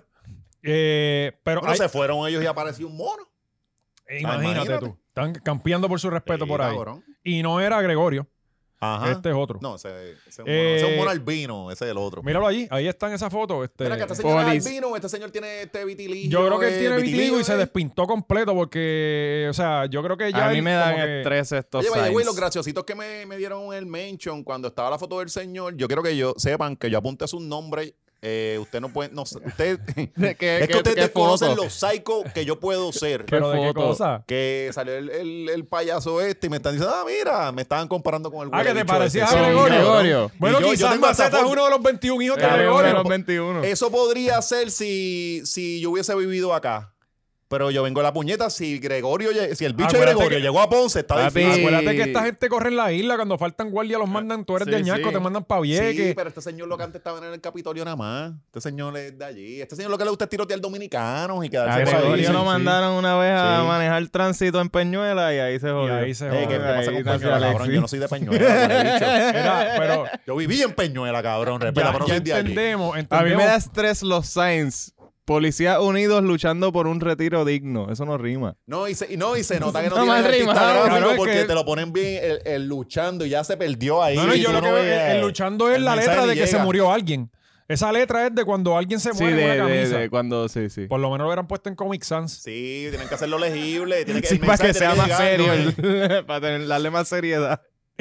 [SPEAKER 1] Pero
[SPEAKER 2] Bueno, se fueron ellos y apareció un mono.
[SPEAKER 1] imagínate
[SPEAKER 2] imagínate.
[SPEAKER 1] tú, están campeando por su respeto
[SPEAKER 2] Sí,
[SPEAKER 1] por ahí.
[SPEAKER 2] cabrón.
[SPEAKER 1] Y no era Gregorio,
[SPEAKER 2] Ajá.
[SPEAKER 1] este es otro.
[SPEAKER 2] No, ese es un mono albino, ese es el otro.
[SPEAKER 1] Míralo allí, ahí está en esa foto.
[SPEAKER 2] Mira que este señor es
[SPEAKER 3] Polis.
[SPEAKER 2] albino, este señor tiene este vitiligo.
[SPEAKER 1] Yo creo que él tiene vitiligo y se
[SPEAKER 2] eh.
[SPEAKER 1] despintó completo porque, o sea, yo creo que ya
[SPEAKER 3] A mí
[SPEAKER 1] él
[SPEAKER 3] me dan
[SPEAKER 1] como que-
[SPEAKER 3] estrés estos
[SPEAKER 2] Oye, vaya, güey, los
[SPEAKER 3] signs.
[SPEAKER 2] graciositos que me dieron el mention cuando estaba la foto del señor, yo quiero que sepan que yo apunté su nombre. Usted no puede, no sé, usted, es que ustedes desconocen
[SPEAKER 3] foto?
[SPEAKER 2] los psychos que yo puedo ser.
[SPEAKER 1] ¿Pero de qué
[SPEAKER 3] foto?
[SPEAKER 1] cosa?
[SPEAKER 2] Que salió el payaso este y me están diciendo, mira, me estaban comparando con el
[SPEAKER 1] Ah, que te
[SPEAKER 2] bicho
[SPEAKER 1] parecías
[SPEAKER 2] este.
[SPEAKER 1] a
[SPEAKER 3] Con
[SPEAKER 1] Gregorio.
[SPEAKER 3] Gregorio.
[SPEAKER 1] Bueno,
[SPEAKER 2] Y yo
[SPEAKER 1] quizás
[SPEAKER 2] tengo esa
[SPEAKER 1] Maceta es
[SPEAKER 2] foto.
[SPEAKER 1] uno de los 21 hijos de
[SPEAKER 3] Era uno de
[SPEAKER 1] Gregorio.
[SPEAKER 3] los 21.
[SPEAKER 2] Eso podría ser si yo hubiese vivido acá. Pero yo vengo a la puñeta si Gregorio, si el bicho de
[SPEAKER 1] Acuérdate
[SPEAKER 2] Gregorio
[SPEAKER 1] que-
[SPEAKER 2] llegó a Ponce, está
[SPEAKER 3] Papi,
[SPEAKER 2] difícil.
[SPEAKER 1] Acuérdate que esta gente corre en la isla, cuando faltan guardias los mandan, tú eres
[SPEAKER 3] Sí,
[SPEAKER 1] de Añasco,
[SPEAKER 3] sí.
[SPEAKER 1] te mandan para
[SPEAKER 2] Sí,
[SPEAKER 1] Vieques.
[SPEAKER 2] pero este señor lo que antes estaba en el Capitolio nada más. Este señor es de allí. Este señor lo que le gusta es tirotear dominicanos y
[SPEAKER 3] A
[SPEAKER 2] quedarse por ahí.
[SPEAKER 3] Gregorio
[SPEAKER 1] sí,
[SPEAKER 3] lo
[SPEAKER 1] sí.
[SPEAKER 3] mandaron una vez a
[SPEAKER 2] Sí.
[SPEAKER 3] manejar tránsito en Peñuela y ahí se jodió.
[SPEAKER 1] ahí se
[SPEAKER 2] ¿Qué
[SPEAKER 1] jodió.
[SPEAKER 2] pasa con
[SPEAKER 3] Ahí
[SPEAKER 2] Peñuela,
[SPEAKER 3] nació
[SPEAKER 2] cabrón?
[SPEAKER 3] Alexis.
[SPEAKER 2] Yo no soy de Peñuela, huele bicho.
[SPEAKER 1] Mira, pero
[SPEAKER 2] Yo viví en Peñuela, cabrón. Respeta, pero no
[SPEAKER 1] ya
[SPEAKER 2] soy de allí.
[SPEAKER 1] entendemos.
[SPEAKER 3] A mí me da estrés los signs. Policías unidos luchando por un retiro digno. Eso no rima.
[SPEAKER 2] No, y se nota que no
[SPEAKER 3] No
[SPEAKER 2] tiene
[SPEAKER 3] mal
[SPEAKER 2] el artista
[SPEAKER 3] rimado.
[SPEAKER 2] gráfico
[SPEAKER 1] Claro, es
[SPEAKER 2] porque
[SPEAKER 1] que-
[SPEAKER 2] te lo ponen bien el luchando y ya se perdió ahí.
[SPEAKER 1] No, yo
[SPEAKER 2] Tú
[SPEAKER 1] lo que
[SPEAKER 2] no
[SPEAKER 1] veo
[SPEAKER 2] ves,
[SPEAKER 1] el luchando es
[SPEAKER 2] el
[SPEAKER 1] la
[SPEAKER 2] mensaje
[SPEAKER 1] letra de
[SPEAKER 2] ni
[SPEAKER 1] que se
[SPEAKER 2] llega.
[SPEAKER 1] murió alguien. Esa letra es de cuando alguien se
[SPEAKER 3] Sí,
[SPEAKER 1] muere en una camisa.
[SPEAKER 3] de cuando... Sí, sí.
[SPEAKER 1] Por lo menos lo hubieran puesto en Comic Sans.
[SPEAKER 2] Sí, tienen que hacerlo legible. Tiene que,
[SPEAKER 3] Sí,
[SPEAKER 2] el
[SPEAKER 3] para que
[SPEAKER 2] mensaje
[SPEAKER 3] sea
[SPEAKER 2] tiene
[SPEAKER 3] más
[SPEAKER 2] llegar,
[SPEAKER 3] serio.
[SPEAKER 2] ¿no?
[SPEAKER 3] Para darle más seriedad.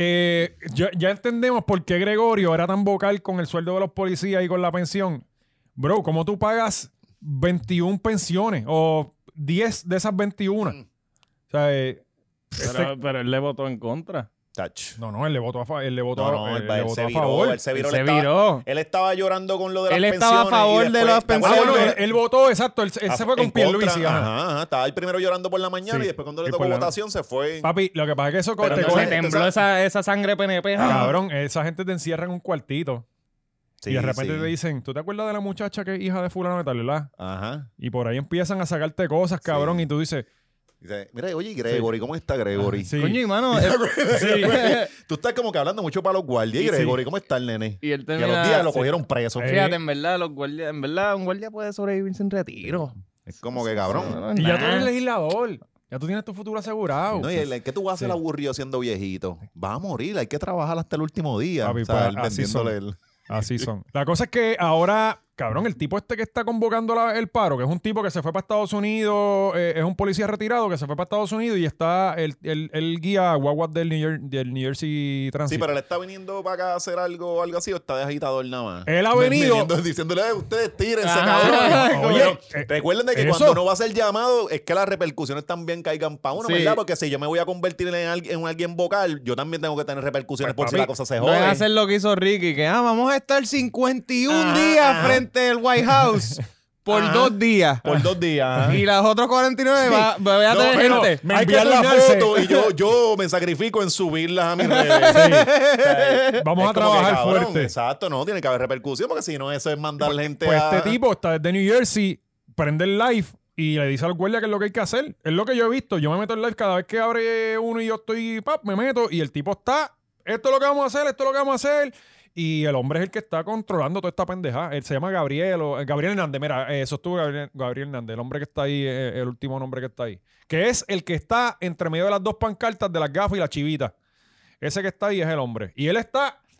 [SPEAKER 1] Ya entendemos por qué Gregorio era tan vocal con el sueldo de los policías y con la pensión. Bro, ¿cómo tú pagas 21 pensiones o 10 de esas 21? O sea,
[SPEAKER 3] Pero él le votó en contra.
[SPEAKER 2] Touch.
[SPEAKER 1] no, él le votó a favor. Él le votó,
[SPEAKER 2] No,
[SPEAKER 1] él le
[SPEAKER 2] él
[SPEAKER 1] votó
[SPEAKER 2] se
[SPEAKER 1] a
[SPEAKER 2] viró,
[SPEAKER 1] favor.
[SPEAKER 2] él se viró.
[SPEAKER 3] Se
[SPEAKER 2] él estaba-
[SPEAKER 3] viró.
[SPEAKER 2] Él estaba llorando con lo de las
[SPEAKER 3] Él
[SPEAKER 2] pensiones.
[SPEAKER 3] estaba a favor
[SPEAKER 2] y
[SPEAKER 3] de
[SPEAKER 2] después-
[SPEAKER 3] las
[SPEAKER 2] ¿te
[SPEAKER 1] Ah,
[SPEAKER 2] acuerdas?
[SPEAKER 3] pensiones.
[SPEAKER 1] bueno,
[SPEAKER 3] Él-
[SPEAKER 1] él votó, exacto. Él se fue con
[SPEAKER 2] En
[SPEAKER 1] Pierluisi.
[SPEAKER 2] contra,
[SPEAKER 1] Ajá.
[SPEAKER 2] ajá, estaba el primero llorando por la mañana
[SPEAKER 1] Sí.
[SPEAKER 2] y después cuando
[SPEAKER 1] Y
[SPEAKER 2] le
[SPEAKER 1] por
[SPEAKER 2] tocó
[SPEAKER 1] la-
[SPEAKER 2] votación se fue.
[SPEAKER 1] Papi, lo que pasa es que eso
[SPEAKER 2] Pero
[SPEAKER 1] te
[SPEAKER 2] no
[SPEAKER 1] coge.
[SPEAKER 2] se-
[SPEAKER 3] tembló esa sangre PNP.
[SPEAKER 1] Cabrón, esa gente te encierra en un cuartito.
[SPEAKER 2] Sí,
[SPEAKER 1] y de repente
[SPEAKER 2] sí.
[SPEAKER 1] te dicen, ¿tú te acuerdas de la muchacha que es hija de fulano de tal, verdad?
[SPEAKER 2] Ajá.
[SPEAKER 1] Y por ahí empiezan a sacarte cosas, cabrón,
[SPEAKER 2] Sí.
[SPEAKER 1] y tú dices,
[SPEAKER 2] Dice, mira, oye, Gregory, ¿cómo está Gregory?
[SPEAKER 1] sí.
[SPEAKER 3] Coño, y mano,
[SPEAKER 2] Tú estás como que hablando mucho para los guardias. Y
[SPEAKER 1] Sí.
[SPEAKER 2] Gregory, ¿cómo está el nene?
[SPEAKER 3] y él
[SPEAKER 2] Y a
[SPEAKER 3] termina...
[SPEAKER 2] los días lo
[SPEAKER 3] sí.
[SPEAKER 2] cogieron preso.
[SPEAKER 3] Fíjate, en verdad, los guardias... En verdad, un guardia puede sobrevivir sin retiro.
[SPEAKER 2] Es como que cabrón.
[SPEAKER 3] No,
[SPEAKER 1] Y ya tú
[SPEAKER 3] nah.
[SPEAKER 1] eres legislador. Ya tú tienes tu futuro asegurado.
[SPEAKER 2] No, y ¿qué tú vas a hacer aburrido siendo viejito? Vas a morir, hay que trabajar hasta el último día.
[SPEAKER 1] Papi,
[SPEAKER 2] O sea,
[SPEAKER 1] pues,
[SPEAKER 2] él
[SPEAKER 1] así
[SPEAKER 2] vendiéndole
[SPEAKER 1] son.
[SPEAKER 2] el-
[SPEAKER 1] Así son. La cosa es que ahora, cabrón, el tipo este que está convocando el paro, que es un tipo que se fue para Estados Unidos, es un policía retirado que se fue para Estados Unidos y está, el guía guaguas del New Jersey Transit.
[SPEAKER 2] Sí, pero él está viniendo para acá a hacer algo o está de agitador nada más.
[SPEAKER 1] Él ha venido-
[SPEAKER 2] Diciéndole, ustedes tírense,
[SPEAKER 3] Ajá.
[SPEAKER 2] cabrón.
[SPEAKER 1] Oye,
[SPEAKER 2] recuerden de que
[SPEAKER 1] eso-
[SPEAKER 2] cuando uno va a hacer llamado, es que las repercusiones también caigan para uno,
[SPEAKER 3] Sí.
[SPEAKER 2] ¿verdad? Porque si yo me voy a convertir en alguien vocal, yo también tengo que tener repercusiones
[SPEAKER 1] Pues,
[SPEAKER 2] por si
[SPEAKER 1] papi,
[SPEAKER 2] la cosa se
[SPEAKER 3] No es
[SPEAKER 2] jode.
[SPEAKER 3] hacer lo que hizo Ricky, que vamos a estar 51 días
[SPEAKER 2] Ajá.
[SPEAKER 3] frente al White House por
[SPEAKER 2] Ajá.
[SPEAKER 3] 2 días.
[SPEAKER 2] Por 2 días.
[SPEAKER 3] Y los otros 49 voy a
[SPEAKER 2] No,
[SPEAKER 3] tener
[SPEAKER 2] pero
[SPEAKER 3] gente.
[SPEAKER 2] me
[SPEAKER 1] Hay que
[SPEAKER 2] envían la
[SPEAKER 1] turnarse.
[SPEAKER 2] foto y yo me sacrifico en subirlas a mis redes. O sea,
[SPEAKER 1] Vamos
[SPEAKER 2] es
[SPEAKER 1] a
[SPEAKER 2] como que,
[SPEAKER 1] trabajar
[SPEAKER 2] cabrón,
[SPEAKER 1] fuerte.
[SPEAKER 2] Exacto, no, tiene que haber repercusión porque si no, eso es mandar gente
[SPEAKER 1] Pues
[SPEAKER 2] a...
[SPEAKER 1] este tipo está desde New Jersey, prende el live y le dice al guardia que es lo que hay que hacer. Es lo que yo he visto. Yo me meto en live cada vez que abre uno y yo estoy, me meto y el tipo está, esto es lo que vamos a hacer, esto es lo que vamos a hacer. Y el hombre es el que está controlando toda esta pendeja. Él se llama Gabriel Hernández. Mira, sostuvo Gabriel Hernández, el hombre que está ahí, el último nombre que está ahí. Que es el que está entre medio de las dos pancartas de las gafas y la chivita. Ese que está ahí es el hombre. Y él está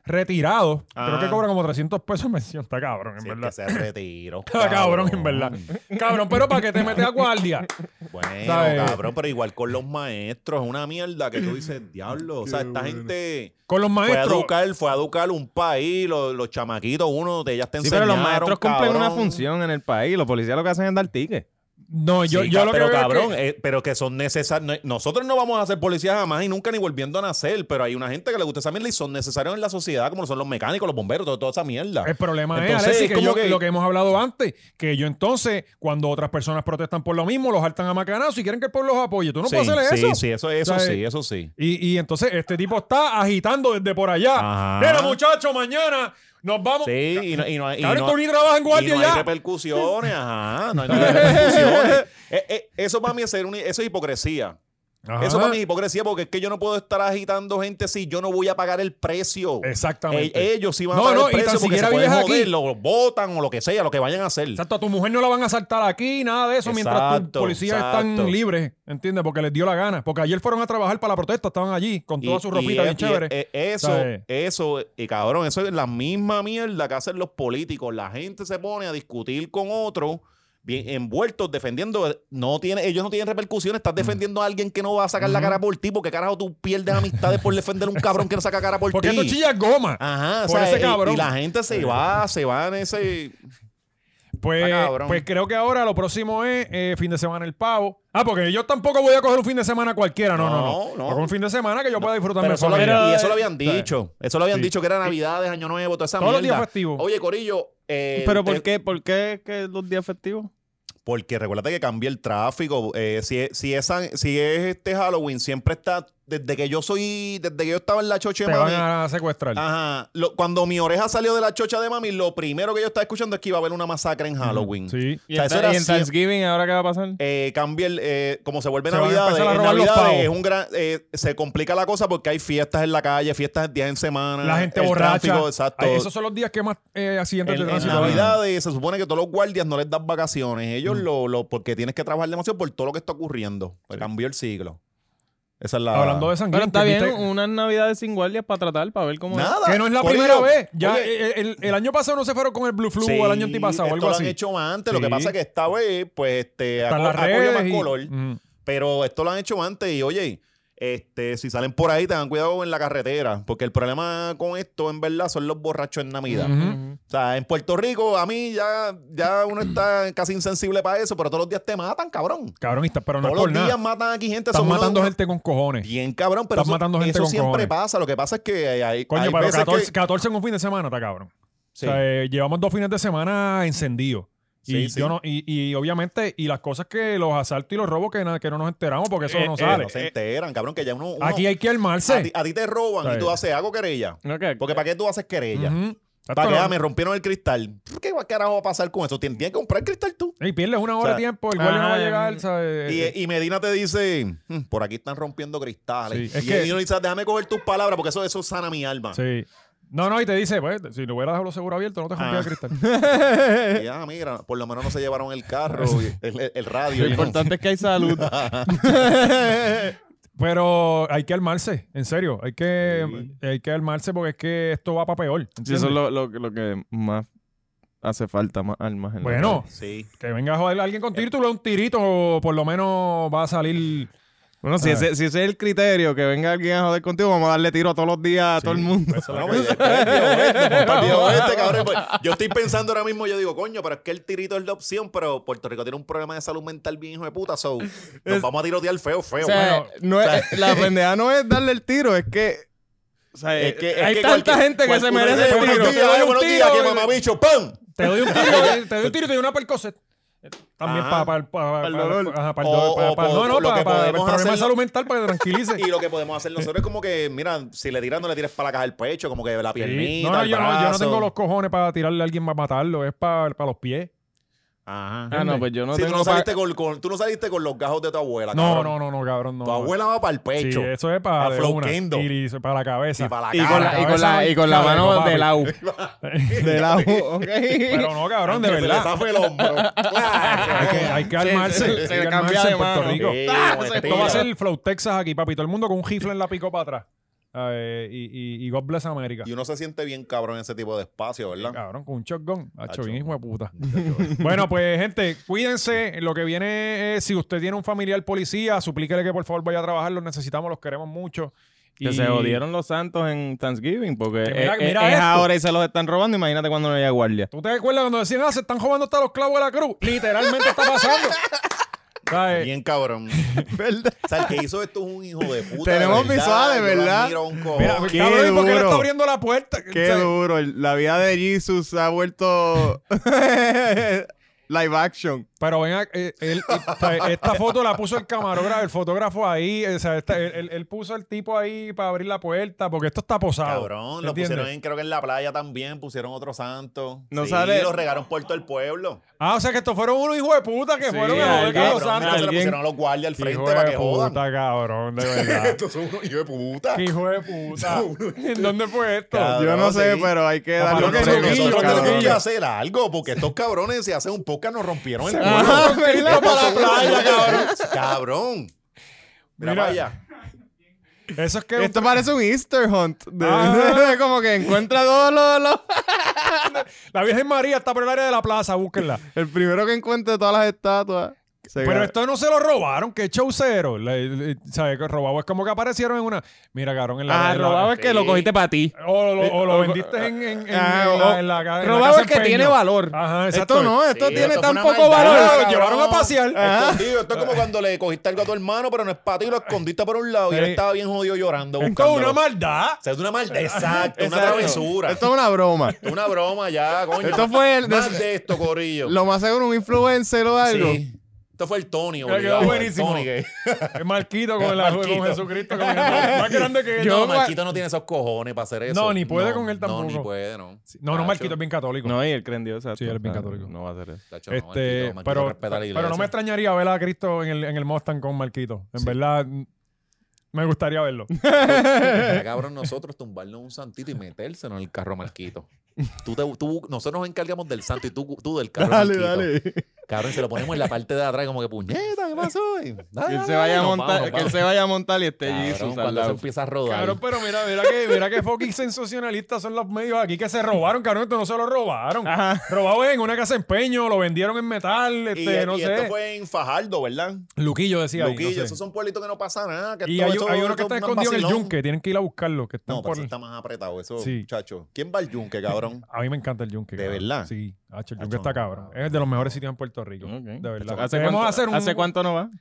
[SPEAKER 1] retirados. Creo que
[SPEAKER 2] Ah.
[SPEAKER 1] cobran como 300 pesos mención. Está cabrón, en
[SPEAKER 2] Sí,
[SPEAKER 1] verdad.
[SPEAKER 2] que se retiro.
[SPEAKER 1] Está cabrón, en verdad. Cabrón, pero ¿para qué te metes a guardia?
[SPEAKER 2] Bueno,
[SPEAKER 1] ¿Sabes?
[SPEAKER 2] cabrón, pero igual con los maestros, es una mierda que tú dices, diablo. O sea, esta gente
[SPEAKER 1] Con los maestros.
[SPEAKER 2] fue a educar un país, los chamaquitos, uno de ellas te
[SPEAKER 3] Sí,
[SPEAKER 2] enseñaron,
[SPEAKER 3] pero los maestros cumplen una
[SPEAKER 2] cabrón.
[SPEAKER 3] función en el país. Los policías lo que hacen es dar tickets.
[SPEAKER 1] No, yo
[SPEAKER 2] Sí,
[SPEAKER 1] lo que
[SPEAKER 2] pero
[SPEAKER 1] veo es
[SPEAKER 2] cabrón,
[SPEAKER 1] que-
[SPEAKER 2] pero que son necesarios. Nosotros no vamos a ser policías jamás y nunca ni volviendo a nacer, pero hay una gente que le gusta esa mierda y son necesarios en la sociedad, como lo son los mecánicos, los bomberos, toda esa mierda.
[SPEAKER 1] El problema
[SPEAKER 2] Entonces,
[SPEAKER 1] es, Alexis,
[SPEAKER 2] es
[SPEAKER 1] que,
[SPEAKER 2] como
[SPEAKER 1] yo,
[SPEAKER 2] que-
[SPEAKER 1] lo que hemos hablado antes, que yo entonces, cuando otras personas protestan por lo mismo, los hartan a macanazo y quieren que el pueblo los apoye. Tú no puedes hacerle eso.
[SPEAKER 2] Sí, eso
[SPEAKER 1] ¿Sabes?
[SPEAKER 2] sí, eso sí.
[SPEAKER 1] Y entonces este tipo está agitando desde por allá.
[SPEAKER 2] Ajá.
[SPEAKER 1] Mira, muchachos, mañana nos vamos.
[SPEAKER 2] Sí, y no hay.
[SPEAKER 1] Cabrón, tú ni trabajas en guardia
[SPEAKER 2] y no
[SPEAKER 1] ya.
[SPEAKER 2] hay repercusiones, ajá. No hay repercusiones. Eso para mí eso es hipocresía.
[SPEAKER 1] Ajá.
[SPEAKER 2] Eso para mí es hipocresía porque es que yo no puedo estar agitando gente si yo no voy a pagar el precio.
[SPEAKER 1] Exactamente.
[SPEAKER 2] Ellos sí van a
[SPEAKER 1] No,
[SPEAKER 2] pagar
[SPEAKER 1] no,
[SPEAKER 2] el
[SPEAKER 1] y tan
[SPEAKER 2] precio porque
[SPEAKER 1] siquiera
[SPEAKER 2] se pueden
[SPEAKER 1] vives
[SPEAKER 2] joder,
[SPEAKER 1] aquí.
[SPEAKER 2] lo votan o lo que sea, lo que vayan a hacer.
[SPEAKER 1] Exacto, a tu mujer no la van a asaltar aquí, nada de eso, mientras tus
[SPEAKER 2] Exacto,
[SPEAKER 1] policías
[SPEAKER 2] exacto.
[SPEAKER 1] están libres, ¿entiendes? Porque les dio la gana. Porque ayer fueron a trabajar para la protesta, estaban allí con toda su ropita bien chévere.
[SPEAKER 2] Eso, y cabrón, eso es la misma mierda que hacen los políticos. La gente se pone a discutir con otros bien envueltos, defendiendo, ellos no tienen repercusiones, estás defendiendo a alguien que no va a sacar la cara por ti, porque carajo tú pierdes amistades por defender a un cabrón que no saca cara por
[SPEAKER 1] Porque
[SPEAKER 2] ti.
[SPEAKER 1] tú chillas goma.
[SPEAKER 2] Ajá,
[SPEAKER 1] por ese cabrón.
[SPEAKER 2] y la gente se va en ese...
[SPEAKER 1] Pues,
[SPEAKER 2] Está cabrón.
[SPEAKER 1] pues creo que ahora lo próximo es fin de semana el pavo. Ah, porque yo tampoco voy a coger un fin de semana cualquiera. No.
[SPEAKER 2] No.
[SPEAKER 1] Cojo un fin de semana que yo pueda disfrutar
[SPEAKER 2] Pero
[SPEAKER 1] mi
[SPEAKER 2] eso lo,
[SPEAKER 1] familia.
[SPEAKER 2] y eso lo habían dicho. Eso lo habían
[SPEAKER 1] Sí.
[SPEAKER 2] dicho que era Navidades, Año Nuevo, toda esa
[SPEAKER 1] Todos los
[SPEAKER 2] mierda.
[SPEAKER 1] días festivos.
[SPEAKER 2] Oye, Corillo.
[SPEAKER 3] ¿Pero por qué? ¿Por qué que los días festivos?
[SPEAKER 2] Porque recuérdate que cambia el tráfico. Si es este Halloween, siempre está. Desde que yo estaba en la chocha
[SPEAKER 1] Te
[SPEAKER 2] de
[SPEAKER 1] van
[SPEAKER 2] mami.
[SPEAKER 1] a secuestrar.
[SPEAKER 2] Ajá. Cuando mi oreja salió de la chocha de mami, lo primero que yo estaba escuchando es que iba a haber una masacre en Halloween.
[SPEAKER 1] Sí.
[SPEAKER 3] ¿Y,
[SPEAKER 2] O sea,
[SPEAKER 3] en,
[SPEAKER 2] eso era
[SPEAKER 3] y en Thanksgiving ahora qué va a pasar?
[SPEAKER 2] Cambia como se vuelve
[SPEAKER 1] Se van a
[SPEAKER 2] Navidad.
[SPEAKER 1] empezar a
[SPEAKER 2] En
[SPEAKER 1] robar los
[SPEAKER 2] Navidades
[SPEAKER 1] pavos.
[SPEAKER 2] es un gran. Se complica la cosa porque hay fiestas en la calle, fiestas días en semana.
[SPEAKER 1] La gente
[SPEAKER 2] el
[SPEAKER 1] borracha.
[SPEAKER 2] tráfico, exacto.
[SPEAKER 1] Ay, esos son los días que más accidentes de
[SPEAKER 2] En
[SPEAKER 1] tránsito hay.
[SPEAKER 2] Navidades se supone que todos los guardias no les dan vacaciones. Ellos porque tienes que trabajar demasiado por todo lo que está ocurriendo. Pues cambió el siglo. Esa es la...
[SPEAKER 1] Hablando de
[SPEAKER 3] Pero
[SPEAKER 1] sangriento.
[SPEAKER 3] está bien,
[SPEAKER 1] ¿viste?
[SPEAKER 3] unas navidades sin guardias para tratar, para ver cómo es.
[SPEAKER 2] Nada.
[SPEAKER 1] Que no es la
[SPEAKER 2] Corillo,
[SPEAKER 1] primera vez. Ya
[SPEAKER 2] oye,
[SPEAKER 1] el año pasado no se fueron con el Blue Flu
[SPEAKER 2] sí,
[SPEAKER 1] o el año antipasado o
[SPEAKER 2] esto
[SPEAKER 1] algo
[SPEAKER 2] lo
[SPEAKER 1] así.
[SPEAKER 2] han hecho antes. Lo
[SPEAKER 1] Sí.
[SPEAKER 2] que pasa es que esta vez, pues,
[SPEAKER 1] Están las
[SPEAKER 2] cogido
[SPEAKER 1] redes
[SPEAKER 2] más
[SPEAKER 1] y-
[SPEAKER 2] color.
[SPEAKER 1] Ujú.
[SPEAKER 2] Pero esto lo han hecho antes y, oye, si salen por ahí, tengan cuidado en la carretera. Porque el problema con esto, en verdad, son los borrachos en Navidad.
[SPEAKER 1] Ujú.
[SPEAKER 2] O sea, en Puerto Rico, a mí ya uno está casi insensible para eso, pero todos los días te matan, cabrón.
[SPEAKER 1] Cabrón, pero no es
[SPEAKER 2] Todos
[SPEAKER 1] por
[SPEAKER 2] los días
[SPEAKER 1] nada.
[SPEAKER 2] matan aquí gente.
[SPEAKER 1] Están
[SPEAKER 2] son unos-
[SPEAKER 1] matando gente con cojones.
[SPEAKER 2] Bien cabrón, pero
[SPEAKER 1] Están matando gente
[SPEAKER 2] eso
[SPEAKER 1] con
[SPEAKER 2] siempre
[SPEAKER 1] cojones.
[SPEAKER 2] pasa. Lo que pasa es que hay
[SPEAKER 1] Coño, pero
[SPEAKER 2] veces
[SPEAKER 1] 14,
[SPEAKER 2] que...
[SPEAKER 1] 14 en un fin de semana está cabrón.
[SPEAKER 2] Sí.
[SPEAKER 1] O sea, llevamos 2 fines de semana encendidos. Y,
[SPEAKER 2] Sí,
[SPEAKER 1] yo
[SPEAKER 2] sí.
[SPEAKER 1] no, y obviamente, y las cosas que los asaltos y los robos que no nos enteramos porque eso no sale.
[SPEAKER 2] No se enteran, cabrón, que ya uno...
[SPEAKER 1] Aquí hay que
[SPEAKER 2] a
[SPEAKER 1] armarse.
[SPEAKER 2] ti te roban
[SPEAKER 1] Sí.
[SPEAKER 2] y tú haces algo querella.
[SPEAKER 3] ¿No qué?
[SPEAKER 2] Porque ¿para qué tú haces querella?
[SPEAKER 1] Ujú.
[SPEAKER 2] Para que
[SPEAKER 1] Exacto,
[SPEAKER 2] me rompieron el cristal. ¿Qué carajo va a pasar con eso? Tienes que comprar el cristal tú.
[SPEAKER 1] Y pierdes una hora
[SPEAKER 2] O sea,
[SPEAKER 1] de tiempo, el guardia no va a
[SPEAKER 3] ajá,
[SPEAKER 1] llegar, ¿sabes?
[SPEAKER 2] Y Medina te dice, por aquí están rompiendo cristales.
[SPEAKER 1] Sí, es
[SPEAKER 2] y
[SPEAKER 1] que-
[SPEAKER 2] él dice, déjame coger tus palabras porque eso sana mi alma.
[SPEAKER 1] Sí. No, y te dice, pues, si lo hubieras dejado los seguros abiertos, no te rompía el cristal.
[SPEAKER 2] Y mira, por lo menos no se llevaron el carro, y el radio.
[SPEAKER 3] Lo
[SPEAKER 2] y no.
[SPEAKER 3] importante es que hay salud.
[SPEAKER 1] Pero hay que armarse, en serio. Hay que armarse porque es que esto va para peor.
[SPEAKER 3] Sí,
[SPEAKER 1] ¿entiendes?
[SPEAKER 3] eso es lo que más hace falta, más armas en la
[SPEAKER 1] Bueno,
[SPEAKER 3] calle.
[SPEAKER 2] Sí.
[SPEAKER 1] que venga a joder a alguien con tiro y tú le das un tirito, o por lo menos va a salir.
[SPEAKER 3] Bueno, si ese es el criterio, que venga alguien a joder contigo, vamos a darle tiro a todos los días a todo el mundo.
[SPEAKER 2] No, pues, después el viejo oeste, monta el viejo oeste, cabrón. Pues, yo estoy pensando ahora mismo, yo digo, coño, pero es que el tirito es la opción, pero Puerto Rico tiene un problema de salud mental bien hijo de puta, so nos vamos a tirotear feo.
[SPEAKER 3] O sea,
[SPEAKER 2] Bueno,
[SPEAKER 3] no es, la pendeja no es darle el tiro, es que... O sea,
[SPEAKER 2] es que
[SPEAKER 3] hay
[SPEAKER 2] cualquier-
[SPEAKER 3] tanta gente que se
[SPEAKER 2] uno
[SPEAKER 3] merece
[SPEAKER 2] dice,
[SPEAKER 3] el tiro.
[SPEAKER 2] Buenos días,
[SPEAKER 1] Te doy un
[SPEAKER 2] buenos
[SPEAKER 1] tiro,
[SPEAKER 2] días, que
[SPEAKER 1] y-
[SPEAKER 2] mamabicho, ¡pam!
[SPEAKER 1] Te doy un tiro, te doy un tiro y te doy una Percocet. También
[SPEAKER 2] Ajá.
[SPEAKER 1] para
[SPEAKER 3] el dolor.
[SPEAKER 1] el
[SPEAKER 2] O- o por lo que
[SPEAKER 1] para el
[SPEAKER 2] podemos
[SPEAKER 1] problema de
[SPEAKER 2] hacerlo-
[SPEAKER 1] salud mental para que te tranquilice.
[SPEAKER 2] Y lo que podemos hacer nosotros es como que, mira, si le tiras, no le tires para la caja del pecho, como que la
[SPEAKER 1] Sí.
[SPEAKER 2] piernita,
[SPEAKER 1] No,
[SPEAKER 2] el
[SPEAKER 1] yo no
[SPEAKER 2] brazo.
[SPEAKER 1] tengo los cojones para tirarle a alguien para matarlo, es para los pies.
[SPEAKER 2] Ajá.
[SPEAKER 3] Ah, no, pues yo no
[SPEAKER 2] Sí, tú
[SPEAKER 3] tengo...
[SPEAKER 2] no saliste tú no saliste con los gajos de tu abuela,
[SPEAKER 1] No,
[SPEAKER 2] cabrón.
[SPEAKER 1] cabrón, no.
[SPEAKER 2] Tu abuela va para el
[SPEAKER 1] Sí,
[SPEAKER 2] pecho.
[SPEAKER 1] eso es para
[SPEAKER 2] A
[SPEAKER 1] de
[SPEAKER 2] Flow
[SPEAKER 1] una.
[SPEAKER 2] Kendo.
[SPEAKER 1] Y para la cabeza.
[SPEAKER 2] Y para la
[SPEAKER 3] Y
[SPEAKER 2] cara.
[SPEAKER 3] con la mano
[SPEAKER 1] Papi.
[SPEAKER 3] de lado. De lado, ok.
[SPEAKER 1] Pero no, cabrón, de
[SPEAKER 2] Que se le
[SPEAKER 1] verdad.
[SPEAKER 2] zafe el hombro.
[SPEAKER 1] Hay que armarse.
[SPEAKER 3] se
[SPEAKER 1] hay que
[SPEAKER 3] cambia
[SPEAKER 1] armarse
[SPEAKER 3] de
[SPEAKER 1] en Puerto
[SPEAKER 3] mano.
[SPEAKER 1] Rico.
[SPEAKER 2] Sí,
[SPEAKER 1] Esto va a
[SPEAKER 2] estira.
[SPEAKER 1] ser el Flow Texas aquí, papi. Todo el mundo con un rifle en la pico para atrás. Y God bless America.
[SPEAKER 2] Y uno se siente bien cabrón en ese tipo de espacio, ¿verdad?
[SPEAKER 1] Cabrón, con un shotgun. Hacho,
[SPEAKER 2] Hacho.
[SPEAKER 1] bien hijo de puta. Bueno, pues, gente, cuídense. Lo que viene es, si usted tiene un familiar policía, suplíquele que por favor vaya a trabajar. Los necesitamos, los queremos mucho.
[SPEAKER 3] Que se jodieron los santos en Thanksgiving porque
[SPEAKER 1] Que mira
[SPEAKER 3] es
[SPEAKER 1] esto.
[SPEAKER 3] ahora y se los están robando. Imagínate cuando no haya guardia.
[SPEAKER 1] ¿Tú te acuerdas cuando decían, se están robando hasta los clavos de la cruz? Literalmente está pasando. ¿Sabes?
[SPEAKER 2] Bien cabrón.
[SPEAKER 3] ¿Verdad?
[SPEAKER 2] O sea, el que hizo esto es un hijo de puta.
[SPEAKER 3] Tenemos
[SPEAKER 2] de
[SPEAKER 3] visuales,
[SPEAKER 2] Yo lo
[SPEAKER 3] ¿verdad?
[SPEAKER 2] admiro un cojón.
[SPEAKER 1] Mira,
[SPEAKER 3] Qué
[SPEAKER 1] cabrón, ¿y por qué le
[SPEAKER 3] duro.
[SPEAKER 1] está abriendo la puerta?
[SPEAKER 3] Qué
[SPEAKER 1] ¿Sabes?
[SPEAKER 3] duro. La vida de Jesus se ha vuelto live action.
[SPEAKER 1] Pero ven, esta foto la puso el camarógrafo, el fotógrafo ahí. O sea, él puso el tipo ahí para abrir la puerta porque esto está posado.
[SPEAKER 2] Cabrón, lo
[SPEAKER 1] ¿entiendes?
[SPEAKER 2] pusieron creo que en la playa también, pusieron otro santo.
[SPEAKER 3] No
[SPEAKER 2] sí,
[SPEAKER 3] sale-
[SPEAKER 2] lo regaron por todo el pueblo.
[SPEAKER 1] Ah, o sea que estos fueron unos hijos de puta que
[SPEAKER 3] Sí,
[SPEAKER 1] fueron a joder con
[SPEAKER 3] alguien-
[SPEAKER 1] los
[SPEAKER 2] Cabrón,
[SPEAKER 1] santos.
[SPEAKER 2] se le
[SPEAKER 3] alguien-
[SPEAKER 2] pusieron a los guardias al frente
[SPEAKER 1] Hijo
[SPEAKER 2] para
[SPEAKER 1] de
[SPEAKER 2] que jodan.
[SPEAKER 1] puta, cabrón, de verdad.
[SPEAKER 2] Estos son unos hijos de puta.
[SPEAKER 1] Qué hijo de puta. ¿En dónde fue esto?
[SPEAKER 2] Cabrón,
[SPEAKER 3] Yo no sé,
[SPEAKER 2] sí.
[SPEAKER 3] pero hay que
[SPEAKER 1] Papá,
[SPEAKER 3] darle
[SPEAKER 1] no
[SPEAKER 3] un
[SPEAKER 1] que
[SPEAKER 3] premio a
[SPEAKER 1] Luquillo,
[SPEAKER 3] esos
[SPEAKER 2] Nosotros tenemos
[SPEAKER 3] cabrones.
[SPEAKER 2] que hacer algo, porque estos cabrones, si hacen un podcast, nos rompieron el
[SPEAKER 1] Ajá,
[SPEAKER 2] culo.
[SPEAKER 1] Cristo para la playa, cabrón.
[SPEAKER 2] Cabrón. Mira,
[SPEAKER 1] Mira.
[SPEAKER 2] vaya.
[SPEAKER 1] Eso es que
[SPEAKER 3] Esto parece un Easter hunt.
[SPEAKER 1] Ah.
[SPEAKER 3] Como que encuentra todos los...
[SPEAKER 1] la Virgen María está por el área de la plaza, búsquenla.
[SPEAKER 3] El primero que encuentre todas las estatuas.
[SPEAKER 1] Pero esto no se lo robaron, que showcero. ¿Sabes? Que robado es como que aparecieron en una. Mira, cabrón, en la.
[SPEAKER 3] Ah,
[SPEAKER 1] en la-
[SPEAKER 3] robado es que lo cogiste para ti.
[SPEAKER 1] O lo vendiste en la
[SPEAKER 3] Robado
[SPEAKER 1] casa
[SPEAKER 3] es que
[SPEAKER 1] empeño.
[SPEAKER 3] tiene valor.
[SPEAKER 1] Ajá, exacto.
[SPEAKER 3] Esto no, esto
[SPEAKER 2] Sí,
[SPEAKER 3] tiene
[SPEAKER 2] esto
[SPEAKER 3] tan
[SPEAKER 2] fue una
[SPEAKER 3] poco
[SPEAKER 2] maldad,
[SPEAKER 3] valor.
[SPEAKER 1] Lo
[SPEAKER 2] cabrón.
[SPEAKER 1] llevaron a pasear.
[SPEAKER 2] Escondido. Esto es como cuando le cogiste algo a tu hermano, pero no es para ti, lo escondiste por un lado y él
[SPEAKER 1] Sí.
[SPEAKER 2] estaba bien jodido llorando.
[SPEAKER 1] Esto es
[SPEAKER 2] buscándolo.
[SPEAKER 1] una maldad.
[SPEAKER 2] O sea, es una maldad. Exacto, una
[SPEAKER 3] Exacto.
[SPEAKER 2] travesura.
[SPEAKER 3] Esto es una broma.
[SPEAKER 2] Es una broma ya, coño.
[SPEAKER 3] Esto fue el-
[SPEAKER 2] Más de esto, corillo.
[SPEAKER 3] Lo más seguro, un influencer o algo.
[SPEAKER 2] Sí. Esto fue el Tony,
[SPEAKER 1] Mira,
[SPEAKER 2] obligado.
[SPEAKER 1] quedó
[SPEAKER 2] el
[SPEAKER 1] buenísimo.
[SPEAKER 2] Tony que-
[SPEAKER 1] Es Marquito con
[SPEAKER 2] Marquito.
[SPEAKER 1] Jesucristo. Más grande que él.
[SPEAKER 2] No,
[SPEAKER 1] No,
[SPEAKER 2] Marquito no tiene esos cojones para hacer eso.
[SPEAKER 1] No, ni puede con él tampoco.
[SPEAKER 2] No, ni puede, no.
[SPEAKER 1] no,
[SPEAKER 2] Tacho,
[SPEAKER 1] Marquito es bien católico.
[SPEAKER 3] No, y él cree en Dios, exacto.
[SPEAKER 1] Sí, él es bien católico.
[SPEAKER 3] No va a hacer eso.
[SPEAKER 2] tacho, no, Marquito
[SPEAKER 1] pero,
[SPEAKER 2] respeta la iglesia.
[SPEAKER 1] pero no me extrañaría ver a Cristo en el Mustang con Marquito. En verdad, me gustaría verlo.
[SPEAKER 2] Mira, cabrón, nosotros tumbarnos un santito y metérselo en el carro Marquito. Nosotros nos encargamos del santo y tú del carro
[SPEAKER 3] Dale,
[SPEAKER 2] Marquito.
[SPEAKER 3] dale.
[SPEAKER 2] Cabrón, se lo ponemos en la parte de atrás como que puñeta, ¿qué pasó? Y,
[SPEAKER 3] Que él se vaya a montar, que él se vaya a montar y esté
[SPEAKER 2] Cabrón,
[SPEAKER 3] Jesus al
[SPEAKER 2] cuando se
[SPEAKER 3] lado.
[SPEAKER 2] empieza a rodar.
[SPEAKER 1] Cabrón, pero mira que fucking sensacionalistas son los medios aquí que se robaron, cabrón. Esto no se lo robaron.
[SPEAKER 3] Ajá.
[SPEAKER 1] Robado en una casa de empeño, lo vendieron en metal, no
[SPEAKER 2] y
[SPEAKER 1] sé.
[SPEAKER 2] esto fue en Fajardo, ¿verdad?
[SPEAKER 1] Luquillo decía ahí,
[SPEAKER 2] Luquillo,
[SPEAKER 1] no sé.
[SPEAKER 2] esos son pueblitos que no pasa nada. Que
[SPEAKER 1] Y
[SPEAKER 2] todo
[SPEAKER 1] hay,
[SPEAKER 2] eso-
[SPEAKER 1] hay uno que
[SPEAKER 2] eso
[SPEAKER 1] está
[SPEAKER 2] es un
[SPEAKER 1] escondido en el
[SPEAKER 2] vacilón.
[SPEAKER 1] yunque. Tienen que ir a buscarlo. Que están
[SPEAKER 2] No,
[SPEAKER 1] por...
[SPEAKER 2] pero eso está más apretado, eso,
[SPEAKER 1] Sí.
[SPEAKER 2] muchacho. ¿Quién va al yunque, cabrón?
[SPEAKER 1] A mí me encanta el yunque.
[SPEAKER 2] ¿De
[SPEAKER 1] cabrón.
[SPEAKER 2] verdad?
[SPEAKER 1] Sí. Hacho, el yunque
[SPEAKER 2] Hacho,
[SPEAKER 1] está
[SPEAKER 2] no.
[SPEAKER 1] cabrón. Es de los mejores sitios en Puerto Rico.
[SPEAKER 3] Ok.
[SPEAKER 1] De verdad.
[SPEAKER 3] ¿Hace
[SPEAKER 1] Debemos
[SPEAKER 3] cuánto,
[SPEAKER 1] hacer un...
[SPEAKER 3] ¿Hace cuánto no va?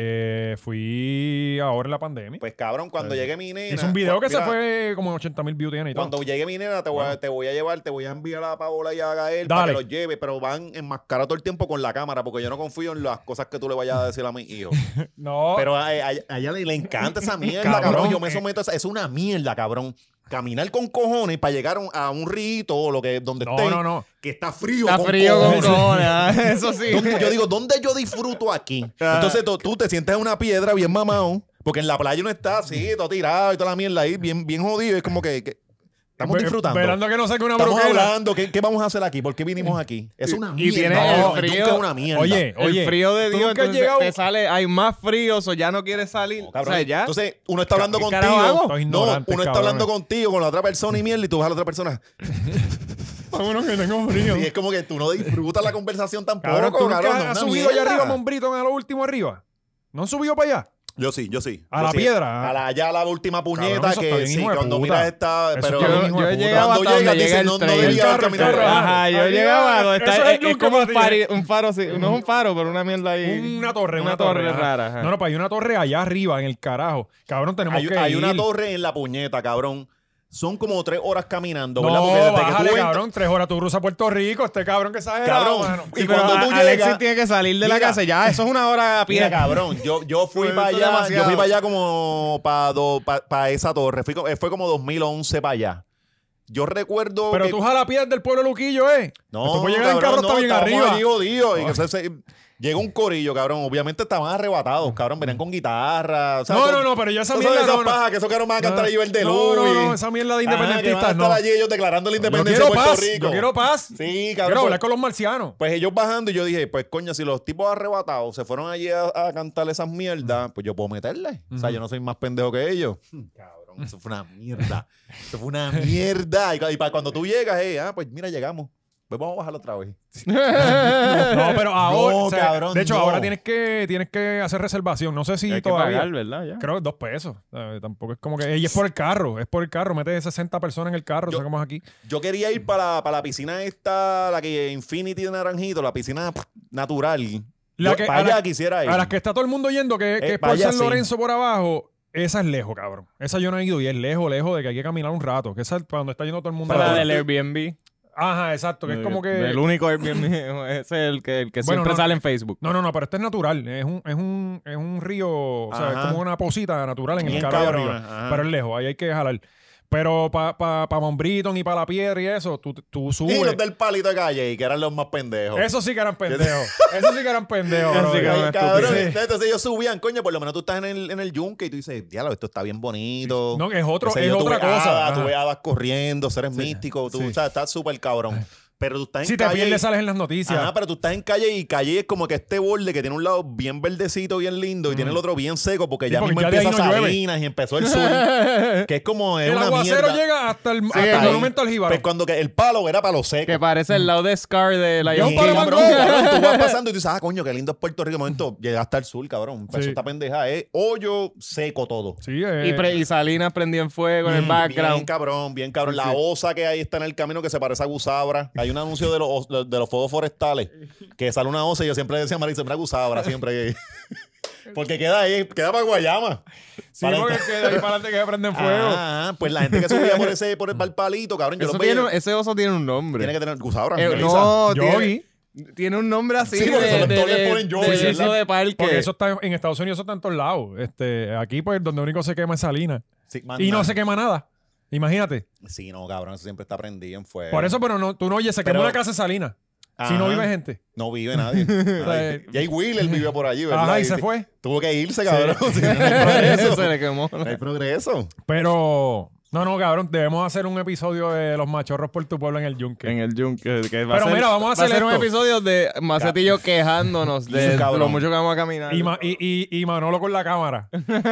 [SPEAKER 1] Fui ahora en la pandemia.
[SPEAKER 2] Pues cabrón, cuando llegue mi nena.
[SPEAKER 1] Hice un video que
[SPEAKER 2] mira,
[SPEAKER 1] se fue como en 80,000 views tiene y todo.
[SPEAKER 2] Cuando llegue mi nena, te voy a llevar, te voy a enviar a Paola y a Gael
[SPEAKER 1] Dale.
[SPEAKER 2] para que los lleve, pero van enmascarados todo el tiempo con la cámara, porque yo no confío en las cosas que tú le vayas a decir a mis hijos.
[SPEAKER 1] No.
[SPEAKER 2] Pero a ella le encanta esa mierda,
[SPEAKER 1] Cabrón,
[SPEAKER 2] cabrón. Yo me someto a esa. Es una mierda, cabrón. Caminar con cojones para llegar a un rito o donde
[SPEAKER 1] No,
[SPEAKER 2] esté,
[SPEAKER 1] no.
[SPEAKER 2] que está frío.
[SPEAKER 3] Está frío con cojones. Ah, eso sí.
[SPEAKER 2] Yo digo, ¿dónde yo disfruto aquí? Entonces tú te sientes en una piedra bien mamado, porque en la playa uno está así, todo tirado y toda la mierda ahí, bien, bien jodido. Es como que estamos disfrutando.
[SPEAKER 1] Esperando que no saque una
[SPEAKER 2] Estamos
[SPEAKER 1] broquela.
[SPEAKER 2] hablando, ¿qué vamos a hacer aquí? ¿Por qué vinimos aquí? Es una
[SPEAKER 3] Y
[SPEAKER 2] mierda.
[SPEAKER 3] tiene
[SPEAKER 2] No,
[SPEAKER 3] el frío.
[SPEAKER 2] nunca es una mierda.
[SPEAKER 1] Oye,
[SPEAKER 3] El frío de
[SPEAKER 1] ¿tú
[SPEAKER 3] Dios,
[SPEAKER 1] nunca has
[SPEAKER 3] entonces
[SPEAKER 1] llegado-
[SPEAKER 3] te sale, hay más frío, o ya no quieres salir.
[SPEAKER 2] No, cabrón.
[SPEAKER 3] O sea, ya.
[SPEAKER 2] Entonces, uno está hablando
[SPEAKER 3] ¿Qué
[SPEAKER 2] contigo.
[SPEAKER 3] carajo hago?
[SPEAKER 1] Estos
[SPEAKER 2] No,
[SPEAKER 1] ignorantes,
[SPEAKER 2] uno está
[SPEAKER 1] cabrones.
[SPEAKER 2] hablando contigo con la otra persona y mierda, y tú vas a la otra persona.
[SPEAKER 1] Vámonos que tengo frío.
[SPEAKER 2] Y es como que tú no disfrutas la conversación tampoco.
[SPEAKER 1] Cabrón, ¿tú nunca
[SPEAKER 2] cabrón,
[SPEAKER 1] has
[SPEAKER 2] no es una
[SPEAKER 1] subido allá
[SPEAKER 2] mierda.
[SPEAKER 1] arriba a Mombrito a lo último arriba? ¿No han subido para allá?
[SPEAKER 2] Yo sí.
[SPEAKER 1] A
[SPEAKER 2] Yo
[SPEAKER 1] la
[SPEAKER 2] sí.
[SPEAKER 1] piedra.
[SPEAKER 2] Allá a la última puñeta
[SPEAKER 1] Cabrón, eso está
[SPEAKER 2] que
[SPEAKER 1] bien,
[SPEAKER 2] sí,
[SPEAKER 1] hijo de
[SPEAKER 2] cuando
[SPEAKER 1] puta.
[SPEAKER 2] miras esta.
[SPEAKER 1] Eso
[SPEAKER 2] Pero
[SPEAKER 1] está bien, hijo
[SPEAKER 3] Yo
[SPEAKER 1] de
[SPEAKER 3] he
[SPEAKER 1] puta.
[SPEAKER 3] llegado
[SPEAKER 2] Cuando
[SPEAKER 3] hasta donde
[SPEAKER 2] llegas,
[SPEAKER 3] llega
[SPEAKER 2] dices,
[SPEAKER 3] el
[SPEAKER 2] no
[SPEAKER 3] tren.
[SPEAKER 2] debería haber caminado.
[SPEAKER 1] carro.
[SPEAKER 3] Ajá, yo
[SPEAKER 1] Ahí
[SPEAKER 3] llegaba
[SPEAKER 1] llega-
[SPEAKER 3] donde
[SPEAKER 1] eso
[SPEAKER 3] está.
[SPEAKER 1] es el
[SPEAKER 3] Es
[SPEAKER 1] yunque
[SPEAKER 3] como un,
[SPEAKER 1] para ti.
[SPEAKER 3] un faro, sí. No es un faro, pero una mierda ahí.
[SPEAKER 1] Una torre
[SPEAKER 3] torre
[SPEAKER 1] ajá.
[SPEAKER 3] rara. Ajá.
[SPEAKER 1] No, pues hay una torre allá arriba, en el carajo. Cabrón, tenemos
[SPEAKER 2] Hay,
[SPEAKER 1] que
[SPEAKER 2] hay
[SPEAKER 1] ir.
[SPEAKER 2] una torre en la puñeta, cabrón. Son como 3 horas caminando,
[SPEAKER 1] No,
[SPEAKER 2] ¿verdad? Porque desde que
[SPEAKER 1] bájale,
[SPEAKER 2] tú entras-
[SPEAKER 1] cabrón. 3 horas tú cruzas Puerto Rico. Este cabrón que exagerado,
[SPEAKER 2] Cabrón.
[SPEAKER 1] mano.
[SPEAKER 2] Y
[SPEAKER 3] Sí, pero
[SPEAKER 2] cuando tú
[SPEAKER 3] Alexis
[SPEAKER 2] llegas-
[SPEAKER 3] tiene que salir de la
[SPEAKER 2] Mira.
[SPEAKER 3] casa. Ya, eso es una hora a pie.
[SPEAKER 2] Mira, cabrón, yo fui
[SPEAKER 3] Eso
[SPEAKER 2] para
[SPEAKER 3] es
[SPEAKER 2] allá,
[SPEAKER 3] demasiado.
[SPEAKER 2] yo fui para allá como para esa torre. Fue como 2011 para allá. Yo recuerdo
[SPEAKER 1] Pero
[SPEAKER 2] que...
[SPEAKER 1] tú jalas pies del pueblo Luquillo, ¿eh?
[SPEAKER 2] No,
[SPEAKER 1] Esto puede llegar en carro, está bien
[SPEAKER 2] estábamos
[SPEAKER 1] arriba.
[SPEAKER 2] allí jodidos, y que llega un corillo, cabrón. Obviamente estaban arrebatados, cabrón. Venían con guitarra.
[SPEAKER 1] No, pero ya esa
[SPEAKER 2] Son
[SPEAKER 1] mierda
[SPEAKER 2] esas
[SPEAKER 1] no.
[SPEAKER 2] pajas que esos cabrones van a cantar allí verde
[SPEAKER 1] No,
[SPEAKER 2] luz.
[SPEAKER 1] no, esa mierda de
[SPEAKER 2] Que van a
[SPEAKER 1] independentistas,
[SPEAKER 2] estar
[SPEAKER 1] no.
[SPEAKER 2] allí ellos declarando la
[SPEAKER 1] Yo
[SPEAKER 2] independencia
[SPEAKER 1] quiero
[SPEAKER 2] de Puerto
[SPEAKER 1] paz.
[SPEAKER 2] Rico.
[SPEAKER 1] Yo quiero paz.
[SPEAKER 2] Sí,
[SPEAKER 1] Quiero
[SPEAKER 2] cabrón.
[SPEAKER 1] hablar
[SPEAKER 2] Pues,
[SPEAKER 1] con los marcianos.
[SPEAKER 2] pues ellos bajando y yo dije, pues coño, si los tipos arrebatados se fueron allí a cantar esas mierdas, pues yo puedo meterle. O sea, yo no soy más pendejo que ellos. cabrón. Eso fue una mierda. Eso fue una mierda. Y para cuando tú llegas, pues mira, llegamos. Pues vamos a bajarlo otra vez.
[SPEAKER 1] No, pero ahora,
[SPEAKER 2] No,
[SPEAKER 1] o sea,
[SPEAKER 2] cabrón,
[SPEAKER 1] de hecho,
[SPEAKER 2] no.
[SPEAKER 1] ahora tienes que hacer reservación. No sé si
[SPEAKER 3] Hay que
[SPEAKER 1] todavía.
[SPEAKER 3] pagar, ¿verdad? Ya.
[SPEAKER 1] Creo que $2. Tampoco es como que. Y es por el carro. Es por el carro. Metes 60 personas en el carro.
[SPEAKER 2] Yo-
[SPEAKER 1] Sacamos aquí.
[SPEAKER 2] Yo quería ir para la piscina esta, la que Infinity de Naranjito, la piscina natural.
[SPEAKER 1] La
[SPEAKER 2] Yo
[SPEAKER 1] que-
[SPEAKER 2] para
[SPEAKER 1] a la-
[SPEAKER 2] allá quisiera ir.
[SPEAKER 1] A las que está todo el mundo yendo, que es
[SPEAKER 2] para
[SPEAKER 1] por
[SPEAKER 2] allá
[SPEAKER 1] San
[SPEAKER 2] sí.
[SPEAKER 1] Lorenzo por abajo. Esa es lejos, cabrón. Esa yo no he ido y es lejos de que hay que caminar un rato. Que esa es para donde está yendo todo el mundo.
[SPEAKER 3] Para
[SPEAKER 1] a la-
[SPEAKER 3] del Airbnb.
[SPEAKER 1] Ajá, exacto. Que es como que.
[SPEAKER 3] El único Airbnb. Ese es el que
[SPEAKER 1] Bueno,
[SPEAKER 3] siempre
[SPEAKER 1] no.
[SPEAKER 3] sale en Facebook.
[SPEAKER 1] No, pero este es natural. Es un río, o sea,
[SPEAKER 2] Ajá.
[SPEAKER 1] es como una posita natural en el
[SPEAKER 2] Bien
[SPEAKER 1] carro de
[SPEAKER 2] cabrona,
[SPEAKER 1] arriba.
[SPEAKER 2] ajá.
[SPEAKER 1] Pero es lejos, ahí hay que jalar. Pero para Mount Britton y para La Piedra y eso, tú
[SPEAKER 2] Y
[SPEAKER 1] subes.
[SPEAKER 2] los del palito de calle, que eran los más pendejos.
[SPEAKER 1] Eso sí que eran pendejos. Eso sí que eran pendejos.
[SPEAKER 3] Eso sí
[SPEAKER 1] brother.
[SPEAKER 3] que eran
[SPEAKER 2] Ay, cabrón,
[SPEAKER 3] estúpidos.
[SPEAKER 2] entonces ellos subían, coño, por lo menos tú estás en el yunque y tú dices, diablo, esto está bien bonito.
[SPEAKER 1] No, es otro,
[SPEAKER 2] Qué sé
[SPEAKER 1] es
[SPEAKER 2] yo, tú
[SPEAKER 1] otra
[SPEAKER 2] ves
[SPEAKER 1] cosa.
[SPEAKER 2] hadas, tú
[SPEAKER 1] Ajá.
[SPEAKER 2] ves hadas corriendo, seres místicos, tú,
[SPEAKER 1] sí.
[SPEAKER 2] o sea, estás súper cabrón. Pero tú estás en
[SPEAKER 1] Si te
[SPEAKER 2] calle.
[SPEAKER 1] pierdes, sales en las noticias.
[SPEAKER 2] Ajá, pero tú estás en calle y calle es como que este borde que tiene un lado bien verdecito, bien lindo, y tiene el otro bien seco, porque
[SPEAKER 1] Sí,
[SPEAKER 2] ya
[SPEAKER 1] porque
[SPEAKER 2] mismo
[SPEAKER 1] ya de ahí
[SPEAKER 2] empieza
[SPEAKER 1] no llueve.
[SPEAKER 2] Salinas y empezó el sur, que es como es
[SPEAKER 1] el
[SPEAKER 2] una
[SPEAKER 1] aguacero
[SPEAKER 2] mierda.
[SPEAKER 1] llega hasta el
[SPEAKER 2] Ahí.
[SPEAKER 1] monumento al Jíbaro.
[SPEAKER 2] Pues cuando que el palo era para los secos.
[SPEAKER 3] Que parece el lado de Scar de la
[SPEAKER 1] Yo un
[SPEAKER 2] Sí,
[SPEAKER 1] palo
[SPEAKER 2] cabrón,
[SPEAKER 1] mango.
[SPEAKER 2] cabrón, tú vas pasando y tú dices, coño, qué lindo es Puerto Rico. De momento, llegaste al sur, cabrón. Empezó
[SPEAKER 1] Sí.
[SPEAKER 2] esta pendeja, hoyo seco todo.
[SPEAKER 1] Sí,
[SPEAKER 3] Y Salinas prendió en fuego en el
[SPEAKER 2] Bien
[SPEAKER 3] background.
[SPEAKER 2] cabrón, bien cabrón.
[SPEAKER 3] Sí,
[SPEAKER 2] La
[SPEAKER 3] sí.
[SPEAKER 2] osa que ahí está en el camino que se parece a Gusabra. Hay un anuncio de los fuegos forestales que sale una osa y yo siempre decía, Marisa, mira Gusabra, siempre. Porque queda ahí, queda para Guayama.
[SPEAKER 1] sí, porque es que de ahí para adelante que prenden fuego.
[SPEAKER 2] Pues la gente que subía por el palito, cabrón, yo
[SPEAKER 3] Eso
[SPEAKER 2] los veía.
[SPEAKER 3] ese oso tiene un nombre.
[SPEAKER 2] Tiene que tener Gusabra.
[SPEAKER 3] No,
[SPEAKER 1] Yogi.
[SPEAKER 3] tiene un nombre así.
[SPEAKER 2] Sí, porque
[SPEAKER 3] de,
[SPEAKER 2] todos
[SPEAKER 3] de,
[SPEAKER 2] le
[SPEAKER 3] de,
[SPEAKER 2] ponen Yogi,
[SPEAKER 3] de
[SPEAKER 2] ¿verdad?
[SPEAKER 3] eso de parque.
[SPEAKER 1] Porque eso está en Estados Unidos, eso está en todos lados. Aquí, pues, donde único se quema es Salinas.
[SPEAKER 2] Sí,
[SPEAKER 1] Y no se quema nada. Imagínate.
[SPEAKER 2] Sí, no, cabrón, eso siempre está prendido en fuego.
[SPEAKER 1] Por eso, pero no, tú no oyes, se quemó
[SPEAKER 2] Pero-
[SPEAKER 1] una casa en Salinas. Si no
[SPEAKER 2] Ajá.
[SPEAKER 1] vive gente.
[SPEAKER 2] No vive nadie. Nadie. Jay Wheeler vivió por allí, ¿verdad?
[SPEAKER 1] Ajá, y se fue.
[SPEAKER 2] Tuvo que irse, cabrón. Sí, no hay
[SPEAKER 3] Eso
[SPEAKER 2] progreso.
[SPEAKER 3] se le quemó.
[SPEAKER 2] No hay progreso.
[SPEAKER 1] Pero, no, cabrón, debemos hacer un episodio de los machorros por tu pueblo en el yunque.
[SPEAKER 3] En el yunque. Que va
[SPEAKER 1] Pero
[SPEAKER 3] a ser,
[SPEAKER 1] mira, vamos a hacer
[SPEAKER 3] un
[SPEAKER 1] esto.
[SPEAKER 3] episodio de Macetillo quejándonos de
[SPEAKER 2] cabrón.
[SPEAKER 3] lo mucho que vamos a caminar.
[SPEAKER 1] Y Manolo con la cámara.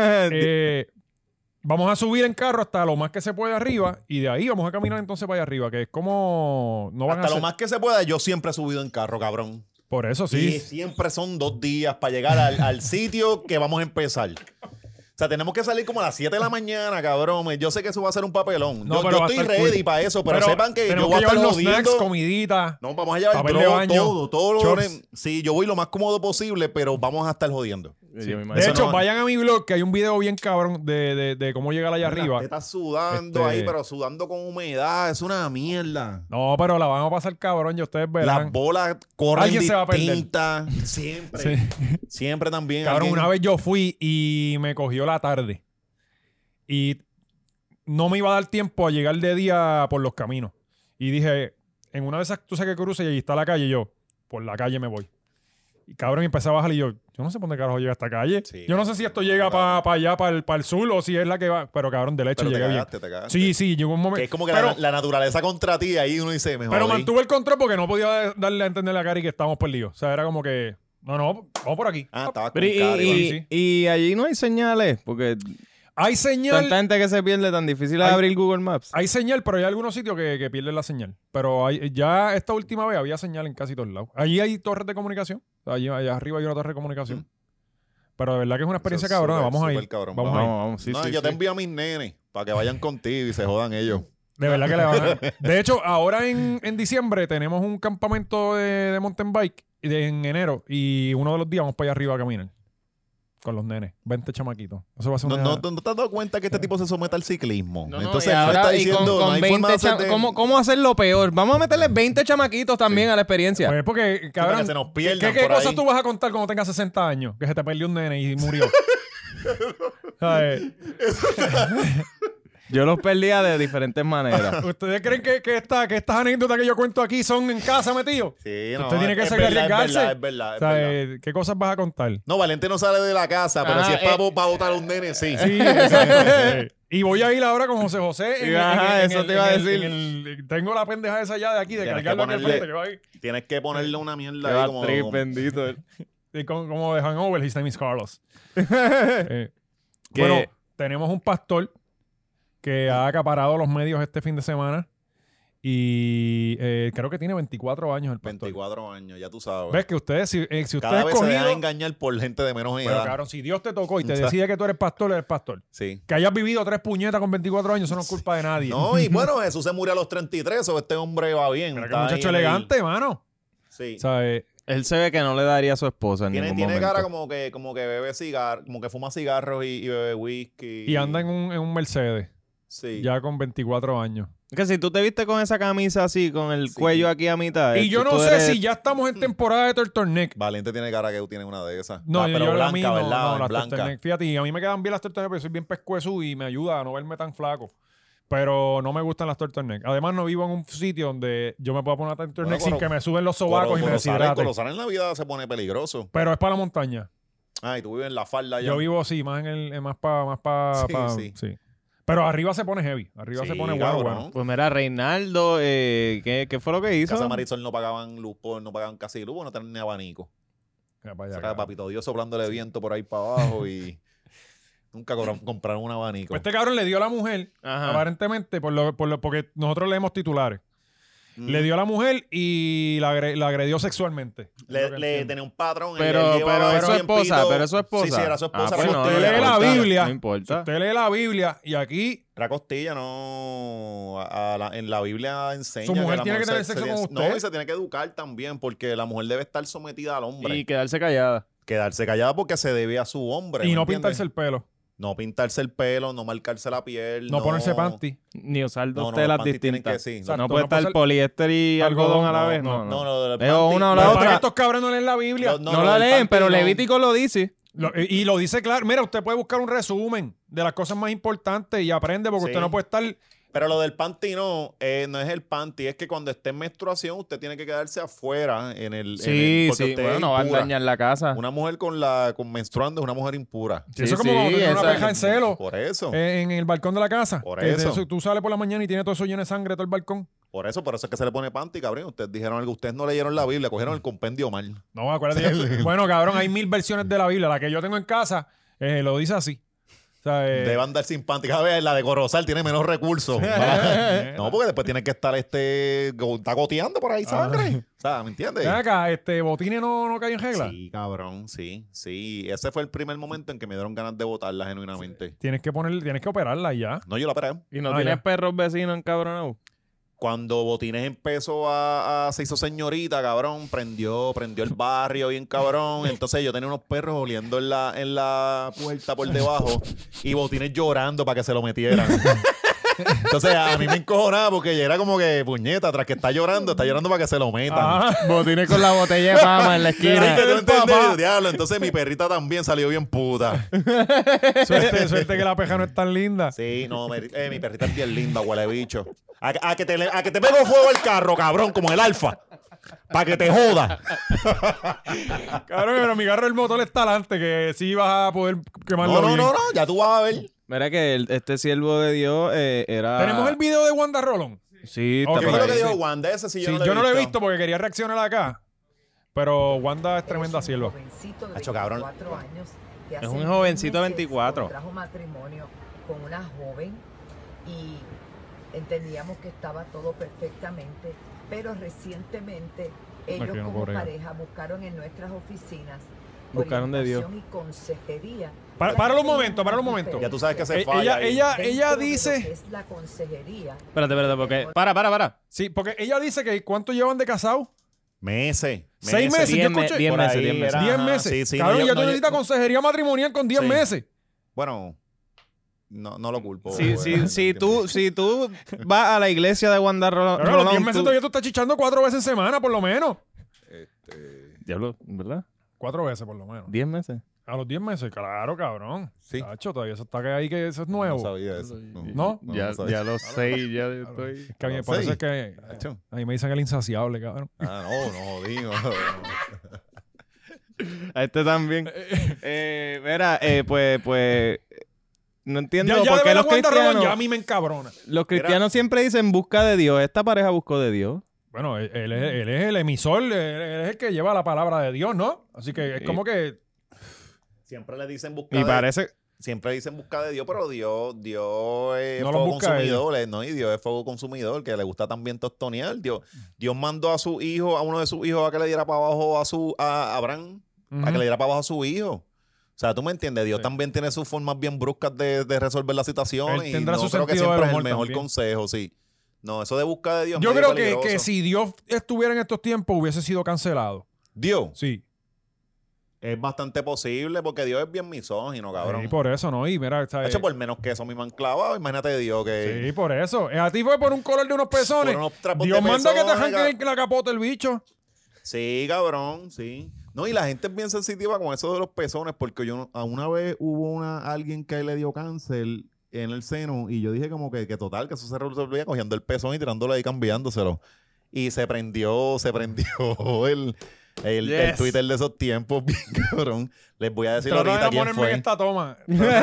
[SPEAKER 1] Vamos a subir en carro hasta lo más que se puede arriba y de ahí vamos a caminar entonces para allá arriba, que es como... No van
[SPEAKER 2] Hasta
[SPEAKER 1] a
[SPEAKER 2] lo
[SPEAKER 1] ser-
[SPEAKER 2] más que se pueda, yo siempre he subido en carro, cabrón.
[SPEAKER 1] Por eso
[SPEAKER 2] Y
[SPEAKER 1] sí.
[SPEAKER 2] siempre son 2 días para llegar al sitio que vamos a empezar. O sea, tenemos que salir como a las 7 de la mañana, cabrón. Yo sé que eso va a ser un papelón.
[SPEAKER 1] No,
[SPEAKER 2] yo
[SPEAKER 1] pero va a
[SPEAKER 2] estoy
[SPEAKER 1] estar cool.
[SPEAKER 2] ready para eso, pero sepan que yo
[SPEAKER 1] tenemos
[SPEAKER 2] voy a
[SPEAKER 1] que
[SPEAKER 2] estar
[SPEAKER 1] llevar los
[SPEAKER 2] jodiendo.
[SPEAKER 1] snacks, comidita.
[SPEAKER 2] No, vamos a llevar
[SPEAKER 1] Papel de
[SPEAKER 2] todo,
[SPEAKER 1] baño,
[SPEAKER 2] todo lo
[SPEAKER 1] shorts.
[SPEAKER 2] Sí, yo voy lo más cómodo posible, pero vamos a estar jodiendo.
[SPEAKER 3] Sí, yo me
[SPEAKER 1] De
[SPEAKER 3] imagino.
[SPEAKER 1] hecho,
[SPEAKER 2] no-
[SPEAKER 1] vayan a mi blog que hay un video bien cabrón de cómo llegar allá arriba.
[SPEAKER 2] Estás sudando
[SPEAKER 1] Este-
[SPEAKER 2] ahí, pero sudando con humedad. Es una mierda.
[SPEAKER 1] No, pero la van a pasar cabrón y ustedes verán.
[SPEAKER 2] Las bolas corren
[SPEAKER 1] Alguien se va a perder.
[SPEAKER 2] distintas. Siempre.
[SPEAKER 1] Sí.
[SPEAKER 2] Siempre también.
[SPEAKER 1] Cabrón,
[SPEAKER 2] alguien-
[SPEAKER 1] una vez yo fui y me cogió la tarde. Y no me iba a dar tiempo a llegar de día por los caminos. Y dije, en una de esas, tú sabes que cruce y ahí está la calle. Y yo, por la calle me voy. Y cabrón, empecé a bajar y yo no sé por dónde carajo llega esta calle.
[SPEAKER 2] Sí,
[SPEAKER 1] yo no sé si esto llega para allá, para el sur, o si es la que va. Pero cabrón, de hecho
[SPEAKER 2] Pero te
[SPEAKER 1] llegué bien.
[SPEAKER 2] cagaste, te cagaste.
[SPEAKER 1] Sí, llegó un momento.
[SPEAKER 2] Que es como que
[SPEAKER 1] pero,
[SPEAKER 2] la naturaleza contra ti, ahí uno dice, mejor.
[SPEAKER 1] pero mantuve el control porque no podía darle a entender a Cari que estábamos perdidos. O sea, era como que, no, vamos por aquí.
[SPEAKER 2] Estaba con
[SPEAKER 3] Pero
[SPEAKER 2] Cari,
[SPEAKER 1] sí.
[SPEAKER 3] y allí no hay señales, porque
[SPEAKER 1] Hay señal.
[SPEAKER 3] tanta gente que se pierde, tan difícil es
[SPEAKER 1] Hay-
[SPEAKER 3] abrir Google Maps.
[SPEAKER 1] Hay señal, pero hay algunos sitios que pierden la señal. Pero ya esta última vez había señal en casi todos lados. Allí hay torres de comunicación. Allá arriba hay una torre de comunicación. Pero de verdad que es una experiencia
[SPEAKER 2] Eso es
[SPEAKER 1] cabrona.
[SPEAKER 2] súper,
[SPEAKER 1] Vamos a ir.
[SPEAKER 2] súper cabrón.
[SPEAKER 1] Vamos a ir.
[SPEAKER 3] Vamos, sí,
[SPEAKER 2] no,
[SPEAKER 3] sí,
[SPEAKER 2] yo te
[SPEAKER 3] sí.
[SPEAKER 2] envío a mis nenes para que vayan contigo y se jodan ellos.
[SPEAKER 1] De verdad que le van a... De hecho, ahora en diciembre tenemos un campamento de mountain bike en enero. Y uno de los días vamos para allá arriba a caminar. Con los nenes. 20 chamaquitos. Eso va a ser
[SPEAKER 2] No,
[SPEAKER 1] una...
[SPEAKER 2] no te has dado cuenta que este tipo se somete al ciclismo.
[SPEAKER 3] No,
[SPEAKER 2] Entonces
[SPEAKER 3] y
[SPEAKER 2] él
[SPEAKER 3] ahora,
[SPEAKER 2] está
[SPEAKER 3] y
[SPEAKER 2] diciendo,
[SPEAKER 3] con
[SPEAKER 2] no hay forma de
[SPEAKER 3] 20
[SPEAKER 2] hacer de-
[SPEAKER 3] ¿Cómo hacerlo peor? Vamos a meterle 20 chamaquitos también a la experiencia.
[SPEAKER 1] Pues porque,
[SPEAKER 2] para
[SPEAKER 1] cabrón,
[SPEAKER 2] que se nos pierdan
[SPEAKER 1] ¿qué
[SPEAKER 2] por
[SPEAKER 1] cosas
[SPEAKER 2] ahí.
[SPEAKER 1] tú vas a contar cuando tengas 60 años? Que se te perdió un nene y murió. ¿Sabes?
[SPEAKER 3] Yo los perdía de diferentes maneras.
[SPEAKER 1] ¿Ustedes creen que estas anécdotas que yo cuento aquí son en casa metidos?
[SPEAKER 2] Sí, no,
[SPEAKER 1] Usted tiene que
[SPEAKER 2] es
[SPEAKER 1] salir a
[SPEAKER 2] verdad,
[SPEAKER 1] arriesgarse.
[SPEAKER 2] Es verdad,
[SPEAKER 1] O
[SPEAKER 2] es
[SPEAKER 1] sea,
[SPEAKER 2] verdad.
[SPEAKER 1] ¿qué cosas vas a contar?
[SPEAKER 2] No, Valente no sale de la casa, pero si es para botar a un nene, sí.
[SPEAKER 1] Sí, exacto. Y voy a ir ahora con José José.
[SPEAKER 3] Ajá, eso te iba a decir.
[SPEAKER 1] Tengo la pendeja esa ya de aquí, de
[SPEAKER 2] Tienes
[SPEAKER 1] cargarlo
[SPEAKER 2] que
[SPEAKER 1] aquí al
[SPEAKER 2] ponerle-
[SPEAKER 1] frente, que va ahí.
[SPEAKER 2] Tienes que ponerle una mierda
[SPEAKER 3] Qué
[SPEAKER 2] ahí
[SPEAKER 3] bad
[SPEAKER 2] como...
[SPEAKER 3] trip, bendito.
[SPEAKER 1] Y como de Hangover, his name is Carlos.
[SPEAKER 3] Que-
[SPEAKER 1] Bueno, tenemos un pastor que ha acaparado los medios este fin de semana. Y creo que tiene 24 años el pastor.
[SPEAKER 2] 24 años, ya tú sabes.
[SPEAKER 1] ¿Ves que ustedes, si usted
[SPEAKER 2] Cada
[SPEAKER 1] es
[SPEAKER 2] vez se dejan
[SPEAKER 1] escogido...
[SPEAKER 2] engañar por gente de menos
[SPEAKER 1] Pero
[SPEAKER 2] edad.
[SPEAKER 1] cabrón, si Dios te tocó y te decide que tú eres pastor, eres pastor.
[SPEAKER 2] Sí.
[SPEAKER 1] Que hayas vivido 3 puñetas con 24 años, eso no es culpa de nadie.
[SPEAKER 2] No, y bueno, Jesús se murió a los 33, o este hombre va bien.
[SPEAKER 1] Mira que
[SPEAKER 2] está ahí
[SPEAKER 1] muchacho
[SPEAKER 2] en el-
[SPEAKER 1] elegante, mano.
[SPEAKER 2] Sí.
[SPEAKER 1] O sea,
[SPEAKER 3] Él se ve que no le daría a su esposa en
[SPEAKER 2] Tiene
[SPEAKER 3] ningún momento.
[SPEAKER 2] cara como que bebe cigarros, como que fuma cigarros y bebe whisky.
[SPEAKER 1] y anda en un Mercedes,
[SPEAKER 2] Sí.
[SPEAKER 1] ya con 24 años.
[SPEAKER 3] Que si tú te viste con esa camisa así, con el
[SPEAKER 2] Sí.
[SPEAKER 3] cuello aquí a mitad.
[SPEAKER 1] Y yo
[SPEAKER 3] tú
[SPEAKER 1] no sé
[SPEAKER 3] eres-
[SPEAKER 1] si ya estamos en temporada de turtleneck.
[SPEAKER 2] Valiente tiene cara que tiene una de esas.
[SPEAKER 1] No,
[SPEAKER 2] pero
[SPEAKER 1] yo
[SPEAKER 2] blanca,
[SPEAKER 1] a mí no,
[SPEAKER 2] ¿verdad?
[SPEAKER 1] no, las
[SPEAKER 2] Blanca.
[SPEAKER 1] turtleneck. Fíjate, y a mí me quedan bien las turtleneck porque soy bien pescuezo y me ayuda a no verme tan flaco. Pero no me gustan las turtleneck. Además, no vivo en un sitio donde yo me pueda poner una turtleneck sin que me suben los sobacos y me deshidraten.
[SPEAKER 2] Colosar en la vida se pone peligroso.
[SPEAKER 1] Pero es para la montaña.
[SPEAKER 2] Ay, tú vives en la falda ya.
[SPEAKER 1] Yo vivo así, más para
[SPEAKER 2] Sí.
[SPEAKER 1] Pero arriba se pone heavy. Arriba
[SPEAKER 2] Sí,
[SPEAKER 1] se pone
[SPEAKER 2] cabrón.
[SPEAKER 1] bueno.
[SPEAKER 3] Pues mira, Reinaldo, ¿qué fue lo que hizo?
[SPEAKER 2] Casa Marisol no pagaban luz, no pagaban casi luz, no tenían ni abanico.
[SPEAKER 1] Ya, para allá,
[SPEAKER 2] Saca
[SPEAKER 1] cabrón.
[SPEAKER 2] papito Dios soplándole viento por ahí para abajo y nunca compraron un abanico.
[SPEAKER 1] Pues este cabrón le dio a la mujer,
[SPEAKER 3] Ajá.
[SPEAKER 1] aparentemente, porque nosotros leemos titulares.
[SPEAKER 2] Mm.
[SPEAKER 1] Le dio a la mujer y la agredió sexualmente. Es lo que
[SPEAKER 2] Le
[SPEAKER 1] entiendo.
[SPEAKER 2] tenía un patrón.
[SPEAKER 3] Pero es su esposa, pero es su esposa.
[SPEAKER 2] Sí, era su esposa.
[SPEAKER 1] pues
[SPEAKER 2] era
[SPEAKER 1] no,
[SPEAKER 2] costilla,
[SPEAKER 1] usted lee la
[SPEAKER 3] importa,
[SPEAKER 1] Biblia.
[SPEAKER 3] No
[SPEAKER 1] Si
[SPEAKER 3] importa.
[SPEAKER 1] usted lee la Biblia y aquí
[SPEAKER 2] Era costilla, no. En la Biblia enseña.
[SPEAKER 1] Su mujer
[SPEAKER 2] la
[SPEAKER 1] tiene que tener
[SPEAKER 2] se
[SPEAKER 1] sexo con
[SPEAKER 2] No,
[SPEAKER 1] usted.
[SPEAKER 2] y se tiene que educar también, porque la mujer debe estar sometida al hombre.
[SPEAKER 3] Y quedarse callada.
[SPEAKER 2] Quedarse callada porque se debe a su hombre.
[SPEAKER 1] y
[SPEAKER 2] ¿me
[SPEAKER 1] no
[SPEAKER 2] entiendes?
[SPEAKER 1] pintarse el pelo.
[SPEAKER 2] No pintarse el pelo, no marcarse la piel.
[SPEAKER 1] No ponerse panty.
[SPEAKER 3] Ni usar dos
[SPEAKER 2] No, no,
[SPEAKER 3] telas
[SPEAKER 2] los panties tienen
[SPEAKER 3] distintas.
[SPEAKER 2] que, sí.
[SPEAKER 1] Exacto,
[SPEAKER 3] No puede
[SPEAKER 1] no
[SPEAKER 3] estar
[SPEAKER 1] puede ser-
[SPEAKER 3] poliéster y algodón a la vez. No,
[SPEAKER 2] No, los
[SPEAKER 3] Es o
[SPEAKER 2] panties-
[SPEAKER 3] una o
[SPEAKER 1] Lo
[SPEAKER 3] la
[SPEAKER 1] que pasa es
[SPEAKER 3] otra.
[SPEAKER 1] que estos cabrones no leen la Biblia.
[SPEAKER 2] Los-
[SPEAKER 3] No la
[SPEAKER 2] los
[SPEAKER 3] leen, pero
[SPEAKER 2] panties no.
[SPEAKER 3] Levítico lo dice.
[SPEAKER 1] Y lo dice claro. Mira, usted puede buscar un resumen de las cosas más importantes y aprende porque
[SPEAKER 2] Sí.
[SPEAKER 1] usted no puede estar...
[SPEAKER 2] Pero lo del panty no es el panty, es que cuando esté en menstruación usted tiene que quedarse afuera en el...
[SPEAKER 3] Sí,
[SPEAKER 2] porque
[SPEAKER 3] sí.
[SPEAKER 2] usted
[SPEAKER 3] Bueno,
[SPEAKER 2] es
[SPEAKER 3] no va a
[SPEAKER 2] impura.
[SPEAKER 3] dañar la casa.
[SPEAKER 2] Una mujer con menstruando es una mujer impura.
[SPEAKER 1] Eso es como
[SPEAKER 3] sí,
[SPEAKER 1] cuando tiene una
[SPEAKER 3] esa-
[SPEAKER 1] peja en celo
[SPEAKER 2] Por eso.
[SPEAKER 1] en el balcón de la casa.
[SPEAKER 2] Por
[SPEAKER 1] Que
[SPEAKER 2] eso.
[SPEAKER 1] Tú sales por la mañana y tiene todo eso lleno de sangre, todo el balcón.
[SPEAKER 2] Por eso es que se le pone panty, cabrón. Ustedes dijeron algo, ustedes no leyeron la Biblia, cogieron el compendio mal.
[SPEAKER 1] No, acuérdate. Bueno, cabrón, hay 1000 versiones de la Biblia. La que yo tengo en casa lo dice así. O sea,
[SPEAKER 2] Debe andar sin panty. Cada vez la de Corozal tiene menos recursos. No, porque después tiene que estar está goteando por ahí sangre. O sea, ¿me entiendes?
[SPEAKER 1] ven acá, Botine no cayó en regla.
[SPEAKER 2] Sí, cabrón, sí. Ese fue el primer momento en que me dieron ganas de botarla genuinamente.
[SPEAKER 1] Tienes que operarla y ya.
[SPEAKER 2] No, yo la paré.
[SPEAKER 3] Y no
[SPEAKER 1] Ah,
[SPEAKER 3] tienes
[SPEAKER 1] ya.
[SPEAKER 3] perros vecinos encabronados.
[SPEAKER 2] Cuando Botines empezó se hizo señorita, cabrón, prendió el barrio bien cabrón. Entonces yo tenía unos perros oliendo en la puerta por debajo y Botines llorando para que se lo metieran. Entonces a mí me encojonaba porque ya era como que, puñeta, tras que está llorando para que se lo metan.
[SPEAKER 1] Ah,
[SPEAKER 3] Botines con la botella de fama en la
[SPEAKER 2] ¿Qué
[SPEAKER 3] esquina.
[SPEAKER 2] tú
[SPEAKER 1] del
[SPEAKER 2] entiendes?
[SPEAKER 1] papá.
[SPEAKER 2] Diablo, entonces mi perrita también salió bien puta.
[SPEAKER 1] suerte que la peja no es tan linda.
[SPEAKER 2] Sí, no, mi perrita es bien linda, huele bicho. A que te pego fuego el carro, cabrón, como el alfa. Para que te joda.
[SPEAKER 1] Cabrón, pero mi carro el motor está adelante, que sí vas a poder quemarlo bien.
[SPEAKER 2] No, ya tú vas a ver.
[SPEAKER 3] Mira que este siervo de Dios era...
[SPEAKER 1] ¿Tenemos el video de Wanda Rolón?
[SPEAKER 3] Sí,
[SPEAKER 1] Ok.
[SPEAKER 3] está
[SPEAKER 2] ¿Qué
[SPEAKER 3] por
[SPEAKER 2] fue lo
[SPEAKER 3] ahí.
[SPEAKER 2] que dijo Wanda? Ese sí
[SPEAKER 1] Sí,
[SPEAKER 2] yo
[SPEAKER 1] yo no lo he
[SPEAKER 2] visto.
[SPEAKER 1] visto porque quería reaccionar acá. Pero Wanda es tremenda sierva.
[SPEAKER 2] Hacho, cabrón.
[SPEAKER 3] Es un jovencito de 24.
[SPEAKER 5] Contrajo matrimonio con una joven y entendíamos que estaba todo perfectamente, pero recientemente ellos
[SPEAKER 1] Aquí no
[SPEAKER 5] como
[SPEAKER 1] puedo bregar.
[SPEAKER 5] pareja buscaron en nuestras oficinas
[SPEAKER 3] Buscaron de Dios.
[SPEAKER 5] orientación y consejería.
[SPEAKER 1] Páralo un momento, páralo un momento.
[SPEAKER 2] Ya tú sabes que se
[SPEAKER 1] Eh,
[SPEAKER 2] falla.
[SPEAKER 1] ella
[SPEAKER 2] ahí.
[SPEAKER 1] ella
[SPEAKER 5] Dentro de lo
[SPEAKER 1] dice...
[SPEAKER 5] que es la consejería.
[SPEAKER 3] Espérate, porque... Para.
[SPEAKER 1] Sí, porque ella dice que ¿cuánto llevan de casado?
[SPEAKER 2] Meses.
[SPEAKER 1] 6 meses. Yo
[SPEAKER 3] 10
[SPEAKER 1] escuché...
[SPEAKER 3] 10
[SPEAKER 2] Por
[SPEAKER 3] meses,
[SPEAKER 2] ahí
[SPEAKER 3] 10 meses.
[SPEAKER 2] era.
[SPEAKER 1] 10
[SPEAKER 2] Ajá,
[SPEAKER 1] meses.
[SPEAKER 2] sí, sí,
[SPEAKER 1] Cabrón,
[SPEAKER 2] no,
[SPEAKER 1] ya
[SPEAKER 2] no,
[SPEAKER 1] tú necesitas consejería matrimonial con 10
[SPEAKER 2] Sí.
[SPEAKER 1] meses.
[SPEAKER 2] Bueno, no lo culpo.
[SPEAKER 3] Si tú vas a la iglesia de Wanda
[SPEAKER 1] Cabrón, los
[SPEAKER 3] Rolón...
[SPEAKER 1] 10 meses todavía tú estás chichando 4 veces en semana, por lo menos.
[SPEAKER 3] Diablo, ¿verdad?
[SPEAKER 1] 4 veces, por lo menos.
[SPEAKER 3] 10 meses.
[SPEAKER 1] A los 10 meses, claro, cabrón.
[SPEAKER 2] Sí.
[SPEAKER 1] Tacho, todavía eso está que ahí, que eso es
[SPEAKER 2] No
[SPEAKER 1] nuevo.
[SPEAKER 2] sabía eso.
[SPEAKER 1] ¿No?
[SPEAKER 3] Ya
[SPEAKER 2] sabía.
[SPEAKER 3] lo sé, ya estoy...
[SPEAKER 1] Que a mí, por
[SPEAKER 2] Sí.
[SPEAKER 1] eso es que
[SPEAKER 2] Tacho.
[SPEAKER 1] a mí me dicen el insaciable, cabrón.
[SPEAKER 2] No digo.
[SPEAKER 3] A este también. Mira, pues... No entiendo
[SPEAKER 1] Ya
[SPEAKER 3] por
[SPEAKER 1] de
[SPEAKER 3] qué
[SPEAKER 1] ver a
[SPEAKER 3] los
[SPEAKER 1] Wanda Rolón
[SPEAKER 3] cristianos...
[SPEAKER 1] ya a mí me encabrona.
[SPEAKER 3] Los cristianos siempre dicen busca de Dios. Esta pareja buscó de Dios.
[SPEAKER 1] Bueno, él es el emisor, él es el que lleva la palabra de Dios, ¿no? Así que es como que...
[SPEAKER 2] Siempre le dicen
[SPEAKER 3] Y
[SPEAKER 2] buscar.
[SPEAKER 3] parece...
[SPEAKER 2] siempre dicen busca de Dios, pero Dios es
[SPEAKER 1] No lo
[SPEAKER 2] fuego
[SPEAKER 1] busca
[SPEAKER 2] consumidor, ¿no? Y Dios es fuego consumidor, que le gusta también tostonear. Dios mandó a su hijo, a uno de sus hijos, a que le diera para abajo a Abraham, a que le diera para abajo a su hijo. O sea, tú me entiendes, Dios también tiene sus formas bien bruscas de resolver las situaciones.
[SPEAKER 1] Él
[SPEAKER 2] Y
[SPEAKER 1] tendrá
[SPEAKER 2] no
[SPEAKER 1] su
[SPEAKER 2] creo que
[SPEAKER 1] sentido
[SPEAKER 2] siempre
[SPEAKER 1] del
[SPEAKER 2] es el
[SPEAKER 1] humor
[SPEAKER 2] mejor
[SPEAKER 1] también.
[SPEAKER 2] consejo, sí. No, eso de busca de Dios
[SPEAKER 1] Yo
[SPEAKER 2] es
[SPEAKER 1] creo
[SPEAKER 2] medio
[SPEAKER 1] que
[SPEAKER 2] peligroso.
[SPEAKER 1] si Dios estuviera en estos tiempos hubiese sido cancelado.
[SPEAKER 2] Dios
[SPEAKER 1] Sí.
[SPEAKER 2] es bastante posible porque Dios es bien misógino, cabrón.
[SPEAKER 1] Sí, por eso, ¿no? Y mira, ¿sabes?
[SPEAKER 2] De hecho, por menos que eso me han clavado, imagínate Dios que...
[SPEAKER 1] Sí, por eso. A ti fue por un color de unos pezones.
[SPEAKER 2] Por unos trapos
[SPEAKER 1] Dios
[SPEAKER 2] de
[SPEAKER 1] manda que te
[SPEAKER 2] pezones,
[SPEAKER 1] arranquen la capota el bicho.
[SPEAKER 2] Sí, cabrón, sí. No, y la gente es bien sensitiva con eso de los pezones, porque a una vez hubo alguien que le dio cáncer en el seno, y yo dije como que total, que eso se resolvía cogiendo el pezón y tirándolo ahí, cambiándoselo. Y se prendió el Twitter de esos tiempos, bien cabrón. Les voy a decir
[SPEAKER 1] Trata
[SPEAKER 2] ahorita
[SPEAKER 1] de
[SPEAKER 2] quién
[SPEAKER 1] ponerme en
[SPEAKER 2] fue.
[SPEAKER 1] esta toma.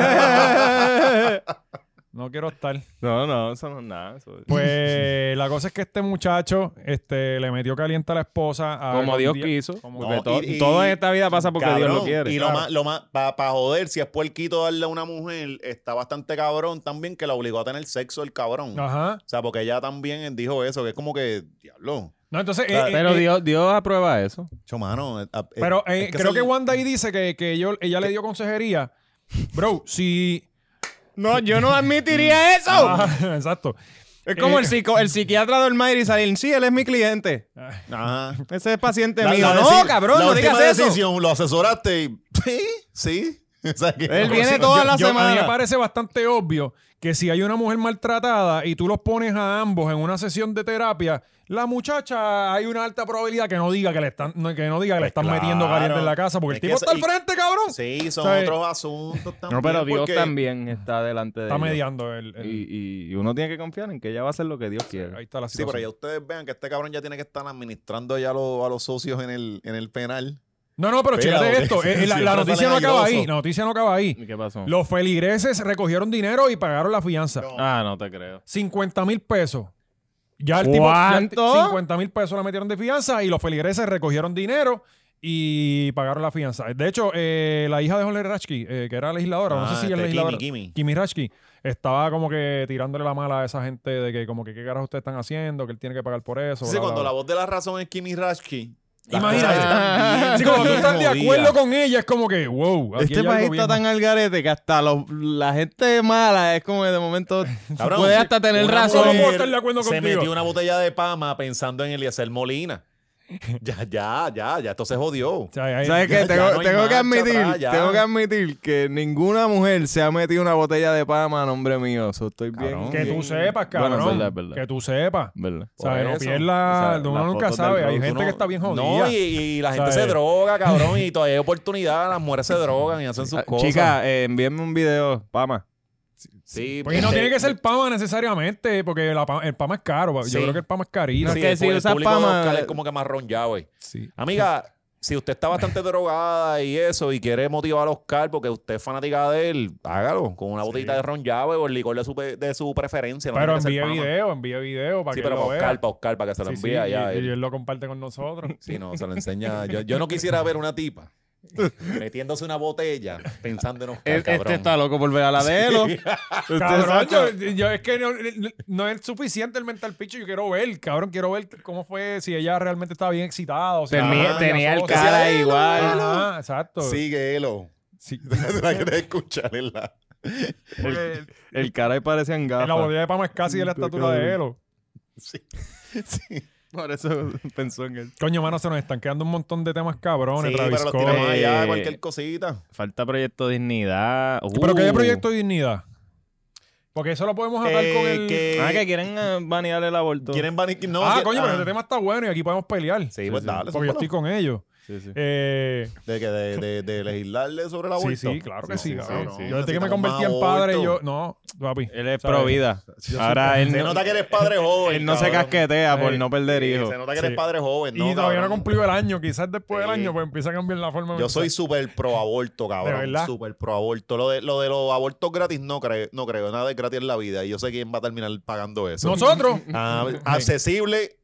[SPEAKER 1] No quiero estar.
[SPEAKER 3] No, eso no es nada.
[SPEAKER 1] Pues la cosa es que este muchacho le metió caliente a la esposa.
[SPEAKER 3] Como Dios
[SPEAKER 1] día-
[SPEAKER 3] quiso.
[SPEAKER 1] como-
[SPEAKER 3] Porque
[SPEAKER 2] No, y-
[SPEAKER 3] todo en esta vida pasa porque Dios
[SPEAKER 2] Cabrón,
[SPEAKER 3] lo quiere.
[SPEAKER 2] Y
[SPEAKER 1] claro.
[SPEAKER 2] lo más para joder, si es puerquito darle a una mujer, está bastante cabrón también que la obligó a tener sexo el cabrón.
[SPEAKER 1] Ajá.
[SPEAKER 2] O sea, porque ella también dijo eso, que es como que, diablo,
[SPEAKER 1] No, entonces.
[SPEAKER 3] Pero Dios aprueba eso.
[SPEAKER 2] chomano.
[SPEAKER 1] Pero creo que
[SPEAKER 2] Juan
[SPEAKER 1] Wanda ahí dice que ella le dio consejería. Bro, si.
[SPEAKER 3] No, yo no admitiría eso.
[SPEAKER 1] Ajá, exacto.
[SPEAKER 3] Es como el psiquiatra de Olmairi y salir. Sí, él es mi cliente.
[SPEAKER 2] Ajá.
[SPEAKER 3] Ese es paciente
[SPEAKER 2] La-
[SPEAKER 3] mío.
[SPEAKER 2] la
[SPEAKER 3] No,
[SPEAKER 2] deci-
[SPEAKER 3] cabrón,
[SPEAKER 2] la
[SPEAKER 3] no
[SPEAKER 2] última
[SPEAKER 3] digas eso.
[SPEAKER 2] decisión, lo asesoraste y... Sí. O sea, que-
[SPEAKER 3] Él viene
[SPEAKER 1] Sí,
[SPEAKER 3] toda la
[SPEAKER 1] a mí me
[SPEAKER 3] semana.
[SPEAKER 1] parece bastante obvio que si hay una mujer maltratada y tú los pones a ambos en una sesión de terapia, la muchacha hay una alta probabilidad que no diga que le están
[SPEAKER 2] Pues
[SPEAKER 1] metiendo
[SPEAKER 2] claro.
[SPEAKER 1] caliente en la casa porque
[SPEAKER 2] Es
[SPEAKER 1] el
[SPEAKER 2] que
[SPEAKER 1] tipo está al
[SPEAKER 2] eso-
[SPEAKER 1] frente, cabrón.
[SPEAKER 2] Sí, son
[SPEAKER 1] ¿Sabes?
[SPEAKER 2] otros asuntos también.
[SPEAKER 3] No, pero Dios
[SPEAKER 2] porque-
[SPEAKER 3] también está delante de
[SPEAKER 1] Está
[SPEAKER 3] ellos.
[SPEAKER 1] mediando
[SPEAKER 3] Y uno tiene que confiar en que ella va a hacer lo que Dios quiere.
[SPEAKER 1] ahí está la
[SPEAKER 2] Sí, pero
[SPEAKER 1] situación.
[SPEAKER 2] ya ustedes vean que este cabrón ya tiene que estar administrando ya a los socios en el penal.
[SPEAKER 1] No, pero
[SPEAKER 2] Espera,
[SPEAKER 1] chécate
[SPEAKER 2] porque
[SPEAKER 1] esto.
[SPEAKER 2] siempre
[SPEAKER 1] La noticia no
[SPEAKER 2] salen
[SPEAKER 1] acaba
[SPEAKER 2] airosos.
[SPEAKER 1] ahí. La noticia no acaba ahí.
[SPEAKER 3] ¿Y qué pasó?
[SPEAKER 1] Los feligreses recogieron dinero y pagaron la fianza.
[SPEAKER 2] No.
[SPEAKER 3] Ah, no te creo.
[SPEAKER 1] 50,000 pesos. Ya el tipo.
[SPEAKER 3] ¿Cuánto?
[SPEAKER 1] 50,000 pesos la metieron de fianza y los feligreses recogieron dinero y pagaron la fianza. De hecho, la hija de Jorge Rashki, que era legisladora, no sé si es legisladora. Kimi Rashki, estaba como que tirándole la mala a esa gente de que como que qué carajo ustedes están haciendo, que él tiene que pagar por eso.
[SPEAKER 2] Sí,
[SPEAKER 1] bla, bla,
[SPEAKER 2] cuando
[SPEAKER 1] bla.
[SPEAKER 2] la voz de la razón es Kimi Rashki.
[SPEAKER 1] Imagínate.
[SPEAKER 2] Imagínate.
[SPEAKER 1] Sí, cuando tú estás de acuerdo con ella, es como que, wow. aquí
[SPEAKER 3] Este
[SPEAKER 1] hay
[SPEAKER 3] país
[SPEAKER 1] algo
[SPEAKER 3] está
[SPEAKER 1] bien.
[SPEAKER 3] tan al garete que hasta la gente mala es como que de momento
[SPEAKER 2] Cabrón,
[SPEAKER 3] puede hasta tener
[SPEAKER 2] una
[SPEAKER 3] razón.
[SPEAKER 1] ¿Cómo puedo
[SPEAKER 2] mujer
[SPEAKER 1] estar de acuerdo
[SPEAKER 2] se
[SPEAKER 1] contigo?
[SPEAKER 2] metió una botella de Pama pensando en Eliezer Molina. Ya, esto se jodió.
[SPEAKER 1] O sea, ahí-
[SPEAKER 3] ¿Sabes qué?
[SPEAKER 2] Ya no hay
[SPEAKER 3] Tengo que
[SPEAKER 2] marcha atrás, ya.
[SPEAKER 3] admitir que ninguna mujer se ha metido una botella de Pama a nombre mío. Eso estoy bien.
[SPEAKER 1] Que tú sepas, cabrón.
[SPEAKER 3] Bueno, es verdad.
[SPEAKER 1] Que tú sepas.
[SPEAKER 3] ¿Verdad?
[SPEAKER 1] O sea, no
[SPEAKER 2] eso.
[SPEAKER 1] pierdas.
[SPEAKER 3] O sea,
[SPEAKER 1] Uno
[SPEAKER 3] las
[SPEAKER 1] nunca
[SPEAKER 3] fotos
[SPEAKER 1] sabe.
[SPEAKER 3] del
[SPEAKER 1] Hay
[SPEAKER 3] road,
[SPEAKER 1] gente que está bien jodida.
[SPEAKER 2] No, y la gente
[SPEAKER 1] ¿Sabes?
[SPEAKER 2] se droga, cabrón, y todavía hay oportunidad. Las mujeres se drogan y hacen sus cosas.
[SPEAKER 3] Chica, envíenme un video, Pama.
[SPEAKER 2] Sí,
[SPEAKER 1] Pues y no tiene que ser Pama necesariamente, porque el Pama es caro.
[SPEAKER 2] Sí.
[SPEAKER 1] Yo creo que el Pama es carito.
[SPEAKER 3] No,
[SPEAKER 2] Sí,
[SPEAKER 3] es que
[SPEAKER 2] el
[SPEAKER 3] si
[SPEAKER 2] el
[SPEAKER 3] usas
[SPEAKER 2] público de
[SPEAKER 3] Pama-
[SPEAKER 2] Oscar es como que marrón ya, güey.
[SPEAKER 1] Sí.
[SPEAKER 2] Amiga, si usted está bastante drogada y eso, y quiere motivar a Oscar porque usted es fanática de él, hágalo con una botellita de ron llave o el licor de su preferencia. No
[SPEAKER 1] Pero
[SPEAKER 2] tiene que ser
[SPEAKER 1] envíe video para
[SPEAKER 2] Sí,
[SPEAKER 1] que
[SPEAKER 2] pero
[SPEAKER 1] él lo
[SPEAKER 2] para
[SPEAKER 1] vea.
[SPEAKER 2] Oscar, para que se lo
[SPEAKER 1] Sí,
[SPEAKER 2] envíe
[SPEAKER 1] sí,
[SPEAKER 2] allá.
[SPEAKER 1] y él lo comparte con nosotros.
[SPEAKER 2] Sí, no, se lo enseña. Yo no quisiera ver una tipa metiéndose una botella pensando en Oscar, cabrón.
[SPEAKER 3] Este está loco por ver a la de él.
[SPEAKER 1] Cabrón, yo es que no es suficiente el mental picture. Yo quiero ver, cabrón, quiero ver cómo fue, si ella realmente estaba bien excitada. O sea,
[SPEAKER 3] Tenía el
[SPEAKER 1] ella
[SPEAKER 3] cara
[SPEAKER 1] socia.
[SPEAKER 3] igual.
[SPEAKER 1] Ajá, exacto.
[SPEAKER 2] Síguelo.
[SPEAKER 1] Sí.
[SPEAKER 2] La querés escuchar en la...
[SPEAKER 1] Porque
[SPEAKER 3] El cara ahí parecían
[SPEAKER 1] la
[SPEAKER 3] gafas.
[SPEAKER 1] botella de Pama es casi de la estatura de Elo.
[SPEAKER 2] Sí.
[SPEAKER 3] Por eso pensó en él.
[SPEAKER 1] Coño, mano, se nos están quedando un montón de temas cabrones.
[SPEAKER 2] Sí,
[SPEAKER 1] Travis
[SPEAKER 2] pero los
[SPEAKER 1] Scott.
[SPEAKER 2] tiramos allá, cualquier cosita.
[SPEAKER 3] Falta Proyecto Dignidad.
[SPEAKER 1] Pero que haya Proyecto de Dignidad. Porque eso lo podemos atar con el...
[SPEAKER 3] Que quieren banear el aborto.
[SPEAKER 2] ¿Quieren banir? No,
[SPEAKER 1] coño, pero este tema está bueno y aquí podemos pelear.
[SPEAKER 2] Sí, pues dale.
[SPEAKER 1] Porque yo estoy con ellos.
[SPEAKER 3] Sí, sí.
[SPEAKER 2] De legislarle sobre el aborto.
[SPEAKER 1] Sí, claro que sí, cabrón.
[SPEAKER 2] sí.
[SPEAKER 1] Yo desde que me
[SPEAKER 2] Necesitamos
[SPEAKER 1] convertí en
[SPEAKER 2] más
[SPEAKER 1] padre,
[SPEAKER 2] aborto.
[SPEAKER 1] No, papi.
[SPEAKER 3] Él es
[SPEAKER 1] ¿sabes?
[SPEAKER 3] pro vida. Ahora él
[SPEAKER 2] Se nota que eres padre joven.
[SPEAKER 3] él no se
[SPEAKER 2] cabrón.
[SPEAKER 3] casquetea por
[SPEAKER 1] Sí.
[SPEAKER 3] no perder hijos.
[SPEAKER 2] Se nota que eres
[SPEAKER 1] Sí.
[SPEAKER 2] padre joven, ¿no?
[SPEAKER 1] Y todavía no
[SPEAKER 2] cabrón?
[SPEAKER 1] cumplió el año. Quizás después del
[SPEAKER 2] Sí.
[SPEAKER 1] año pues empieza a cambiar la forma.
[SPEAKER 2] Yo soy súper pro aborto,
[SPEAKER 1] ¿De
[SPEAKER 2] cabrón.
[SPEAKER 1] verdad?
[SPEAKER 2] Súper pro aborto. Lo de los abortos gratis no creo. Nada es gratis en la vida. Y yo sé quién va a terminar pagando eso.
[SPEAKER 1] Nosotros.
[SPEAKER 2] Accesible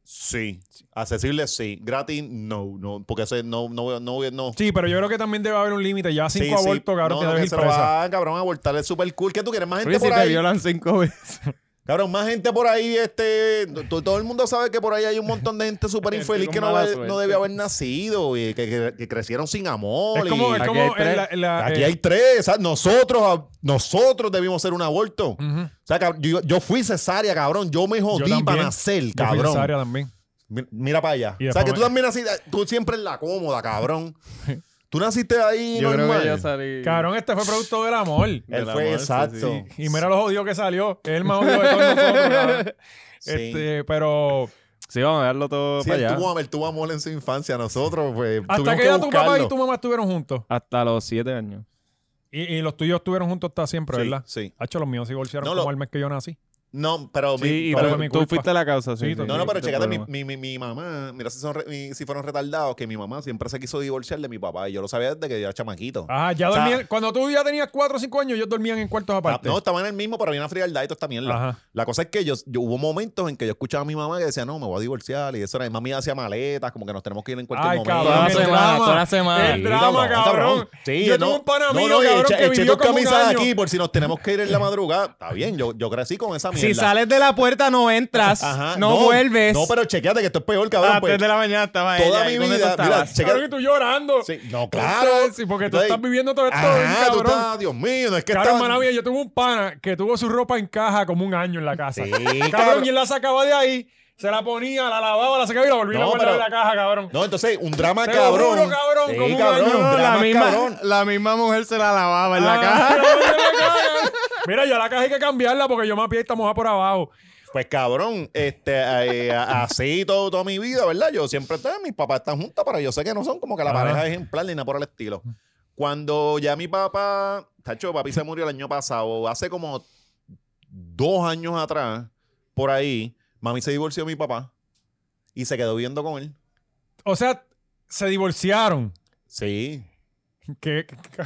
[SPEAKER 2] Sí. Accesible, sí. Gratis, no. Porque no.
[SPEAKER 1] Sí, pero yo creo que también debe haber un límite. Ya 5
[SPEAKER 2] Sí,
[SPEAKER 1] abortos, cabrón, te
[SPEAKER 2] no,
[SPEAKER 1] debes
[SPEAKER 2] que
[SPEAKER 1] ir
[SPEAKER 2] se lo
[SPEAKER 1] presa.
[SPEAKER 2] van, cabrón, a abortar. Es súper cool. ¿Qué tú quieres? Más gente
[SPEAKER 3] Oye,
[SPEAKER 2] por
[SPEAKER 3] si te
[SPEAKER 2] ahí.
[SPEAKER 3] violan 5 veces.
[SPEAKER 2] Cabrón, más gente por ahí, todo el mundo sabe que por ahí hay un montón de gente súper infeliz
[SPEAKER 3] con
[SPEAKER 2] que
[SPEAKER 3] mala
[SPEAKER 2] no
[SPEAKER 3] suerte.
[SPEAKER 2] debió haber nacido y que crecieron sin amor.
[SPEAKER 1] Es como,
[SPEAKER 3] Aquí hay tres.
[SPEAKER 2] Aquí hay 3. O sea, nosotros debimos ser un aborto.
[SPEAKER 1] Ujú.
[SPEAKER 2] O sea, yo fui cesárea, cabrón. Yo me
[SPEAKER 1] Yo
[SPEAKER 2] jodí
[SPEAKER 1] también.
[SPEAKER 2] para nacer,
[SPEAKER 1] Yo fui
[SPEAKER 2] cabrón.
[SPEAKER 1] cesárea también.
[SPEAKER 2] Mira para allá.
[SPEAKER 1] Y
[SPEAKER 2] O sea, que
[SPEAKER 1] después
[SPEAKER 2] tú también naciste, tú siempre en la cómoda, cabrón. Tú naciste ahí
[SPEAKER 3] Yo creo
[SPEAKER 2] normal.
[SPEAKER 3] que yo salí.
[SPEAKER 1] Cabrón, este fue producto del amor.
[SPEAKER 2] Él
[SPEAKER 3] del
[SPEAKER 2] fue
[SPEAKER 3] amor,
[SPEAKER 2] exacto.
[SPEAKER 3] sí.
[SPEAKER 1] Y mira lo jodido que salió. Es el más jodido de todos nosotros, cabrón.
[SPEAKER 2] Sí.
[SPEAKER 1] Pero
[SPEAKER 3] Sí, vamos a darlo todo
[SPEAKER 2] Sí,
[SPEAKER 3] para allá.
[SPEAKER 2] él tuvo amor en su infancia. Nosotros, pues,
[SPEAKER 1] ¿hasta
[SPEAKER 2] tuvimos
[SPEAKER 1] qué
[SPEAKER 2] que
[SPEAKER 1] edad tu papá
[SPEAKER 2] buscarlo.
[SPEAKER 1] y tu mamá estuvieron juntos?
[SPEAKER 3] Hasta los 7 años.
[SPEAKER 1] Y los tuyos estuvieron juntos hasta siempre,
[SPEAKER 2] Sí,
[SPEAKER 1] ¿verdad?
[SPEAKER 2] sí.
[SPEAKER 1] Hacho, los míos se divorciaron
[SPEAKER 2] No,
[SPEAKER 1] como el mes que yo nací.
[SPEAKER 2] No, pero...
[SPEAKER 3] Sí, y
[SPEAKER 1] pero
[SPEAKER 3] tú,
[SPEAKER 1] fue mi
[SPEAKER 3] tú
[SPEAKER 1] culpa.
[SPEAKER 3] fuiste la causa, sí.
[SPEAKER 1] Sí,
[SPEAKER 3] sí,
[SPEAKER 1] tú-
[SPEAKER 2] No, pero
[SPEAKER 3] sí,
[SPEAKER 2] chécate,
[SPEAKER 3] problema.
[SPEAKER 2] mi mamá, mira si fueron retardados, que mi mamá siempre se quiso divorciar de mi papá y yo lo sabía desde que yo era chamaquito.
[SPEAKER 1] Ajá, ya
[SPEAKER 2] O sea,
[SPEAKER 1] dormían. Cuando tú ya tenías 4 o 5 años, ellos dormían en cuartos aparte.
[SPEAKER 2] No, estaban en el mismo, pero había una frialdad y toda esta mierda.
[SPEAKER 1] Ajá.
[SPEAKER 2] La cosa es que yo hubo momentos en que yo escuchaba a mi mamá que decía, no, me voy a divorciar. Y eso era, mi mami hacía maletas, como que nos tenemos que ir en cualquier
[SPEAKER 1] Ay,
[SPEAKER 2] momento.
[SPEAKER 1] cabrón,
[SPEAKER 3] Toda la
[SPEAKER 1] el
[SPEAKER 3] semana,
[SPEAKER 1] drama.
[SPEAKER 3] toda la semana.
[SPEAKER 1] El
[SPEAKER 3] Sí,
[SPEAKER 1] drama, cabrón.
[SPEAKER 2] Sí,
[SPEAKER 1] Yo tuve un pana mío,
[SPEAKER 2] y
[SPEAKER 1] cabrón, que
[SPEAKER 2] eché
[SPEAKER 1] vivió
[SPEAKER 2] tus
[SPEAKER 1] como un
[SPEAKER 2] camisas
[SPEAKER 1] año.
[SPEAKER 2] aquí por si nos tenemos que ir en la madrugada. Está bien, yo crecí con esa mierda.
[SPEAKER 3] Si sales de la puerta, no entras.
[SPEAKER 2] Ajá,
[SPEAKER 3] no vuelves.
[SPEAKER 2] No, pero chequeate que esto es peor, cabrón.
[SPEAKER 3] A las
[SPEAKER 2] pues,
[SPEAKER 3] 3 de la mañana estaba
[SPEAKER 2] toda
[SPEAKER 3] ella.
[SPEAKER 2] mi
[SPEAKER 3] ¿Y dónde tú
[SPEAKER 2] vida, mira,
[SPEAKER 3] estabas?
[SPEAKER 1] Cabrón, y tú llorando.
[SPEAKER 2] Sí, no, claro.
[SPEAKER 1] Sí, porque tú
[SPEAKER 2] Entonces,
[SPEAKER 1] estás viviendo todo esto,
[SPEAKER 2] Ajá, tú
[SPEAKER 1] cabrón.
[SPEAKER 2] estás, Dios mío, no es que
[SPEAKER 1] Cabrón,
[SPEAKER 2] estaba-
[SPEAKER 1] mala mía, yo tuve un pana que tuvo su ropa en caja como un año en la casa.
[SPEAKER 2] Sí,
[SPEAKER 1] cabrón,
[SPEAKER 2] cabrón.
[SPEAKER 1] y él la sacaba de ahí, se la ponía, la lavaba, la sacaba y la volvía a
[SPEAKER 2] No,
[SPEAKER 1] guardar en
[SPEAKER 2] pero-
[SPEAKER 1] la caja, cabrón.
[SPEAKER 2] No, entonces, un drama
[SPEAKER 1] Te lo
[SPEAKER 2] cabrón.
[SPEAKER 1] juro, cabrón,
[SPEAKER 2] Sí,
[SPEAKER 1] como un
[SPEAKER 2] cabrón,
[SPEAKER 1] año.
[SPEAKER 2] un
[SPEAKER 3] No,
[SPEAKER 2] drama cabrón.
[SPEAKER 3] la misma mujer se la lavaba en la
[SPEAKER 1] Ah,
[SPEAKER 3] caja.
[SPEAKER 1] en la caja. Mira, yo la caja hay que cambiarla porque yo me apié y está mojada por abajo.
[SPEAKER 2] Pues cabrón, así toda mi vida, ¿verdad? Yo siempre mis papás están juntos, pero yo sé que no son como que la
[SPEAKER 1] Ajá.
[SPEAKER 2] pareja ejemplar ni nada por el estilo. Cuando ya mi papá, tacho, papi se murió el año pasado, hace como 2 años atrás, por ahí, mami se divorció de mi papá y se quedó viviendo con él.
[SPEAKER 1] O sea, se divorciaron.
[SPEAKER 2] Sí.
[SPEAKER 1] Que-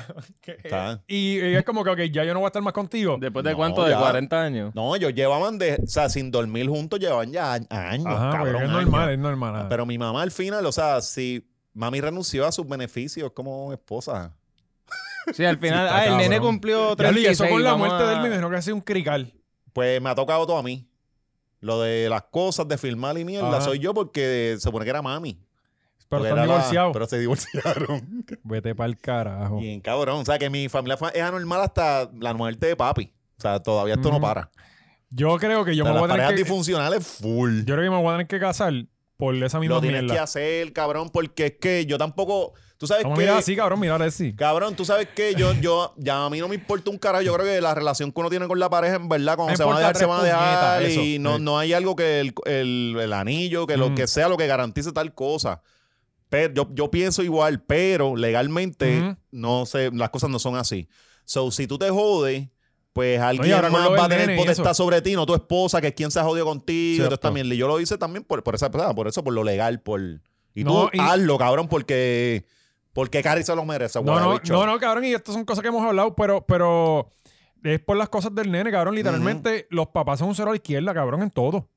[SPEAKER 2] Está.
[SPEAKER 1] y es como que, ok, ya yo no voy a estar más contigo.
[SPEAKER 3] ¿Después de
[SPEAKER 2] No,
[SPEAKER 3] cuánto? ¿De
[SPEAKER 2] ya.
[SPEAKER 3] 40 años?
[SPEAKER 2] No, ellos llevaban o sea, sin dormir juntos, llevaban ya años,
[SPEAKER 1] Ajá,
[SPEAKER 2] cabrón,
[SPEAKER 1] porque es
[SPEAKER 2] años.
[SPEAKER 1] normal, es normal.
[SPEAKER 2] Pero mi mamá al final, o sea, si mami renunció a sus beneficios como esposa.
[SPEAKER 3] Sí, al final.
[SPEAKER 1] Sí, está
[SPEAKER 3] el nene
[SPEAKER 1] cabrón.
[SPEAKER 3] cumplió
[SPEAKER 1] Ya, y
[SPEAKER 3] 36.
[SPEAKER 1] eso con la
[SPEAKER 3] vamos
[SPEAKER 1] muerte
[SPEAKER 3] a-
[SPEAKER 1] de él me dijeron que ha sido un crical.
[SPEAKER 2] Pues me ha tocado todo a mí. Lo de las cosas, de filmar y mierda,
[SPEAKER 1] Ajá.
[SPEAKER 2] soy yo porque se supone que era mami.
[SPEAKER 1] Pero
[SPEAKER 2] Porque
[SPEAKER 1] están
[SPEAKER 2] era
[SPEAKER 1] divorciados.
[SPEAKER 2] Pero se divorciaron.
[SPEAKER 1] Vete para el carajo.
[SPEAKER 2] Bien, cabrón. O sea, que mi familia es anormal hasta la muerte de papi. O sea, todavía esto no
[SPEAKER 1] Ujú.
[SPEAKER 2] para.
[SPEAKER 1] Yo creo que yo
[SPEAKER 2] O sea,
[SPEAKER 1] me voy
[SPEAKER 2] las
[SPEAKER 1] a tener
[SPEAKER 2] parejas
[SPEAKER 1] que...
[SPEAKER 2] disfuncionales, full.
[SPEAKER 1] Yo creo que me voy a tener que casar por esa misma
[SPEAKER 2] Lo tienes que
[SPEAKER 1] mierda.
[SPEAKER 2] hacer, cabrón, porque es que yo tampoco... Tú sabes
[SPEAKER 1] Vamos
[SPEAKER 2] que...
[SPEAKER 1] a mirar así, cabrón, mirar así.
[SPEAKER 2] Cabrón, tú sabes que ya a mí no me importa un carajo. Yo creo que la relación que uno tiene con la pareja, en verdad, cuando
[SPEAKER 1] Me
[SPEAKER 2] se van a
[SPEAKER 1] importa
[SPEAKER 2] dejar, se van a dejar.
[SPEAKER 1] tres
[SPEAKER 2] Y
[SPEAKER 1] puñetas,
[SPEAKER 2] no,
[SPEAKER 1] eso.
[SPEAKER 2] no hay algo que el anillo, que lo que sea, lo que garantice tal cosa. Pero yo pienso igual, pero legalmente,
[SPEAKER 1] Ujú.
[SPEAKER 2] no sé, las cosas no son así. So, si tú te jodes, pues
[SPEAKER 1] Oye,
[SPEAKER 2] alguien
[SPEAKER 1] ahora con
[SPEAKER 2] más
[SPEAKER 1] lo
[SPEAKER 2] va a
[SPEAKER 1] del
[SPEAKER 2] tener
[SPEAKER 1] nene y
[SPEAKER 2] potestad
[SPEAKER 1] eso.
[SPEAKER 2] sobre ti, no tu esposa, que es quien se ha jodido contigo.
[SPEAKER 1] Cierto.
[SPEAKER 2] Entonces, también, y yo lo hice también por eso, por lo legal. Y
[SPEAKER 1] No,
[SPEAKER 2] tú
[SPEAKER 1] y-
[SPEAKER 2] hazlo, cabrón, porque Cari se lo merece.
[SPEAKER 1] No,
[SPEAKER 2] bicho.
[SPEAKER 1] no, cabrón, y estas son cosas que hemos hablado, pero es por las cosas del nene, cabrón. Literalmente, los papás son un cero a la izquierda, cabrón, en todo.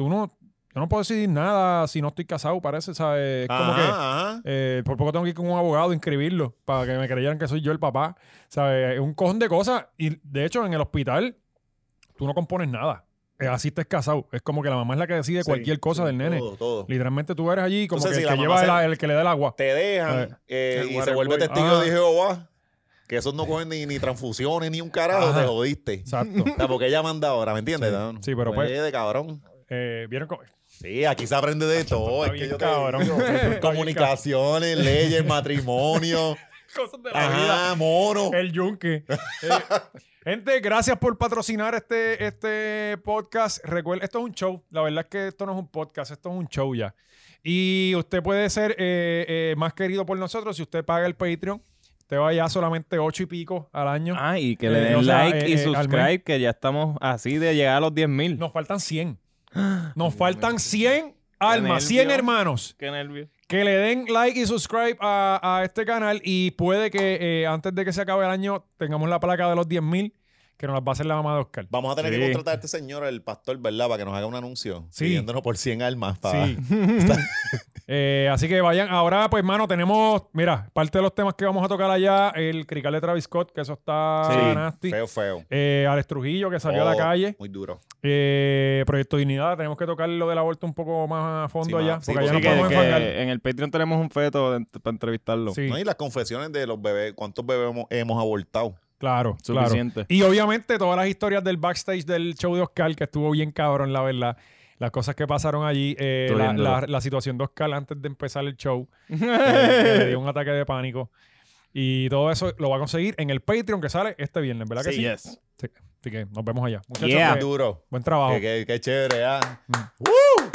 [SPEAKER 1] Yo no puedo decidir nada si no estoy casado, parece, ¿sabes? Es como que
[SPEAKER 2] Ajá.
[SPEAKER 1] por poco tengo que ir con un abogado a inscribirlo para que me creyeran que soy yo el papá, ¿sabes? Es un cojón de cosas. Y de hecho, en el hospital, tú no compones nada. Así estés casado. Es como que la mamá es la que decide
[SPEAKER 2] Sí,
[SPEAKER 1] cualquier cosa
[SPEAKER 2] sí,
[SPEAKER 1] del nene.
[SPEAKER 2] todo.
[SPEAKER 1] Literalmente tú eres allí como
[SPEAKER 2] Entonces,
[SPEAKER 1] que
[SPEAKER 2] si
[SPEAKER 1] el que
[SPEAKER 2] la mamá
[SPEAKER 1] lleva el que le da el agua.
[SPEAKER 2] Te dejan
[SPEAKER 3] El
[SPEAKER 2] y se
[SPEAKER 3] water
[SPEAKER 2] vuelve
[SPEAKER 3] boy.
[SPEAKER 2] testigo
[SPEAKER 1] Ah.
[SPEAKER 2] de Jehová. Que esos no cogen ni transfusiones ni un carajo,
[SPEAKER 1] Ajá.
[SPEAKER 2] te jodiste.
[SPEAKER 1] Exacto.
[SPEAKER 2] O sea, porque ella manda ahora, ¿me entiendes?
[SPEAKER 1] Sí.
[SPEAKER 2] No,
[SPEAKER 1] Sí, pero pues-
[SPEAKER 2] de cabrón.
[SPEAKER 1] ¿Vieron cómo?
[SPEAKER 2] Sí, aquí se aprende de todo.
[SPEAKER 1] está
[SPEAKER 2] Es que
[SPEAKER 1] bien
[SPEAKER 2] yo te
[SPEAKER 1] cabrón.
[SPEAKER 2] digo,
[SPEAKER 1] Está bien
[SPEAKER 2] comunicaciones, leyes, matrimonio.
[SPEAKER 1] Cosas de la vida.
[SPEAKER 2] Ajá, mono.
[SPEAKER 1] El yunque. Gente, gracias por patrocinar este podcast. Recuerda, esto es un show. La verdad es que esto no es un podcast, esto es un show ya. Y usted puede ser más querido por nosotros si usted paga el Patreon. Usted va ya solamente 8 y pico al año.
[SPEAKER 3] Ah, y que le den
[SPEAKER 1] o sea,
[SPEAKER 3] like y
[SPEAKER 1] al mes.
[SPEAKER 3] subscribe, que ya estamos así de llegar a los 10,000.
[SPEAKER 1] Nos faltan 100. Nos faltan 100 almas, 100
[SPEAKER 3] nervio.
[SPEAKER 1] hermanos.
[SPEAKER 3] Qué nervio.
[SPEAKER 1] Que le den like y subscribe a este canal y puede que antes de que se acabe el año tengamos la placa de los 10,000, que nos las va a hacer la mamá de Oscar.
[SPEAKER 2] Vamos a tener
[SPEAKER 3] Sí.
[SPEAKER 2] que contratar a este señor, el pastor, ¿verdad? Para que nos haga un anuncio.
[SPEAKER 1] Sí.
[SPEAKER 2] Pidiéndonos por 100 almas. Para...
[SPEAKER 1] Sí. Así que vayan. Ahora, pues, mano, tenemos, mira, parte de los temas que vamos a tocar allá, el crical de Travis Scott, que eso está
[SPEAKER 3] Sí,
[SPEAKER 1] nasty.
[SPEAKER 2] Feo.
[SPEAKER 1] Alex Trujillo, que salió a la
[SPEAKER 2] Oh,
[SPEAKER 1] calle.
[SPEAKER 2] Muy duro.
[SPEAKER 1] Proyecto Dignidad, tenemos que tocar lo del aborto un poco más a fondo
[SPEAKER 2] Sí,
[SPEAKER 1] allá.
[SPEAKER 2] más. Sí,
[SPEAKER 1] Porque allá
[SPEAKER 3] Sí,
[SPEAKER 1] no
[SPEAKER 2] porque
[SPEAKER 1] podemos
[SPEAKER 3] que
[SPEAKER 1] enfangar.
[SPEAKER 3] en el Patreon tenemos un feto para entrevistarlo.
[SPEAKER 1] Sí,
[SPEAKER 2] ¿No? Y las confesiones de los bebés, ¿cuántos bebés hemos abortado?
[SPEAKER 1] claro,
[SPEAKER 3] Suficiente.
[SPEAKER 1] claro. Y obviamente todas las historias del backstage del show de Oscar, que estuvo bien cabrón, la verdad. Las cosas que pasaron allí, la situación de Oscar antes de empezar el show, que le dio un ataque de pánico. Y todo eso lo va a conseguir en el Patreon que sale este viernes, ¿verdad que sí?
[SPEAKER 3] Yes.
[SPEAKER 1] Sí. Así que nos vemos allá. Muchachos,
[SPEAKER 3] Yeah.
[SPEAKER 1] pues,
[SPEAKER 2] Duro.
[SPEAKER 1] buen trabajo.
[SPEAKER 2] Qué chévere, ¿ah?